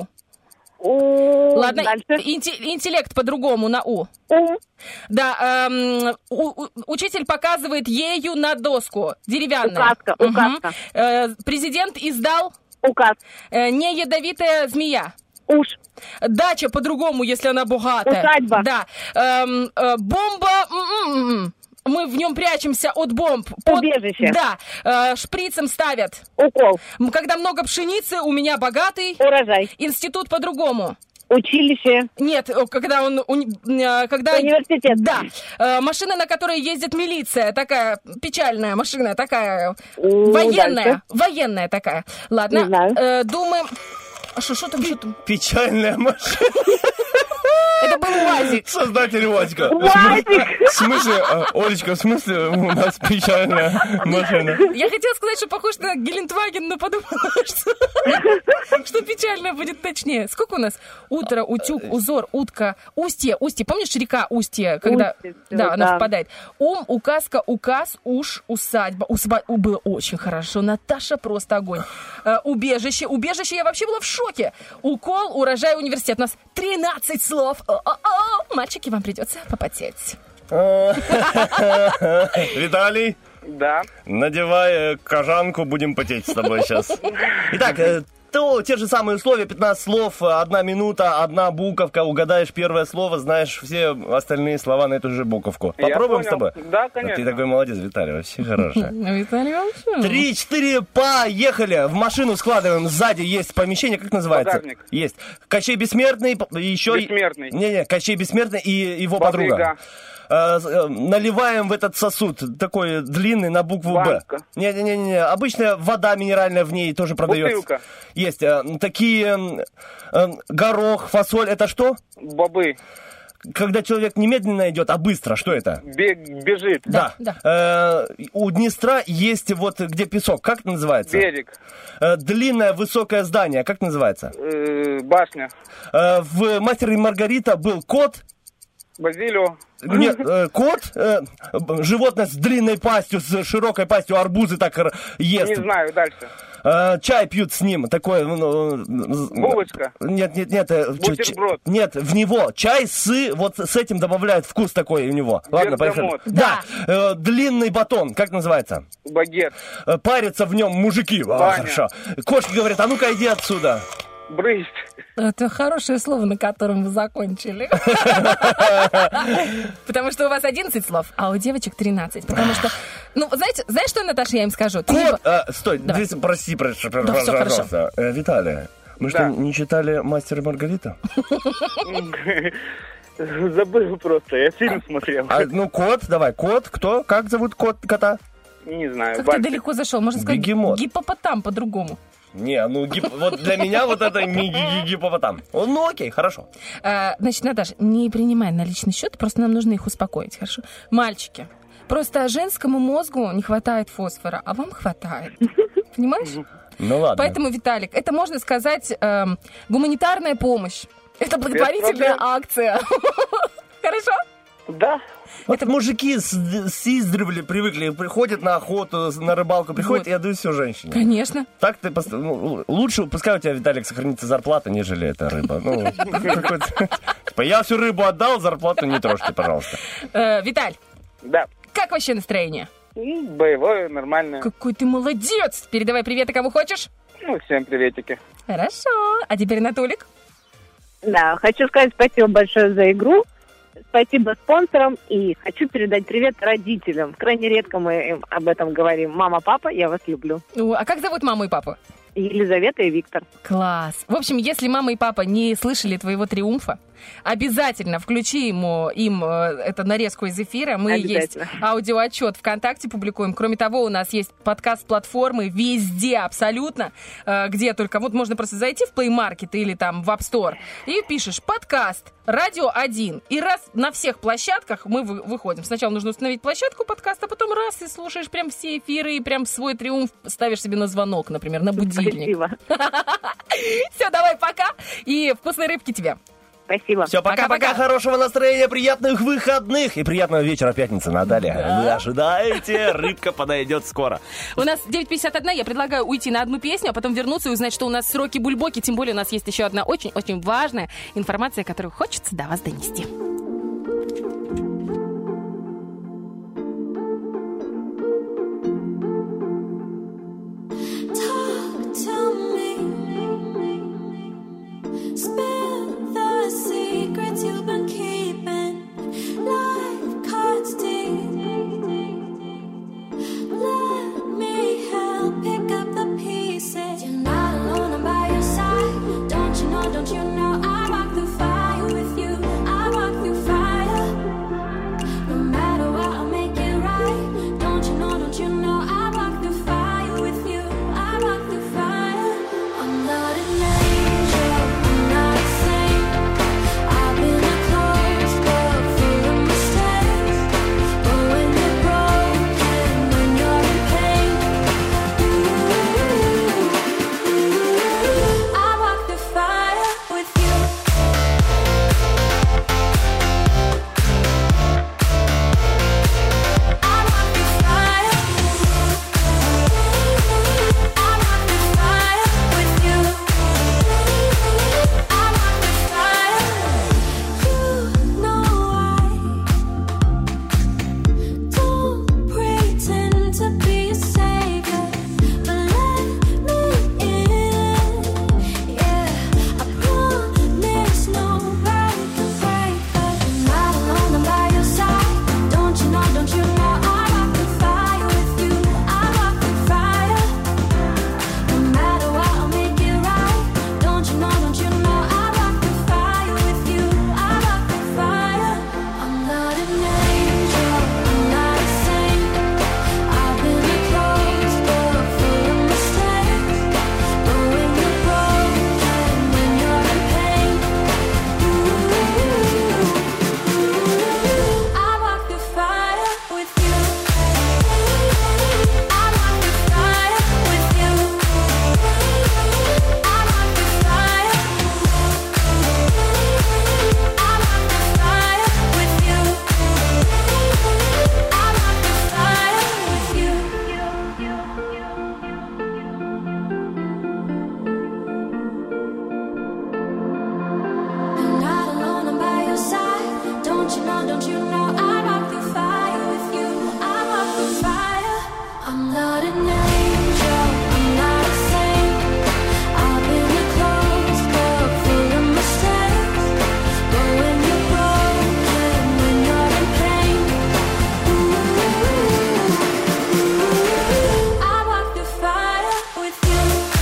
Ладно, интеллект по-другому на У. Да, учитель показывает ею на доску, деревянная. Указка. Президент издал... Указ. Не ядовитая змея. Уж. Дача по-другому, если она богатая. Усадьба. Да. Бомба... Мы в нем прячемся от бомб. Убежище. Да. Шприцем ставят. Укол. Когда много пшеницы, у меня богатый... Урожай. Институт по-другому. Училище. Нет, когда он... Когда... Университет. Да. Машина, на которой ездит милиция. Такая печальная машина, такая... Военная. Дальше. Военная такая. Ладно. Не знаю. Думаем... Что там? Печальная машина. Это был УАЗик. Создатель УАЗика. УАЗик. В смысле, Олечка, в смысле у нас печальная машина? Я хотела сказать, что похож на Гелендваген, но подумала, что печальная будет точнее. Сколько у нас? Утро, утюг, узор, утка, устье. Помнишь река Устье, когда она впадает? Указка, указ, уж, усадьба. Было очень хорошо. Наташа просто огонь. Убежище я вообще была в шоке. Укол, урожай, университет. У нас 13 слов. Мальчики, вам придется попотеть. Виталий? Да. Надевай кожанку, будем потеть с тобой сейчас. Итак, те же самые условия, 15 слов, 1 минута, 1 буковка, угадаешь первое слово, знаешь все остальные слова на эту же буковку. Попробуем с тобой? Да, конечно. Ты такой молодец, Виталий, вообще хороший. Виталий вообще. 3, 4, поехали! В машину складываем, сзади есть помещение, как называется? Багажник. Есть. Кощей Бессмертный, еще... Бессмертный. Не, Кощей Бессмертный и его подруга. Наливаем в этот сосуд, такой длинный, на букву Б. Не, обычная вода минеральная в ней тоже продается. Бутылка. Есть. Такие горох, фасоль, это что? Бобы. Когда человек не медленно идет, а быстро, что это? Бежит. Да. У Днестра есть вот где песок, как это называется? Берег. Длинное высокое здание, как называется? Башня. В «Мастере и Маргарита» был кот. Базилио. Нет, кот, животное с длинной пастью, с широкой пастью, арбузы так ест. Не знаю, дальше. Чай пьют с ним, такой... Булочка. Нет. Бутерброд. Нет, в него чай вот с этим добавляют вкус такой у него. Ладно, поехали. Да. Длинный батон, как называется? Багет. Парятся в нем мужики. Хорошо. Кошки говорят, а ну-ка иди отсюда. Брысь. Это хорошее слово, на котором вы закончили. Потому что у вас 11 слов, а у девочек 13. Потому что, знаешь, что, Наташа, я им скажу? Стой, прости, пожалуйста. Виталий, мы что, не читали «Мастер и Маргарита»? Забыл просто, я фильм смотрел. Кот, давай, кот, кто? Как зовут кота? Не знаю. Как ты далеко зашел? Можно сказать, Бегемот. гиппопотам по-другому. Не, вот для меня вот это не гиппопотам. Окей, хорошо. Значит, Наташа, не принимай на личный счет, просто нам нужно их успокоить, хорошо? Мальчики, просто женскому мозгу не хватает фосфора, а вам хватает. Понимаешь? Ну ладно. Поэтому, Виталик, это, можно сказать, гуманитарная помощь. Это благотворительная акция. Хорошо? Да. Вот мужики с издревле привыкли, приходят на охоту, на рыбалку, приходят и отдают все женщине. Конечно. Так ты лучше, пускай у тебя, Виталик, сохранится зарплата, нежели эта рыба. Я всю рыбу отдал, зарплату не трожьте, пожалуйста. Виталь. Да. Как вообще настроение? Боевое, нормальное. Какой ты молодец! Передавай приветы, кому хочешь. Всем приветики. Хорошо. А теперь Анатолик. Да, хочу сказать спасибо большое за игру. Спасибо спонсорам и хочу передать привет родителям. Крайне редко мы им об этом говорим. Мама, папа, я вас люблю. А как зовут маму и папу? Елизавета и Виктор. Класс. В общем, если мама и папа не слышали твоего триумфа, обязательно включи им эту нарезку из эфира. Мы есть аудиоотчет ВКонтакте публикуем. Кроме того, у нас есть подкаст-платформы везде абсолютно, где только... Вот можно просто зайти в Play Market или там в App Store и пишешь «Подкаст Радио 1». И раз на всех площадках мы выходим. Сначала нужно установить площадку подкаста, а потом раз и слушаешь прям все эфиры и прям свой триумф ставишь себе на звонок, например, на будильник. Спасибо. Все, давай, пока. И вкусной рыбки тебе. Спасибо. Все, пока-пока, хорошего настроения, приятных выходных и приятного вечера пятницы, Наталья. Да. Вы ожидаете, рыбка подойдет скоро. У нас 9:51, я предлагаю уйти на одну песню, а потом вернуться и узнать, что у нас сроки бульбоки. Тем более у нас есть еще одна очень-очень важная информация, которую хочется до вас донести. Secrets you've been keeping, life cuts deep. Let me help pick up the pieces. You're not alone, I'm by your side. Don't you know, I walk through fire with you. I walk through fire. No matter what, I'll make it right. Don't you know, I walk through fire with you. I walk through fire. I'm not an angel, I'm not a saint. I've been a closed book full of mistakes. But when you're broken, when you're in pain, I walk through fire with you. I walk through fire. I walk through fire with you. I walk through fire. You know I don't pretend to be a savior, but let me in. Yeah, I promise nobody can break us. You're not alone, I'm by your side. Don't you know, I walk through fire with you. I walk through fire. No matter what, I'll make it right. Don't you know, I walk through fire with you. I walk through fire. I'm not an angel, I'm not a saint. I've been a closed book full of mistakes. But when you're broken, when you're in pain, I walk through fire with you. I walk through fire with you. I walk through fire. I walk through fire with you. I walk through fire with you. You're not alone, I'm by your side. Don't you know, I walk through fire with you. I walk through fire. I'm not an angel, I'm not a saint. I've been a closed book full of mistakes. But when you're broken, when you're in pain, I walk through fire with you.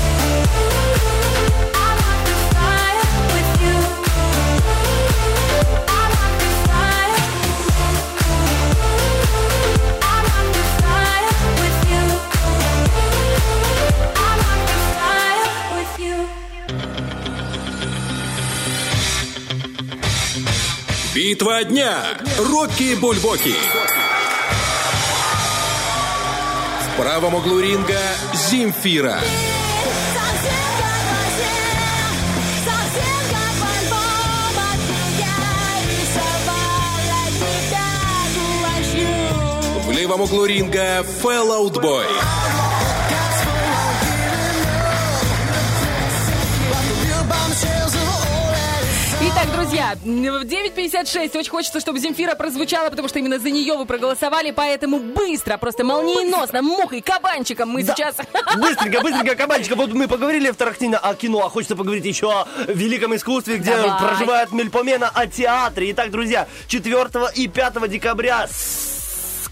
I walk through fire with you. I walk through fire. I walk through fire with you. I walk through fire with you. Битва дня. Рокки Бульбоки. В правом углу ринга Земфира. В левом углу ринга Fall Out Boy. Итак, друзья, в 9:56 очень хочется, чтобы Земфира прозвучала, потому что именно за нее вы проголосовали, поэтому быстро, просто молниеносно, мухой, кабанчиком мы сейчас... Быстренько, кабанчиком. Вот мы поговорили в Тарахтине о кино, а хочется поговорить еще о великом искусстве, где проживает Мельпомена, о театре. Итак, друзья, 4 и 5 декабря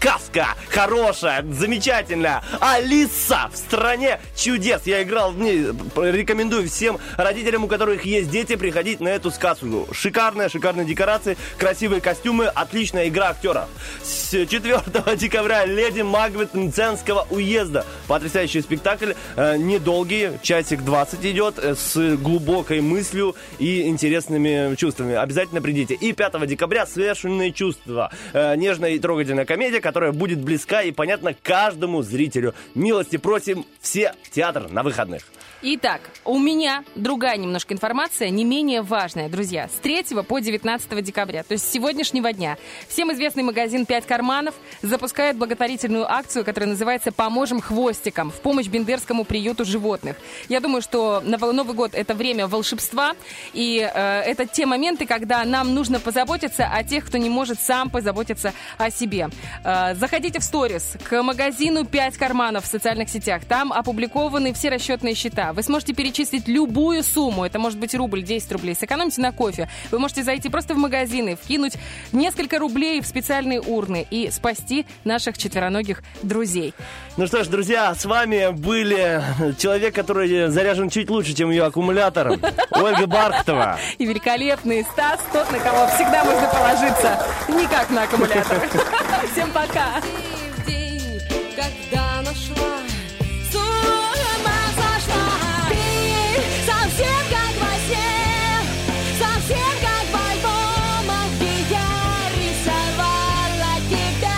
сказка хорошая, замечательная. Алиса в стране чудес. Я играл в ней. Рекомендую всем родителям, у которых есть дети, приходить на эту сказку. Шикарные декорации, красивые костюмы, отличная игра актеров. С 4 декабря «Леди Макбет» Мценского уезда. Потрясающий спектакль, недолгий, часик 20 идет, с глубокой мыслью и интересными чувствами. Обязательно придите. И 5 декабря «Смешанные чувства». Нежная и трогательная комедия, которая будет близка и понятна каждому зрителю. Милости просим все в театр на выходных. Итак, у меня другая немножко информация, не менее важная, друзья. С 3 по 19 декабря, то есть с сегодняшнего дня, всем известный магазин «Пять карманов» запускает благотворительную акцию, которая называется «Поможем хвостикам» в помощь Бендерскому приюту животных. Я думаю, что Новый год — это время волшебства, и это те моменты, когда нам нужно позаботиться о тех, кто не может сам позаботиться о себе. Заходите в сторис к магазину «Пять карманов» в социальных сетях. Там опубликованы все расчетные счета. Вы сможете перечислить любую сумму. Это может быть рубль, 10 рублей. Сэкономьте на кофе. Вы можете зайти просто в магазины, вкинуть несколько рублей в специальные урны и спасти наших четвероногих друзей. Ну что ж, друзья, с вами были человек, который заряжен чуть лучше, чем ее аккумулятор, Ольга Бархатова. И великолепный Стас, тот, на кого всегда можно положиться. Никак на аккумулятор. Всем пока. Когда нашла, с ума сошла. Ты совсем как во сне, совсем как в альбомах, где я рисовала тебя.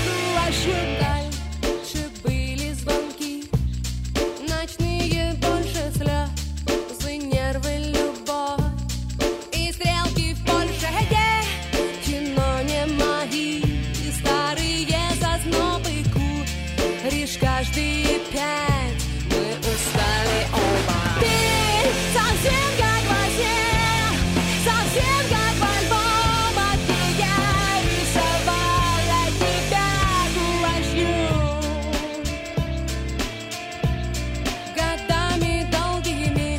Дальше были звонки, ночные больше слезы, нервы, любовь и стрелки в Польше, кино не мои, старые зазнобы. Лишь каждые 5 мы устали оба. Ты совсем как во сне, совсем как в альбомах, где я рисовала тебя гуашью. Годами долгими,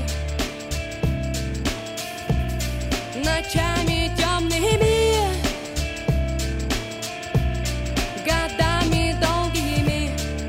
ночами темными. Годами долгими.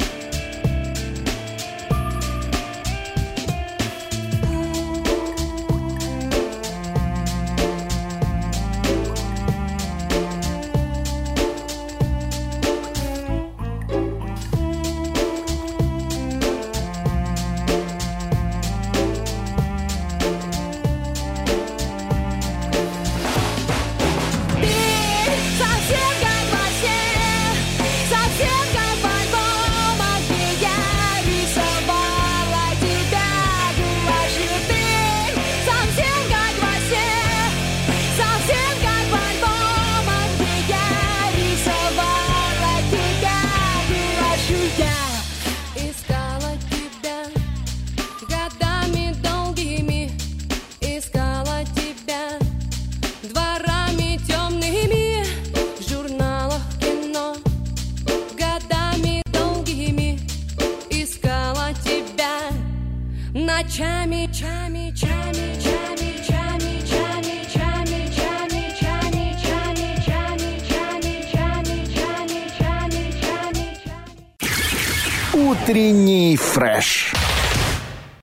Ночами, чами, чами, чами, чами, чами, чами, чами, чами, чами, чами, чами, чами, чами, чами, чами. Утренний фреш.